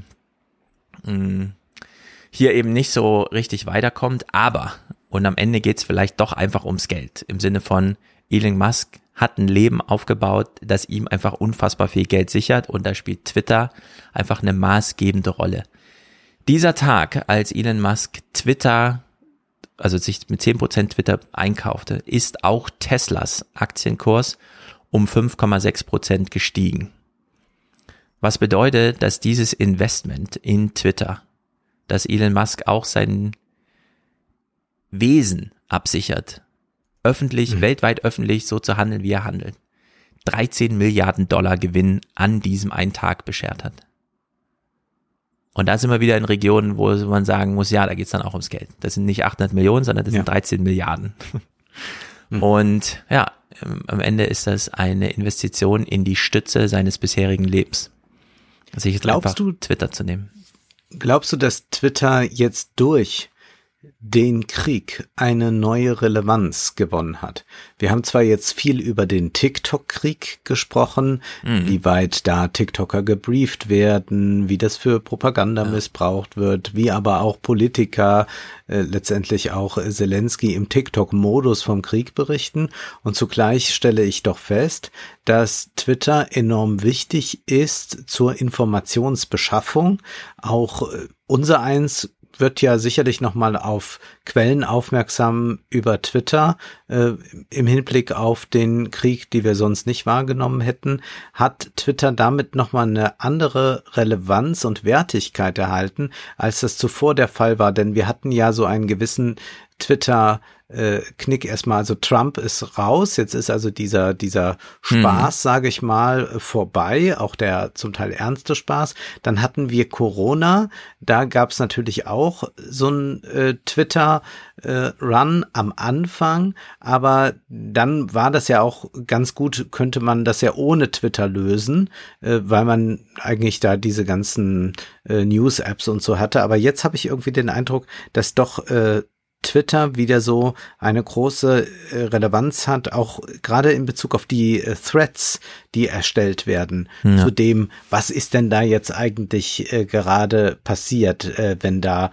hier eben nicht so richtig weiterkommt. Aber, und am Ende geht's vielleicht doch einfach ums Geld. Im Sinne von, Elon Musk hat ein Leben aufgebaut, das ihm einfach unfassbar viel Geld sichert und da spielt Twitter einfach eine maßgebende Rolle. Dieser Tag, als Elon Musk Twitter, also sich mit 10% Twitter einkaufte, ist auch Teslas Aktienkurs um 5,6% gestiegen. Was bedeutet, dass dieses Investment in Twitter, dass Elon Musk auch sein Wesen absichert, weltweit öffentlich so zu handeln, wie er handelt, 13 Milliarden Dollar Gewinn an diesem einen Tag beschert hat. Und da sind wir wieder in Regionen, wo man sagen muss, ja, da geht's dann auch ums Geld. Das sind nicht 800 Millionen, sondern das sind 13 Milliarden. Und ja, am Ende ist das eine Investition in die Stütze seines bisherigen Lebens. Also ich einfach Twitter zu nehmen. Glaubst du, dass Twitter jetzt durch den Krieg eine neue Relevanz gewonnen hat? Wir haben zwar jetzt viel über den TikTok-Krieg gesprochen, wie weit da TikToker gebrieft werden, wie das für Propaganda missbraucht wird, wie aber auch Politiker, letztendlich auch Zelensky im TikTok-Modus vom Krieg berichten. Und zugleich stelle ich doch fest, dass Twitter enorm wichtig ist zur Informationsbeschaffung. Auch unsereins wird ja sicherlich nochmal auf Quellen aufmerksam über Twitter, im Hinblick auf den Krieg, die wir sonst nicht wahrgenommen hätten. Hat Twitter damit nochmal eine andere Relevanz und Wertigkeit erhalten, als das zuvor der Fall war? Denn wir hatten ja so einen gewissen Twitter Knick erstmal, also Trump ist raus, jetzt ist also dieser Spaß, sage ich mal, vorbei, auch der zum Teil ernste Spaß. Dann hatten wir Corona, da gab es natürlich auch so ein Twitter-Run am Anfang, aber dann war das ja auch ganz gut, könnte man das ja ohne Twitter lösen, weil man eigentlich da diese ganzen News-Apps und so hatte. Aber jetzt habe ich irgendwie den Eindruck, dass doch Twitter wieder so eine große Relevanz hat, auch gerade in Bezug auf die Threads, die erstellt werden, zu dem, was ist denn da jetzt eigentlich gerade passiert, wenn da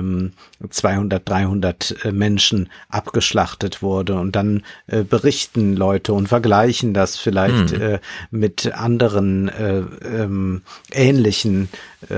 200, 300 Menschen abgeschlachtet wurde und dann berichten Leute und vergleichen das vielleicht mit anderen ähnlichen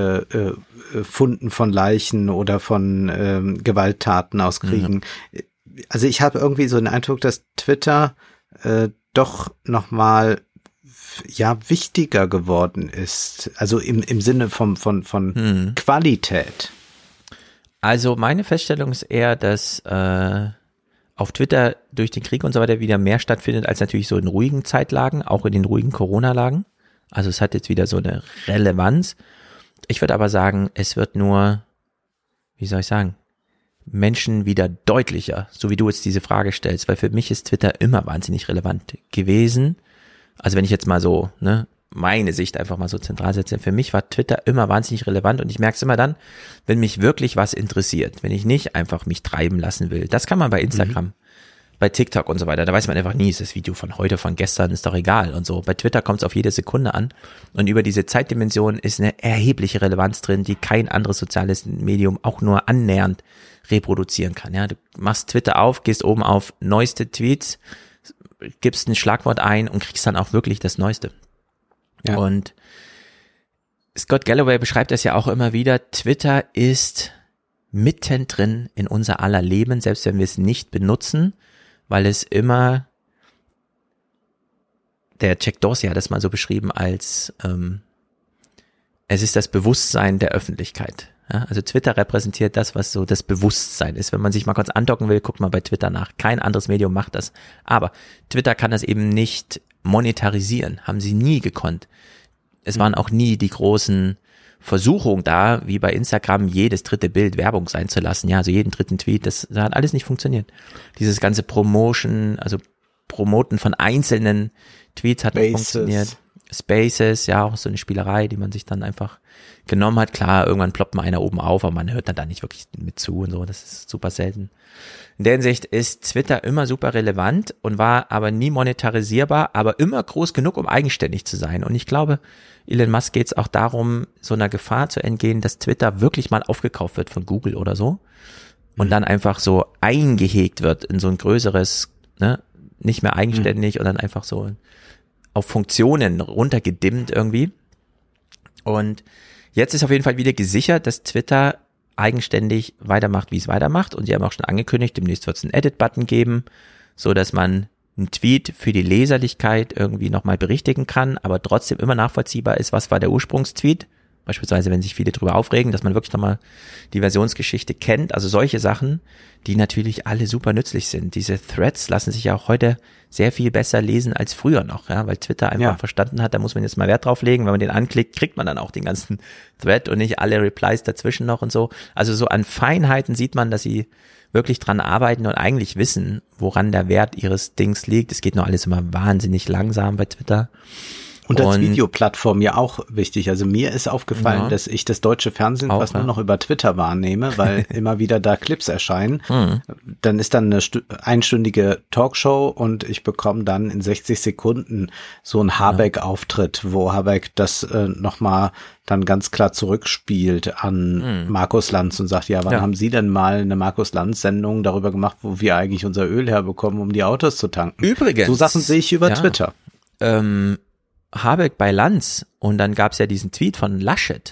Funden von Leichen oder von Gewalttaten aus Kriegen. Also ich habe irgendwie so den Eindruck, dass Twitter doch nochmal wichtiger geworden ist. Also im Sinne von Qualität. Also meine Feststellung ist eher, dass auf Twitter durch den Krieg und so weiter wieder mehr stattfindet als natürlich so in ruhigen Zeitlagen, auch in den ruhigen Corona-Lagen. Also es hat jetzt wieder so eine Relevanz. Ich würde aber sagen, es wird nur, wie soll ich sagen, Menschen wieder deutlicher, so wie du jetzt diese Frage stellst, weil für mich ist Twitter immer wahnsinnig relevant gewesen. Also wenn ich jetzt mal so, meine Sicht einfach mal so zentral setze, für mich war Twitter immer wahnsinnig relevant und ich merke es immer dann, wenn mich wirklich was interessiert, wenn ich nicht einfach mich treiben lassen will. Das kann man bei Instagram, bei TikTok und so weiter, da weiß man einfach nie, ist das Video von heute, von gestern, ist doch egal und so. Bei Twitter kommt es auf jede Sekunde an und über diese Zeitdimension ist eine erhebliche Relevanz drin, die kein anderes soziales Medium auch nur annähernd reproduzieren kann. Ja, du machst Twitter auf, gehst oben auf neueste Tweets, gibst ein Schlagwort ein und kriegst dann auch wirklich das Neueste. Ja. Und Scott Galloway beschreibt das ja auch immer wieder, Twitter ist mittendrin in unser aller Leben, selbst wenn wir es nicht benutzen, weil es immer, der Jack Dorsey hat das mal so beschrieben als, es ist das Bewusstsein der Öffentlichkeit. Ja, also Twitter repräsentiert das, was so das Bewusstsein ist. Wenn man sich mal kurz andocken will, guckt mal bei Twitter nach. Kein anderes Medium macht das. Aber Twitter kann das eben nicht monetarisieren. Haben sie nie gekonnt. Es waren auch nie die großen Versuchungen da, wie bei Instagram, jedes dritte Bild Werbung sein zu lassen. Ja, also jeden dritten Tweet, das hat alles nicht funktioniert. Dieses ganze Promoten von einzelnen Tweets hat nicht funktioniert. Spaces, ja, auch so eine Spielerei, die man sich dann einfach genommen hat. Klar, irgendwann ploppt mal einer oben auf, aber man hört dann da nicht wirklich mit zu und so. Das ist super selten. In der Hinsicht ist Twitter immer super relevant und war aber nie monetarisierbar, aber immer groß genug, um eigenständig zu sein. Und ich glaube, Elon Musk geht es auch darum, so einer Gefahr zu entgehen, dass Twitter wirklich mal aufgekauft wird von Google oder so und dann einfach so eingehegt wird in so ein größeres, nicht mehr eigenständig und dann einfach so auf Funktionen runtergedimmt irgendwie. Und jetzt ist auf jeden Fall wieder gesichert, dass Twitter eigenständig weitermacht, wie es weitermacht. Und sie haben auch schon angekündigt, demnächst wird es einen Edit-Button geben, so dass man einen Tweet für die Leserlichkeit irgendwie nochmal berichtigen kann, aber trotzdem immer nachvollziehbar ist, was war der Ursprungstweet. Beispielsweise, wenn sich viele drüber aufregen, dass man wirklich nochmal die Versionsgeschichte kennt. Also solche Sachen, die natürlich alle super nützlich sind. Diese Threads lassen sich ja auch heute sehr viel besser lesen als früher noch, ja, weil Twitter einfach verstanden hat, da muss man jetzt mal Wert drauf legen. Wenn man den anklickt, kriegt man dann auch den ganzen Thread und nicht alle Replies dazwischen noch und so. Also so an Feinheiten sieht man, dass sie wirklich dran arbeiten und eigentlich wissen, woran der Wert ihres Dings liegt. Es geht nur alles immer wahnsinnig langsam bei Twitter. Und als Videoplattform ja auch wichtig. Also mir ist aufgefallen, dass ich das deutsche Fernsehen fast nur noch über Twitter wahrnehme, weil immer wieder da Clips erscheinen. Dann ist dann eine einstündige Talkshow und ich bekomme dann in 60 Sekunden so einen Habeck-Auftritt, wo Habeck das nochmal dann ganz klar zurückspielt an Markus Lanz und sagt, wann haben Sie denn mal eine Markus Lanz-Sendung darüber gemacht, wo wir eigentlich unser Öl herbekommen, um die Autos zu tanken? Übrigens. So Sachen sehe ich über Twitter. Habeck bei Lanz und dann gab es ja diesen Tweet von Laschet,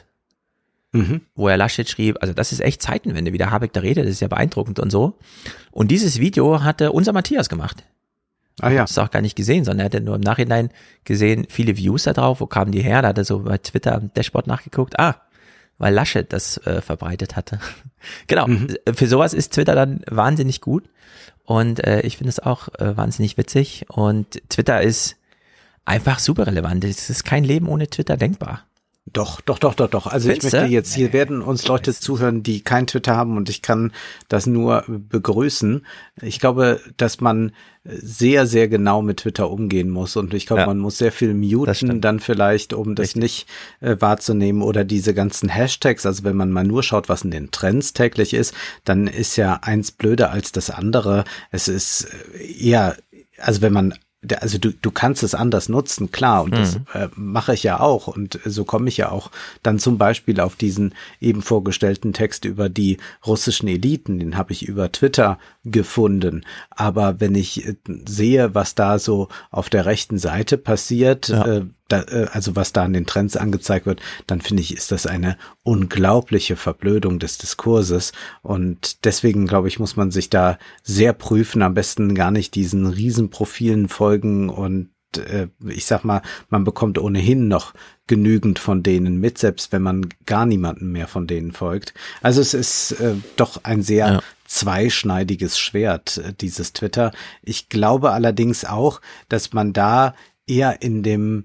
wo er Laschet schrieb, also das ist echt Zeitenwende, wie der Habeck da redet, das ist ja beeindruckend und so. Und dieses Video hatte unser Matthias gemacht. Ah ja. Das ist auch gar nicht gesehen, sondern er hatte nur im Nachhinein gesehen, viele Views da drauf, wo kamen die her, da hat er so bei Twitter am Dashboard nachgeguckt, weil Laschet das verbreitet hatte. Genau, für sowas ist Twitter dann wahnsinnig gut und ich finde es auch wahnsinnig witzig und Twitter ist einfach super relevant. Es ist kein Leben ohne Twitter denkbar. Doch. Also ich möchte jetzt, hier werden uns Leute zuhören, die kein Twitter haben und ich kann das nur begrüßen. Ich glaube, dass man sehr, sehr genau mit Twitter umgehen muss und ich glaube, man muss sehr viel muten dann vielleicht, um das nicht wahrzunehmen oder diese ganzen Hashtags. Also wenn man mal nur schaut, was in den Trends täglich ist, dann ist ja eins blöder als das andere. Es ist eher, also wenn man du kannst es anders nutzen, klar, und das mache ich ja auch und so komme ich ja auch dann zum Beispiel auf diesen eben vorgestellten Text über die russischen Eliten, den habe ich über Twitter gefunden, aber wenn ich sehe, was da so auf der rechten Seite passiert, also was da an den Trends angezeigt wird, dann finde ich, ist das eine unglaubliche Verblödung des Diskurses und deswegen, glaube ich, muss man sich da sehr prüfen, am besten gar nicht diesen Riesenprofilen folgen und ich sag mal, man bekommt ohnehin noch genügend von denen mit, selbst wenn man gar niemanden mehr von denen folgt. Also es ist doch ein sehr zweischneidiges Schwert, dieses Twitter. Ich glaube allerdings auch, dass man da eher in dem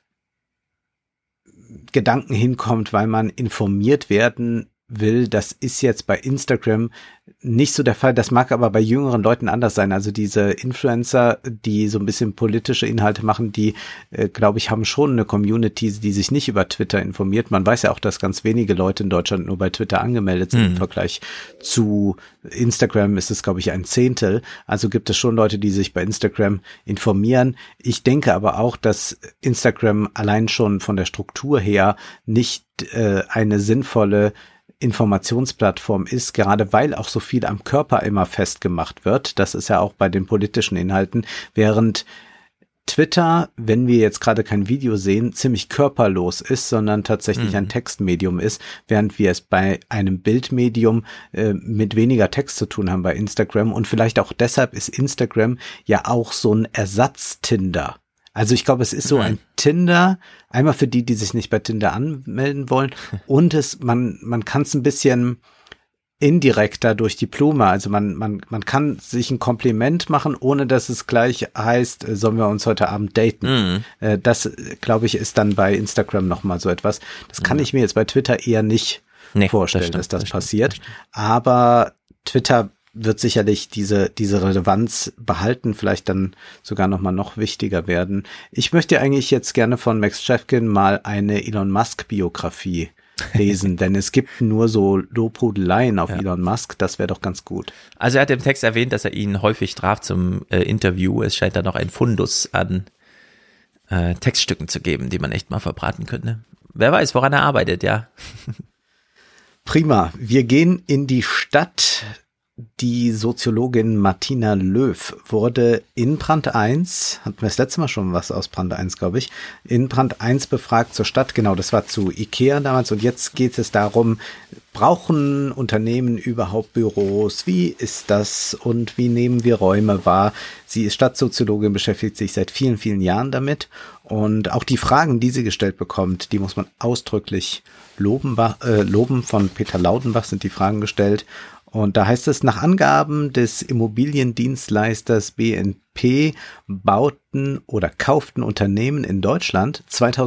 Gedanken hinkommt, weil man informiert werden will. Das ist jetzt bei Instagram nicht so der Fall. Das mag aber bei jüngeren Leuten anders sein. Also diese Influencer, die so ein bisschen politische Inhalte machen, die, glaube ich, haben schon eine Community, die sich nicht über Twitter informiert. Man weiß ja auch, dass ganz wenige Leute in Deutschland nur bei Twitter angemeldet sind. Im Vergleich zu Instagram ist es, glaube ich, 1/10. Also gibt es schon Leute, die sich bei Instagram informieren. Ich denke aber auch, dass Instagram allein schon von der Struktur her nicht eine sinnvolle Informationsplattform ist, gerade weil auch so viel am Körper immer festgemacht wird. Das ist ja auch bei den politischen Inhalten, während Twitter, wenn wir jetzt gerade kein Video sehen, ziemlich körperlos ist, sondern tatsächlich ein Textmedium ist, während wir es bei einem Bildmedium mit weniger Text zu tun haben bei Instagram. Und vielleicht auch deshalb ist Instagram ja auch so ein Ersatz-Tinder. Also ich glaube, es ist so ein Tinder, einmal für die sich nicht bei Tinder anmelden wollen und man kann es ein bisschen indirekter durch die Blume. Also man kann sich ein Kompliment machen, ohne dass es gleich heißt, sollen wir uns heute Abend daten. Das, glaube ich, ist dann bei Instagram nochmal so etwas. Das kann ich mir jetzt bei Twitter eher nicht vorstellen, dass das passiert. Aber Twitter wird sicherlich diese Relevanz behalten, vielleicht dann sogar noch wichtiger werden. Ich möchte eigentlich jetzt gerne von Max Schäfgen mal eine Elon Musk Biografie lesen, denn es gibt nur so Lobhudeleien auf Elon Musk, das wäre doch ganz gut. Also er hat im Text erwähnt, dass er ihn häufig traf zum Interview. Es scheint da noch ein Fundus an Textstücken zu geben, die man echt mal verbraten könnte. Wer weiß, woran er arbeitet, ja. Prima, wir gehen in die Stadt. Die Soziologin Martina Löw wurde in Brand 1, hatten wir das letzte Mal schon was aus Brand 1, glaube ich, in Brand 1 befragt zur Stadt, genau, das war zu Ikea damals und jetzt geht es darum, brauchen Unternehmen überhaupt Büros, wie ist das und wie nehmen wir Räume wahr? Sie ist Stadtsoziologin, beschäftigt sich seit vielen, vielen Jahren damit und auch die Fragen, die sie gestellt bekommt, die muss man ausdrücklich loben. Von Peter Laudenbach sind die Fragen gestellt. Und da heißt es, nach Angaben des Immobiliendienstleisters BNP bauten oder kauften Unternehmen in Deutschland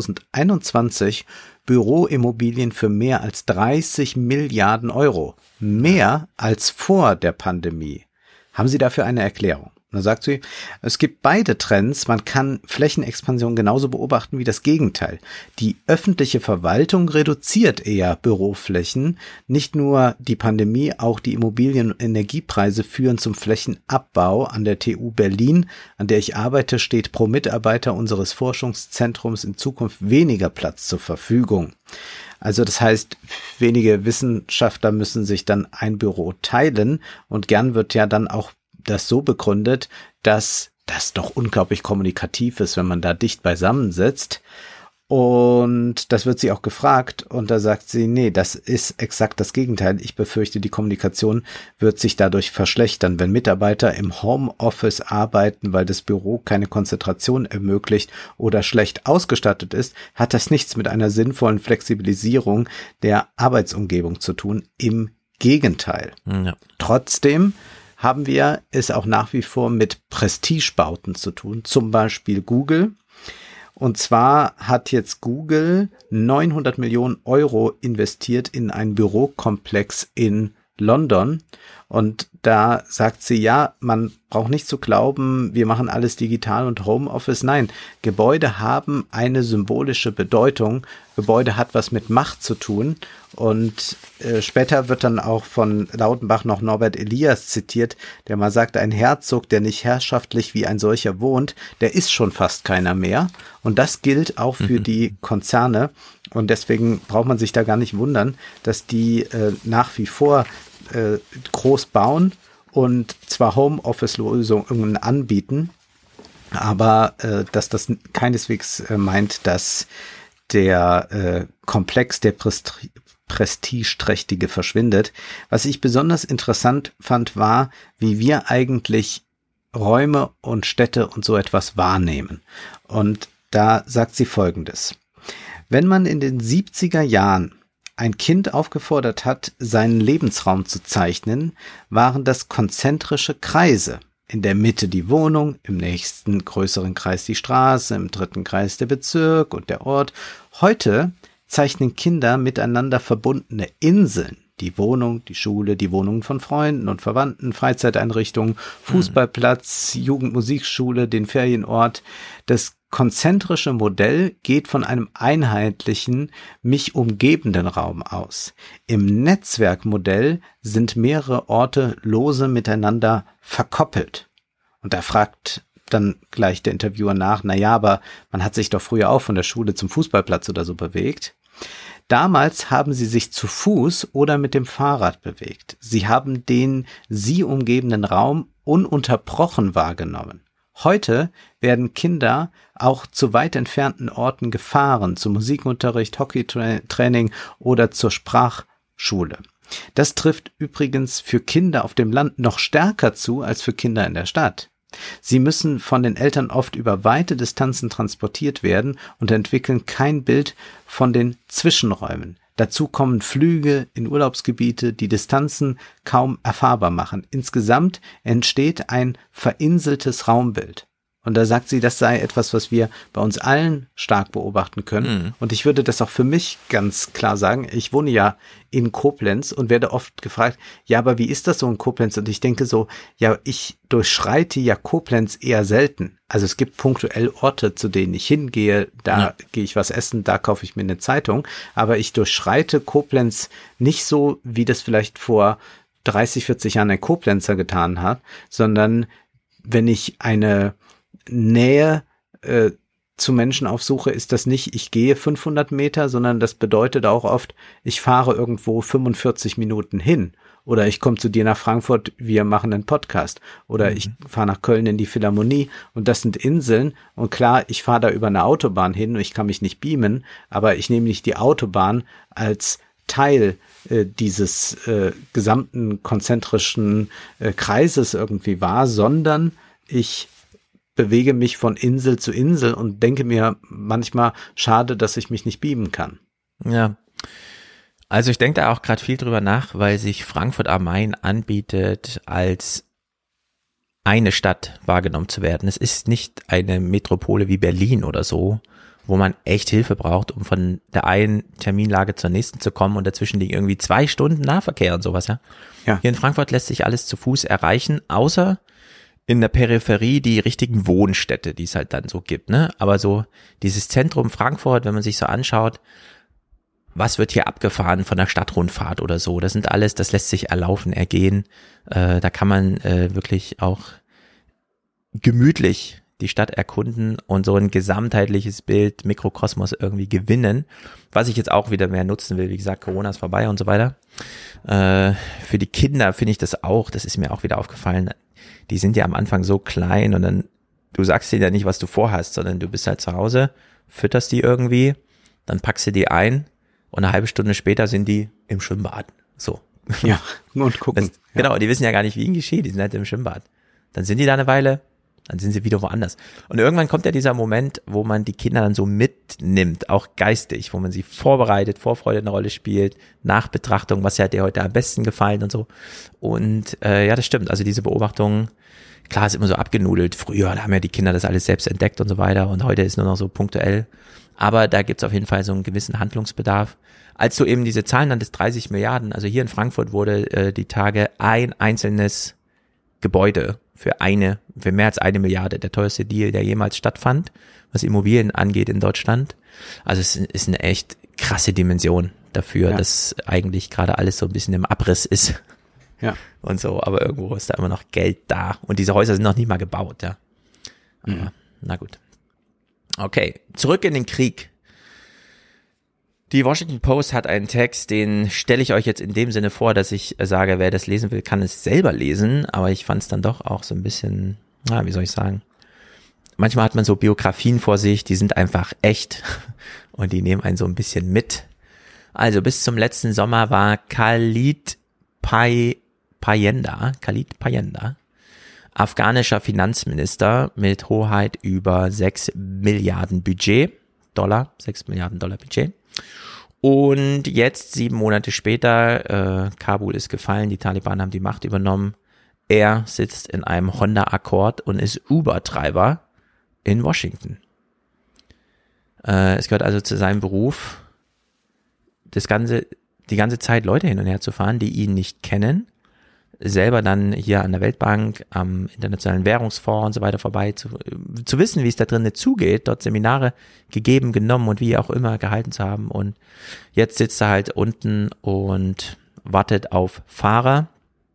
2021 Büroimmobilien für mehr als 30 Milliarden Euro. Mehr als vor der Pandemie. Haben Sie dafür eine Erklärung? Da sagt sie, es gibt beide Trends, man kann Flächenexpansion genauso beobachten wie das Gegenteil. Die öffentliche Verwaltung reduziert eher Büroflächen, nicht nur die Pandemie, auch die Immobilien- und Energiepreise führen zum Flächenabbau. An der TU Berlin, an der ich arbeite, steht pro Mitarbeiter unseres Forschungszentrums in Zukunft weniger Platz zur Verfügung. Also das heißt, wenige Wissenschaftler müssen sich dann ein Büro teilen und gern wird ja dann auch das so begründet, dass das doch unglaublich kommunikativ ist, wenn man da dicht beisammen sitzt. Und das wird sie auch gefragt und da sagt sie, nee, das ist exakt das Gegenteil. Ich befürchte, die Kommunikation wird sich dadurch verschlechtern. Wenn Mitarbeiter im Homeoffice arbeiten, weil das Büro keine Konzentration ermöglicht oder schlecht ausgestattet ist, hat das nichts mit einer sinnvollen Flexibilisierung der Arbeitsumgebung zu tun. Im Gegenteil. Ja. Trotzdem haben wir es auch nach wie vor mit Prestigebauten zu tun, zum Beispiel Google. Und zwar hat jetzt Google 900 Millionen Euro investiert in einen Bürokomplex in London. Und da sagt sie, ja, man braucht nicht zu glauben, wir machen alles digital und Homeoffice. Nein, Gebäude haben eine symbolische Bedeutung. Gebäude hat was mit Macht zu tun. Und später wird dann auch von Lautenbach noch Norbert Elias zitiert, der mal sagt, ein Herzog, der nicht herrschaftlich wie ein solcher wohnt, der ist schon fast keiner mehr. Und das gilt auch für die Konzerne. Und deswegen braucht man sich da gar nicht wundern, dass die nach wie vor groß bauen und zwar Homeoffice-Lösungen anbieten, aber dass das keineswegs meint, dass der Komplex, der prestigeträchtige verschwindet. Was ich besonders interessant fand, war, wie wir eigentlich Räume und Städte und so etwas wahrnehmen. Und da sagt sie Folgendes. Wenn man in den 70er Jahren ein Kind aufgefordert hat, seinen Lebensraum zu zeichnen, waren das konzentrische Kreise. In der Mitte die Wohnung, im nächsten größeren Kreis die Straße, im dritten Kreis der Bezirk und der Ort. Heute zeichnen Kinder miteinander verbundene Inseln. Die Wohnung, die Schule, die Wohnungen von Freunden und Verwandten, Freizeiteinrichtungen, Fußballplatz, Jugendmusikschule, den Ferienort. Das konzentrische Modell geht von einem einheitlichen, mich umgebenden Raum aus. Im Netzwerkmodell sind mehrere Orte lose miteinander verkoppelt. Und da fragt dann gleich der Interviewer nach, naja, aber man hat sich doch früher auch von der Schule zum Fußballplatz oder so bewegt. Damals haben sie sich zu Fuß oder mit dem Fahrrad bewegt. Sie haben den sie umgebenden Raum ununterbrochen wahrgenommen. Heute werden Kinder auch zu weit entfernten Orten gefahren, zum Musikunterricht, Hockeytraining oder zur Sprachschule. Das trifft übrigens für Kinder auf dem Land noch stärker zu als für Kinder in der Stadt. Sie müssen von den Eltern oft über weite Distanzen transportiert werden und entwickeln kein Bild von den Zwischenräumen. Dazu kommen Flüge in Urlaubsgebiete, die Distanzen kaum erfahrbar machen. Insgesamt entsteht ein verinseltes Raumbild. Und da sagt sie, das sei etwas, was wir bei uns allen stark beobachten können. Und ich würde das auch für mich ganz klar sagen. Ich wohne ja in Koblenz und werde oft gefragt, ja, aber wie ist das so in Koblenz? Und ich denke so, ja, ich durchschreite ja Koblenz eher selten. Also es gibt punktuell Orte, zu denen ich hingehe, da gehe ich was essen, da kaufe ich mir eine Zeitung. Aber ich durchschreite Koblenz nicht so, wie das vielleicht vor 30, 40 Jahren ein Koblenzer getan hat, sondern wenn ich eine Nähe zu Menschen aufsuche, ist das nicht, ich gehe 500 Meter, sondern das bedeutet auch oft, ich fahre irgendwo 45 Minuten hin oder ich komme zu dir nach Frankfurt, wir machen einen Podcast oder ich fahre nach Köln in die Philharmonie und das sind Inseln und klar, ich fahre da über eine Autobahn hin und ich kann mich nicht beamen, aber ich nehme nicht die Autobahn als Teil dieses gesamten konzentrischen Kreises irgendwie wahr, sondern ich bewege mich von Insel zu Insel und denke mir manchmal, schade, dass ich mich nicht beamen kann. Ja, also ich denke da auch gerade viel drüber nach, weil sich Frankfurt am Main anbietet, als eine Stadt wahrgenommen zu werden. Es ist nicht eine Metropole wie Berlin oder so, wo man echt Hilfe braucht, um von der einen Terminlage zur nächsten zu kommen und dazwischen liegen irgendwie 2 Stunden Nahverkehr und sowas, ja. Hier in Frankfurt lässt sich alles zu Fuß erreichen, außer in der Peripherie die richtigen Wohnstädte, die es halt dann so gibt, ne? Aber so dieses Zentrum Frankfurt, wenn man sich so anschaut, was wird hier abgefahren von der Stadtrundfahrt oder so, das sind alles, das lässt sich ergehen. Da kann man wirklich auch gemütlich die Stadt erkunden und so ein gesamtheitliches Bild, Mikrokosmos irgendwie gewinnen, was ich jetzt auch wieder mehr nutzen will. Wie gesagt, Corona ist vorbei und so weiter. Für die Kinder finde ich das auch, das ist mir auch wieder aufgefallen, die sind ja am Anfang so klein und dann du sagst dir ja nicht, was du vorhast, sondern du bist halt zu Hause, fütterst die irgendwie, dann packst du die ein und eine halbe Stunde später sind die im Schwimmbad. So. Ja, und gucken. Genau, die wissen ja gar nicht, wie ihnen geschieht, die sind halt im Schwimmbad. Dann sind die da eine Weile, dann sind sie wieder woanders. Und irgendwann kommt ja dieser Moment, wo man die Kinder dann so mitnimmt, auch geistig, wo man sie vorbereitet, Vorfreude eine Rolle spielt, Nachbetrachtung, was hat dir heute am besten gefallen und so. Und ja, das stimmt, also diese Beobachtung, klar, ist immer so abgenudelt. Früher, da haben ja die Kinder das alles selbst entdeckt und so weiter und heute ist nur noch so punktuell. Aber da gibt's auf jeden Fall so einen gewissen Handlungsbedarf. Als du eben diese Zahlen nanntest, 30 Milliarden, also hier in Frankfurt wurde die Tage ein einzelnes Gebäude für mehr als 1 Milliarde, der teuerste Deal, der jemals stattfand, was Immobilien angeht in Deutschland. Also es ist eine echt krasse Dimension dafür, dass eigentlich gerade alles so ein bisschen im Abriss ist. Ja. Und so, aber irgendwo ist da immer noch Geld da. Und diese Häuser sind noch nicht mal gebaut, ja. Aber, na gut. Okay, zurück in den Krieg. Die Washington Post hat einen Text, den stelle ich euch jetzt in dem Sinne vor, dass ich sage, wer das lesen will, kann es selber lesen, aber ich fand es dann doch auch so ein bisschen, wie soll ich sagen, manchmal hat man so Biografien vor sich, die sind einfach echt und die nehmen einen so ein bisschen mit. Also bis zum letzten Sommer war Khalid Payenda, afghanischer Finanzminister mit Hoheit über 6 Milliarden Dollar Budget. Und jetzt, 7 Monate später, Kabul ist gefallen, die Taliban haben die Macht übernommen. Er sitzt in einem Honda Accord und ist Uber-Treiber in Washington. Es gehört also zu seinem Beruf, die ganze Zeit Leute hin und her zu fahren, die ihn nicht kennen, selber dann hier an der Weltbank, am Internationalen Währungsfonds und so weiter vorbei, zu wissen, wie es da drinnen zugeht, dort Seminare gegeben, genommen und wie auch immer gehalten zu haben. Und jetzt sitzt er halt unten und wartet auf Fahrer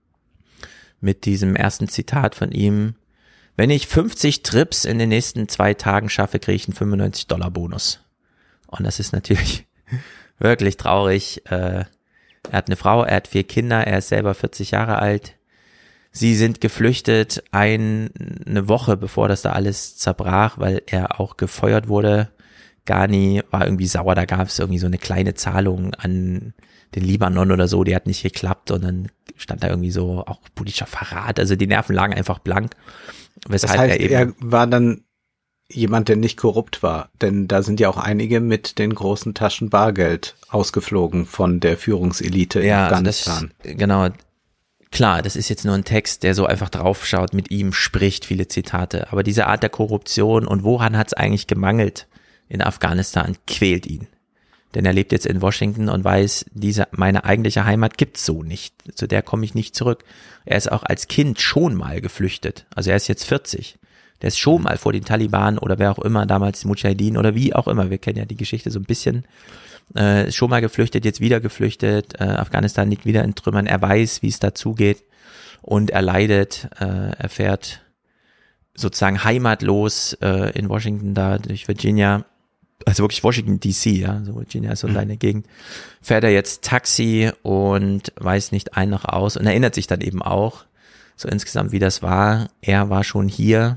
mit diesem ersten Zitat von ihm: Wenn ich 50 Trips in den nächsten 2 Tagen schaffe, kriege ich einen $95 Bonus. Und das ist natürlich wirklich traurig. Er hat eine Frau, er hat 4 Kinder, er ist selber 40 Jahre alt. Sie sind geflüchtet eine Woche, bevor das da alles zerbrach, weil er auch gefeuert wurde. Ghani war irgendwie sauer, da gab es irgendwie so eine kleine Zahlung an den Libanon oder so, die hat nicht geklappt und dann stand da irgendwie so auch politischer Verrat. Also die Nerven lagen einfach blank. Weshalb das heißt, er war dann jemand, der nicht korrupt war, denn da sind ja auch einige mit den großen Taschen Bargeld ausgeflogen von der Führungselite in Afghanistan. Also genau, klar, das ist jetzt nur ein Text, der so einfach draufschaut, mit ihm spricht, viele Zitate, aber diese Art der Korruption und woran hat es eigentlich gemangelt in Afghanistan, quält ihn. Denn er lebt jetzt in Washington und weiß, meine eigentliche Heimat gibt's so nicht, zu der komme ich nicht zurück. Er ist auch als Kind schon mal geflüchtet, also er ist jetzt 40. Der ist schon mal vor den Taliban oder wer auch immer, damals die Mujahideen oder wie auch immer, wir kennen ja die Geschichte so ein bisschen, schon mal geflüchtet, jetzt wieder geflüchtet, Afghanistan liegt wieder in Trümmern, er weiß, wie es dazugeht und er leidet, er fährt sozusagen heimatlos in Washington da durch Virginia, also wirklich Washington DC, ja, so Virginia ist so deine Gegend, fährt er jetzt Taxi und weiß nicht ein noch aus und erinnert sich dann eben auch so insgesamt, wie das war. Er war schon hier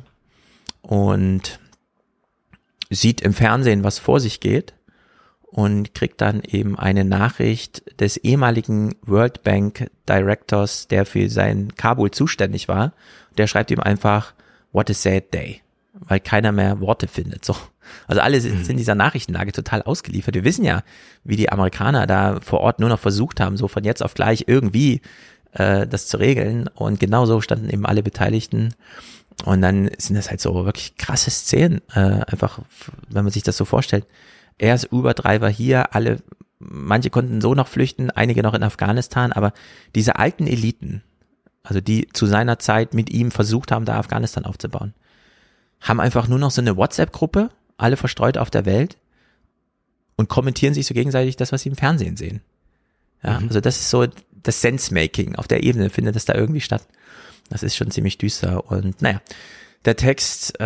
und sieht im Fernsehen, was vor sich geht und kriegt dann eben eine Nachricht des ehemaligen World Bank Directors, der für sein Kabul zuständig war. Der schreibt ihm einfach, what a sad day, weil keiner mehr Worte findet. So. Also alle sind in dieser Nachrichtenlage total ausgeliefert. Wir wissen ja, wie die Amerikaner da vor Ort nur noch versucht haben, so von jetzt auf gleich irgendwie das zu regeln. Und genauso standen eben alle Beteiligten. Und dann sind das halt so wirklich krasse Szenen, einfach, wenn man sich das so vorstellt. Er ist Uber-Driver hier, manche konnten so noch flüchten, einige noch in Afghanistan, aber diese alten Eliten, also die zu seiner Zeit mit ihm versucht haben, da Afghanistan aufzubauen, haben einfach nur noch so eine WhatsApp-Gruppe, alle verstreut auf der Welt und kommentieren sich so gegenseitig das, was sie im Fernsehen sehen. Ja, also das ist so das Sense-Making, auf der Ebene findet das da irgendwie statt. Das ist schon ziemlich düster und naja, der Text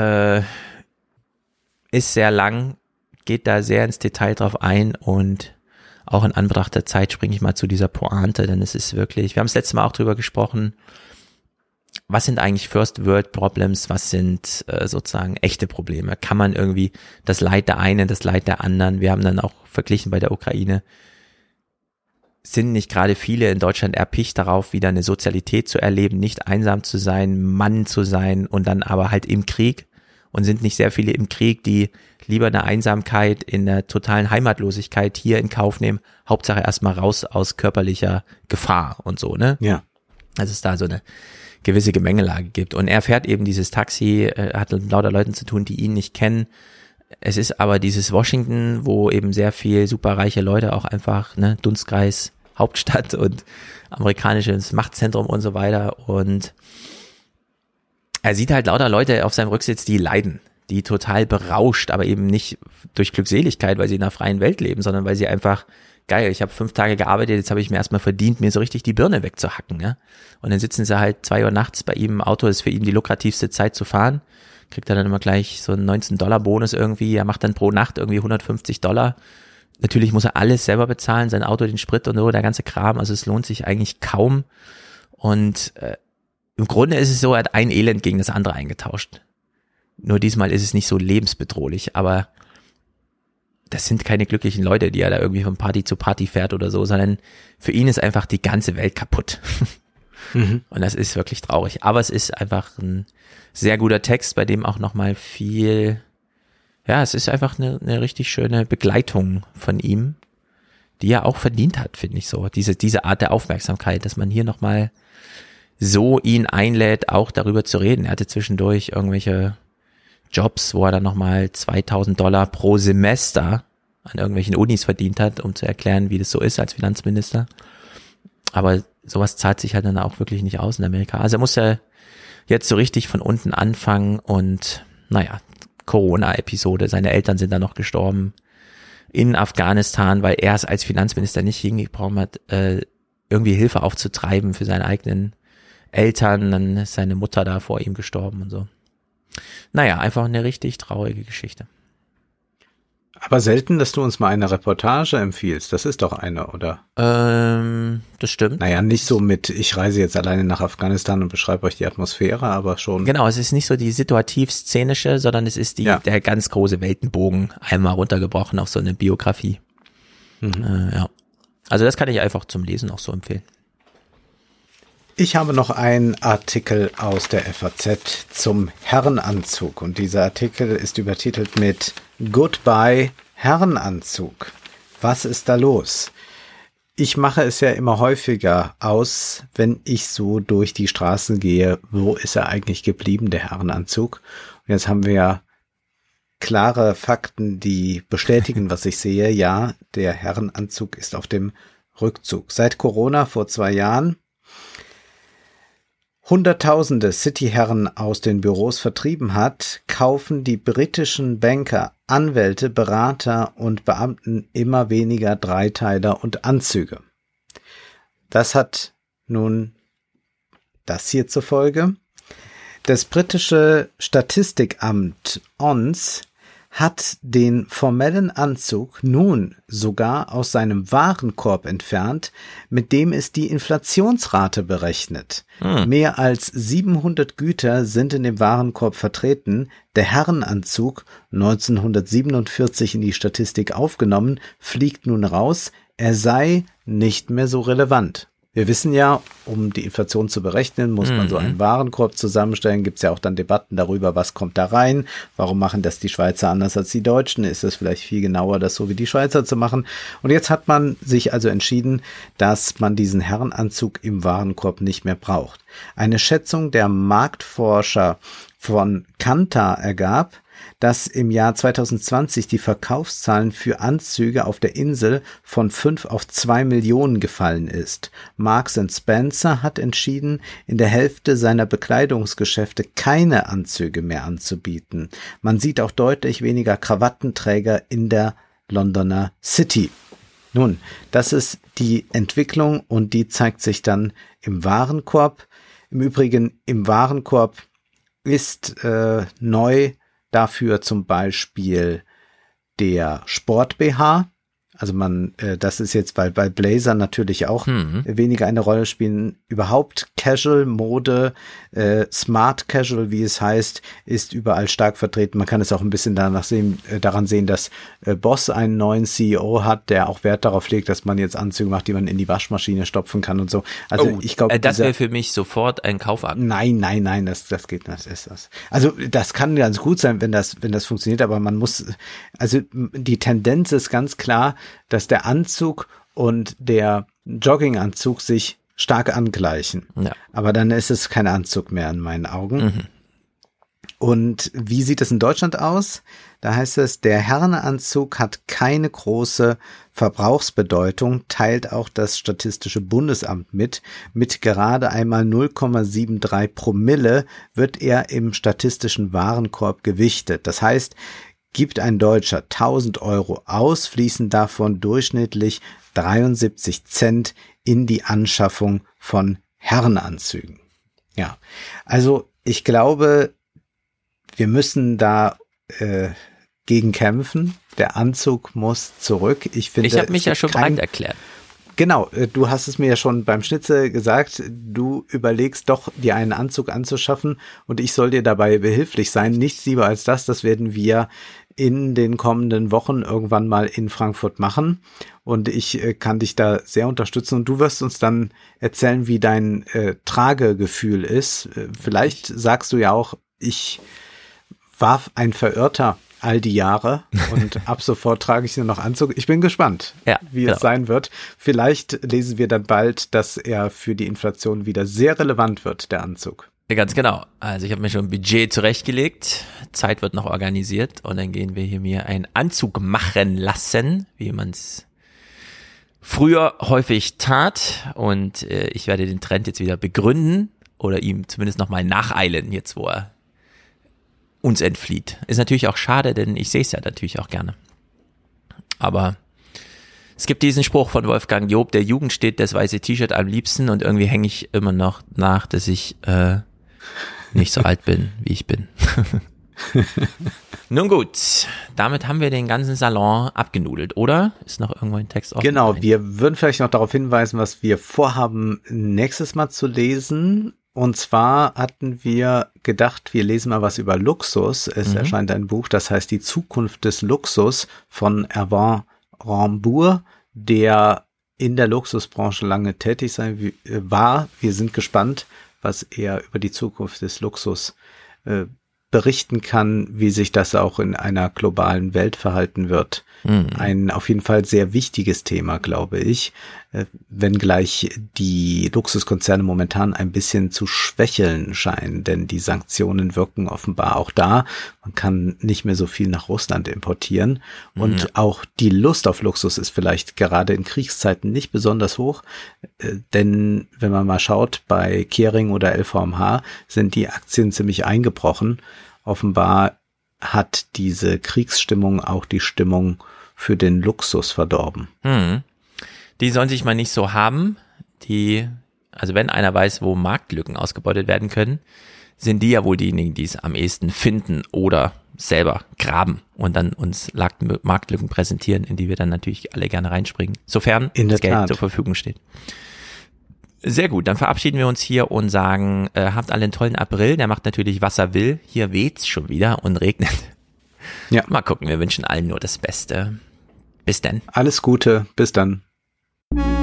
ist sehr lang, geht da sehr ins Detail drauf ein und auch in Anbetracht der Zeit springe ich mal zu dieser Pointe, denn es ist wirklich, wir haben das letzte Mal auch drüber gesprochen, was sind eigentlich First World Problems, was sind sozusagen echte Probleme? Kann man irgendwie das Leid der einen, das Leid der anderen, wir haben dann auch verglichen bei der Ukraine, sind nicht gerade viele in Deutschland erpicht darauf, wieder eine Sozialität zu erleben, nicht einsam zu sein, Mann zu sein und dann aber halt im Krieg, und sind nicht sehr viele im Krieg, die lieber eine Einsamkeit in der totalen Heimatlosigkeit hier in Kauf nehmen, Hauptsache erstmal raus aus körperlicher Gefahr und so, ne? Ja. Dass es da so eine gewisse Gemengelage gibt. Und er fährt eben dieses Taxi, hat mit lauter Leuten zu tun, die ihn nicht kennen. Es ist aber dieses Washington, wo eben sehr viel superreiche Leute auch einfach, ne, Dunstkreis, Hauptstadt und amerikanisches Machtzentrum und so weiter. Und er sieht halt lauter Leute auf seinem Rücksitz, die leiden, die total berauscht, aber eben nicht durch Glückseligkeit, weil sie in einer freien Welt leben, sondern weil sie einfach, geil, ich habe 5 Tage gearbeitet, jetzt habe ich mir erstmal verdient, mir so richtig die Birne wegzuhacken. Ja? Und dann sitzen sie halt 2 Uhr nachts bei ihm im Auto, ist für ihn die lukrativste Zeit zu fahren, kriegt er dann immer gleich so einen $19 Irgendwie, er macht dann pro Nacht irgendwie $150. Natürlich muss er alles selber bezahlen, sein Auto, den Sprit und so, der ganze Kram, also es lohnt sich eigentlich kaum. Und im Grunde ist es so, er hat ein Elend gegen das andere eingetauscht. Nur diesmal ist es nicht so lebensbedrohlich, aber das sind keine glücklichen Leute, die er da irgendwie von Party zu Party fährt oder so, sondern für ihn ist einfach die ganze Welt kaputt. Und das ist wirklich traurig. Aber es ist einfach ein sehr guter Text, bei dem auch nochmal viel, ja, es ist einfach eine richtig schöne Begleitung von ihm, die er auch verdient hat, finde ich so. Diese Art der Aufmerksamkeit, dass man hier nochmal so ihn einlädt, auch darüber zu reden. Er hatte zwischendurch irgendwelche Jobs, wo er dann nochmal $2.000 pro Semester an irgendwelchen Unis verdient hat, um zu erklären, wie das so ist als Finanzminister. Aber sowas zahlt sich halt dann auch wirklich nicht aus in Amerika. Also er muss ja jetzt so richtig von unten anfangen und naja, Corona-Episode, seine Eltern sind dann noch gestorben in Afghanistan, weil er es als Finanzminister nicht hingekommen hat, irgendwie Hilfe aufzutreiben für seine eigenen Eltern, dann ist seine Mutter da vor ihm gestorben und so. Naja, einfach eine richtig traurige Geschichte. Aber selten, dass du uns mal eine Reportage empfiehlst. Das ist doch eine, oder? Das stimmt. Naja, nicht so mit, ich reise jetzt alleine nach Afghanistan und beschreibe euch die Atmosphäre, aber schon. Genau, es ist nicht so die situativ-szenische, sondern es ist der ganz große Weltenbogen einmal runtergebrochen auf so eine Biografie. Ja. Also das kann ich einfach zum Lesen auch so empfehlen. Ich habe noch einen Artikel aus der FAZ zum Herrenanzug und dieser Artikel ist übertitelt mit Goodbye Herrenanzug. Was ist da los? Ich mache es ja immer häufiger aus, wenn ich so durch die Straßen gehe, wo ist er eigentlich geblieben, der Herrenanzug? Und jetzt haben wir ja klare Fakten, die bestätigen, was ich sehe. Ja, der Herrenanzug ist auf dem Rückzug. Seit Corona vor 2 Jahren Hunderttausende Cityherren aus den Büros vertrieben hat, kaufen die britischen Banker, Anwälte, Berater und Beamten immer weniger Dreiteiler und Anzüge. Das hat nun das hier zur Folge. Das britische Statistikamt ONS hat den formellen Anzug nun sogar aus seinem Warenkorb entfernt, mit dem es die Inflationsrate berechnet. Mehr als 700 Güter sind in dem Warenkorb vertreten. Der Herrenanzug, 1947 in die Statistik aufgenommen, fliegt nun raus. Er sei nicht mehr so relevant. Wir wissen ja, um die Inflation zu berechnen, muss man so einen Warenkorb zusammenstellen. Gibt es ja auch dann Debatten darüber, was kommt da rein? Warum machen das die Schweizer anders als die Deutschen? Ist es vielleicht viel genauer, das so wie die Schweizer zu machen? Und jetzt hat man sich also entschieden, dass man diesen Herrenanzug im Warenkorb nicht mehr braucht. Eine Schätzung der Marktforscher von Kantar ergab, dass im Jahr 2020 die Verkaufszahlen für Anzüge auf der Insel von 5 auf 2 Millionen gefallen ist. Marks & Spencer hat entschieden, in der Hälfte seiner Bekleidungsgeschäfte keine Anzüge mehr anzubieten. Man sieht auch deutlich weniger Krawattenträger in der Londoner City. Nun, das ist die Entwicklung und die zeigt sich dann im Warenkorb. Im Übrigen, im Warenkorb ist neu dafür zum Beispiel der Sport-BH, Also das ist jetzt bei Blazern natürlich auch weniger eine Rolle spielen. Überhaupt Casual-Mode, Smart Casual, wie es heißt, ist überall stark vertreten. Man kann es auch ein bisschen daran sehen, dass Boss einen neuen CEO hat, der auch Wert darauf legt, dass man jetzt Anzüge macht, die man in die Waschmaschine stopfen kann und so. Also ich glaube, das wäre für mich sofort ein Kaufakt. Nein, das geht nicht. Also das kann ganz gut sein, wenn das funktioniert, aber also die Tendenz ist ganz klar, dass der Anzug und der Jogginganzug sich stark angleichen. Ja. Aber dann ist es kein Anzug mehr in meinen Augen. Und wie sieht es in Deutschland aus? Da heißt es, der Herrenanzug hat keine große Verbrauchsbedeutung, teilt auch das Statistische Bundesamt mit. Mit gerade einmal 0,73 Promille wird er im statistischen Warenkorb gewichtet. Das heißt, gibt ein Deutscher 1.000 Euro aus, fließen davon durchschnittlich 73 Cent in die Anschaffung von Herrenanzügen. Ja, also ich glaube, wir müssen da gegen kämpfen. Der Anzug muss zurück. Ich habe mich ja schon bereit erklärt. Genau, du hast es mir ja schon beim Schnitzel gesagt, du überlegst doch, dir einen Anzug anzuschaffen und ich soll dir dabei behilflich sein. Nichts lieber als das werden wir in den kommenden Wochen irgendwann mal in Frankfurt machen und ich kann dich da sehr unterstützen und du wirst uns dann erzählen, wie dein Tragegefühl ist. Vielleicht sagst du ja auch, ich war ein Verirrter all die Jahre und ab sofort trage ich nur noch Anzug. Ich bin gespannt, wie es sein wird. Vielleicht lesen wir dann bald, dass er für die Inflation wieder sehr relevant wird, der Anzug. Ja, ganz genau. Also ich habe mir schon ein Budget zurechtgelegt. Zeit wird noch organisiert und dann gehen wir hier mir einen Anzug machen lassen, wie man es früher häufig tat. Und ich werde den Trend jetzt wieder begründen oder ihm zumindest nochmal nacheilen, jetzt wo er uns entflieht. Ist natürlich auch schade, denn ich sehe es ja natürlich auch gerne. Aber es gibt diesen Spruch von Wolfgang Job, der Jugend steht das weiße T-Shirt am liebsten und irgendwie hänge ich immer noch nach, dass ich nicht so alt bin, wie ich bin. Nun gut, damit haben wir den ganzen Salon abgenudelt, oder? Ist noch irgendwo ein Text offen? Genau, wir würden vielleicht noch darauf hinweisen, was wir vorhaben, nächstes Mal zu lesen. Und zwar hatten wir gedacht, wir lesen mal was über Luxus. Es erscheint ein Buch, das heißt Die Zukunft des Luxus von Erwan Rambourg, der in der Luxusbranche lange tätig war. Wir sind gespannt, was er über die Zukunft des Luxus berichten kann, wie sich das auch in einer globalen Welt verhalten wird. Ein auf jeden Fall sehr wichtiges Thema, glaube ich, wenngleich die Luxuskonzerne momentan ein bisschen zu schwächeln scheinen, denn die Sanktionen wirken offenbar auch da. Man kann nicht mehr so viel nach Russland importieren und auch die Lust auf Luxus ist vielleicht gerade in Kriegszeiten nicht besonders hoch, denn wenn man mal schaut, bei Kering oder LVMH sind die Aktien ziemlich eingebrochen. Offenbar hat diese Kriegsstimmung auch die Stimmung für den Luxus verdorben. Die sollen sich mal nicht so haben. Also wenn einer weiß, wo Marktlücken ausgebeutet werden können, sind die ja wohl diejenigen, die es am ehesten finden oder selber graben und dann uns Marktlücken präsentieren, in die wir dann natürlich alle gerne reinspringen, sofern das Geld zur Verfügung steht. Sehr gut, dann verabschieden wir uns hier und sagen, habt alle einen tollen April, der macht natürlich, was er will. Hier weht's schon wieder und regnet. Ja. Mal gucken, wir wünschen allen nur das Beste. Bis dann. Alles Gute, bis dann.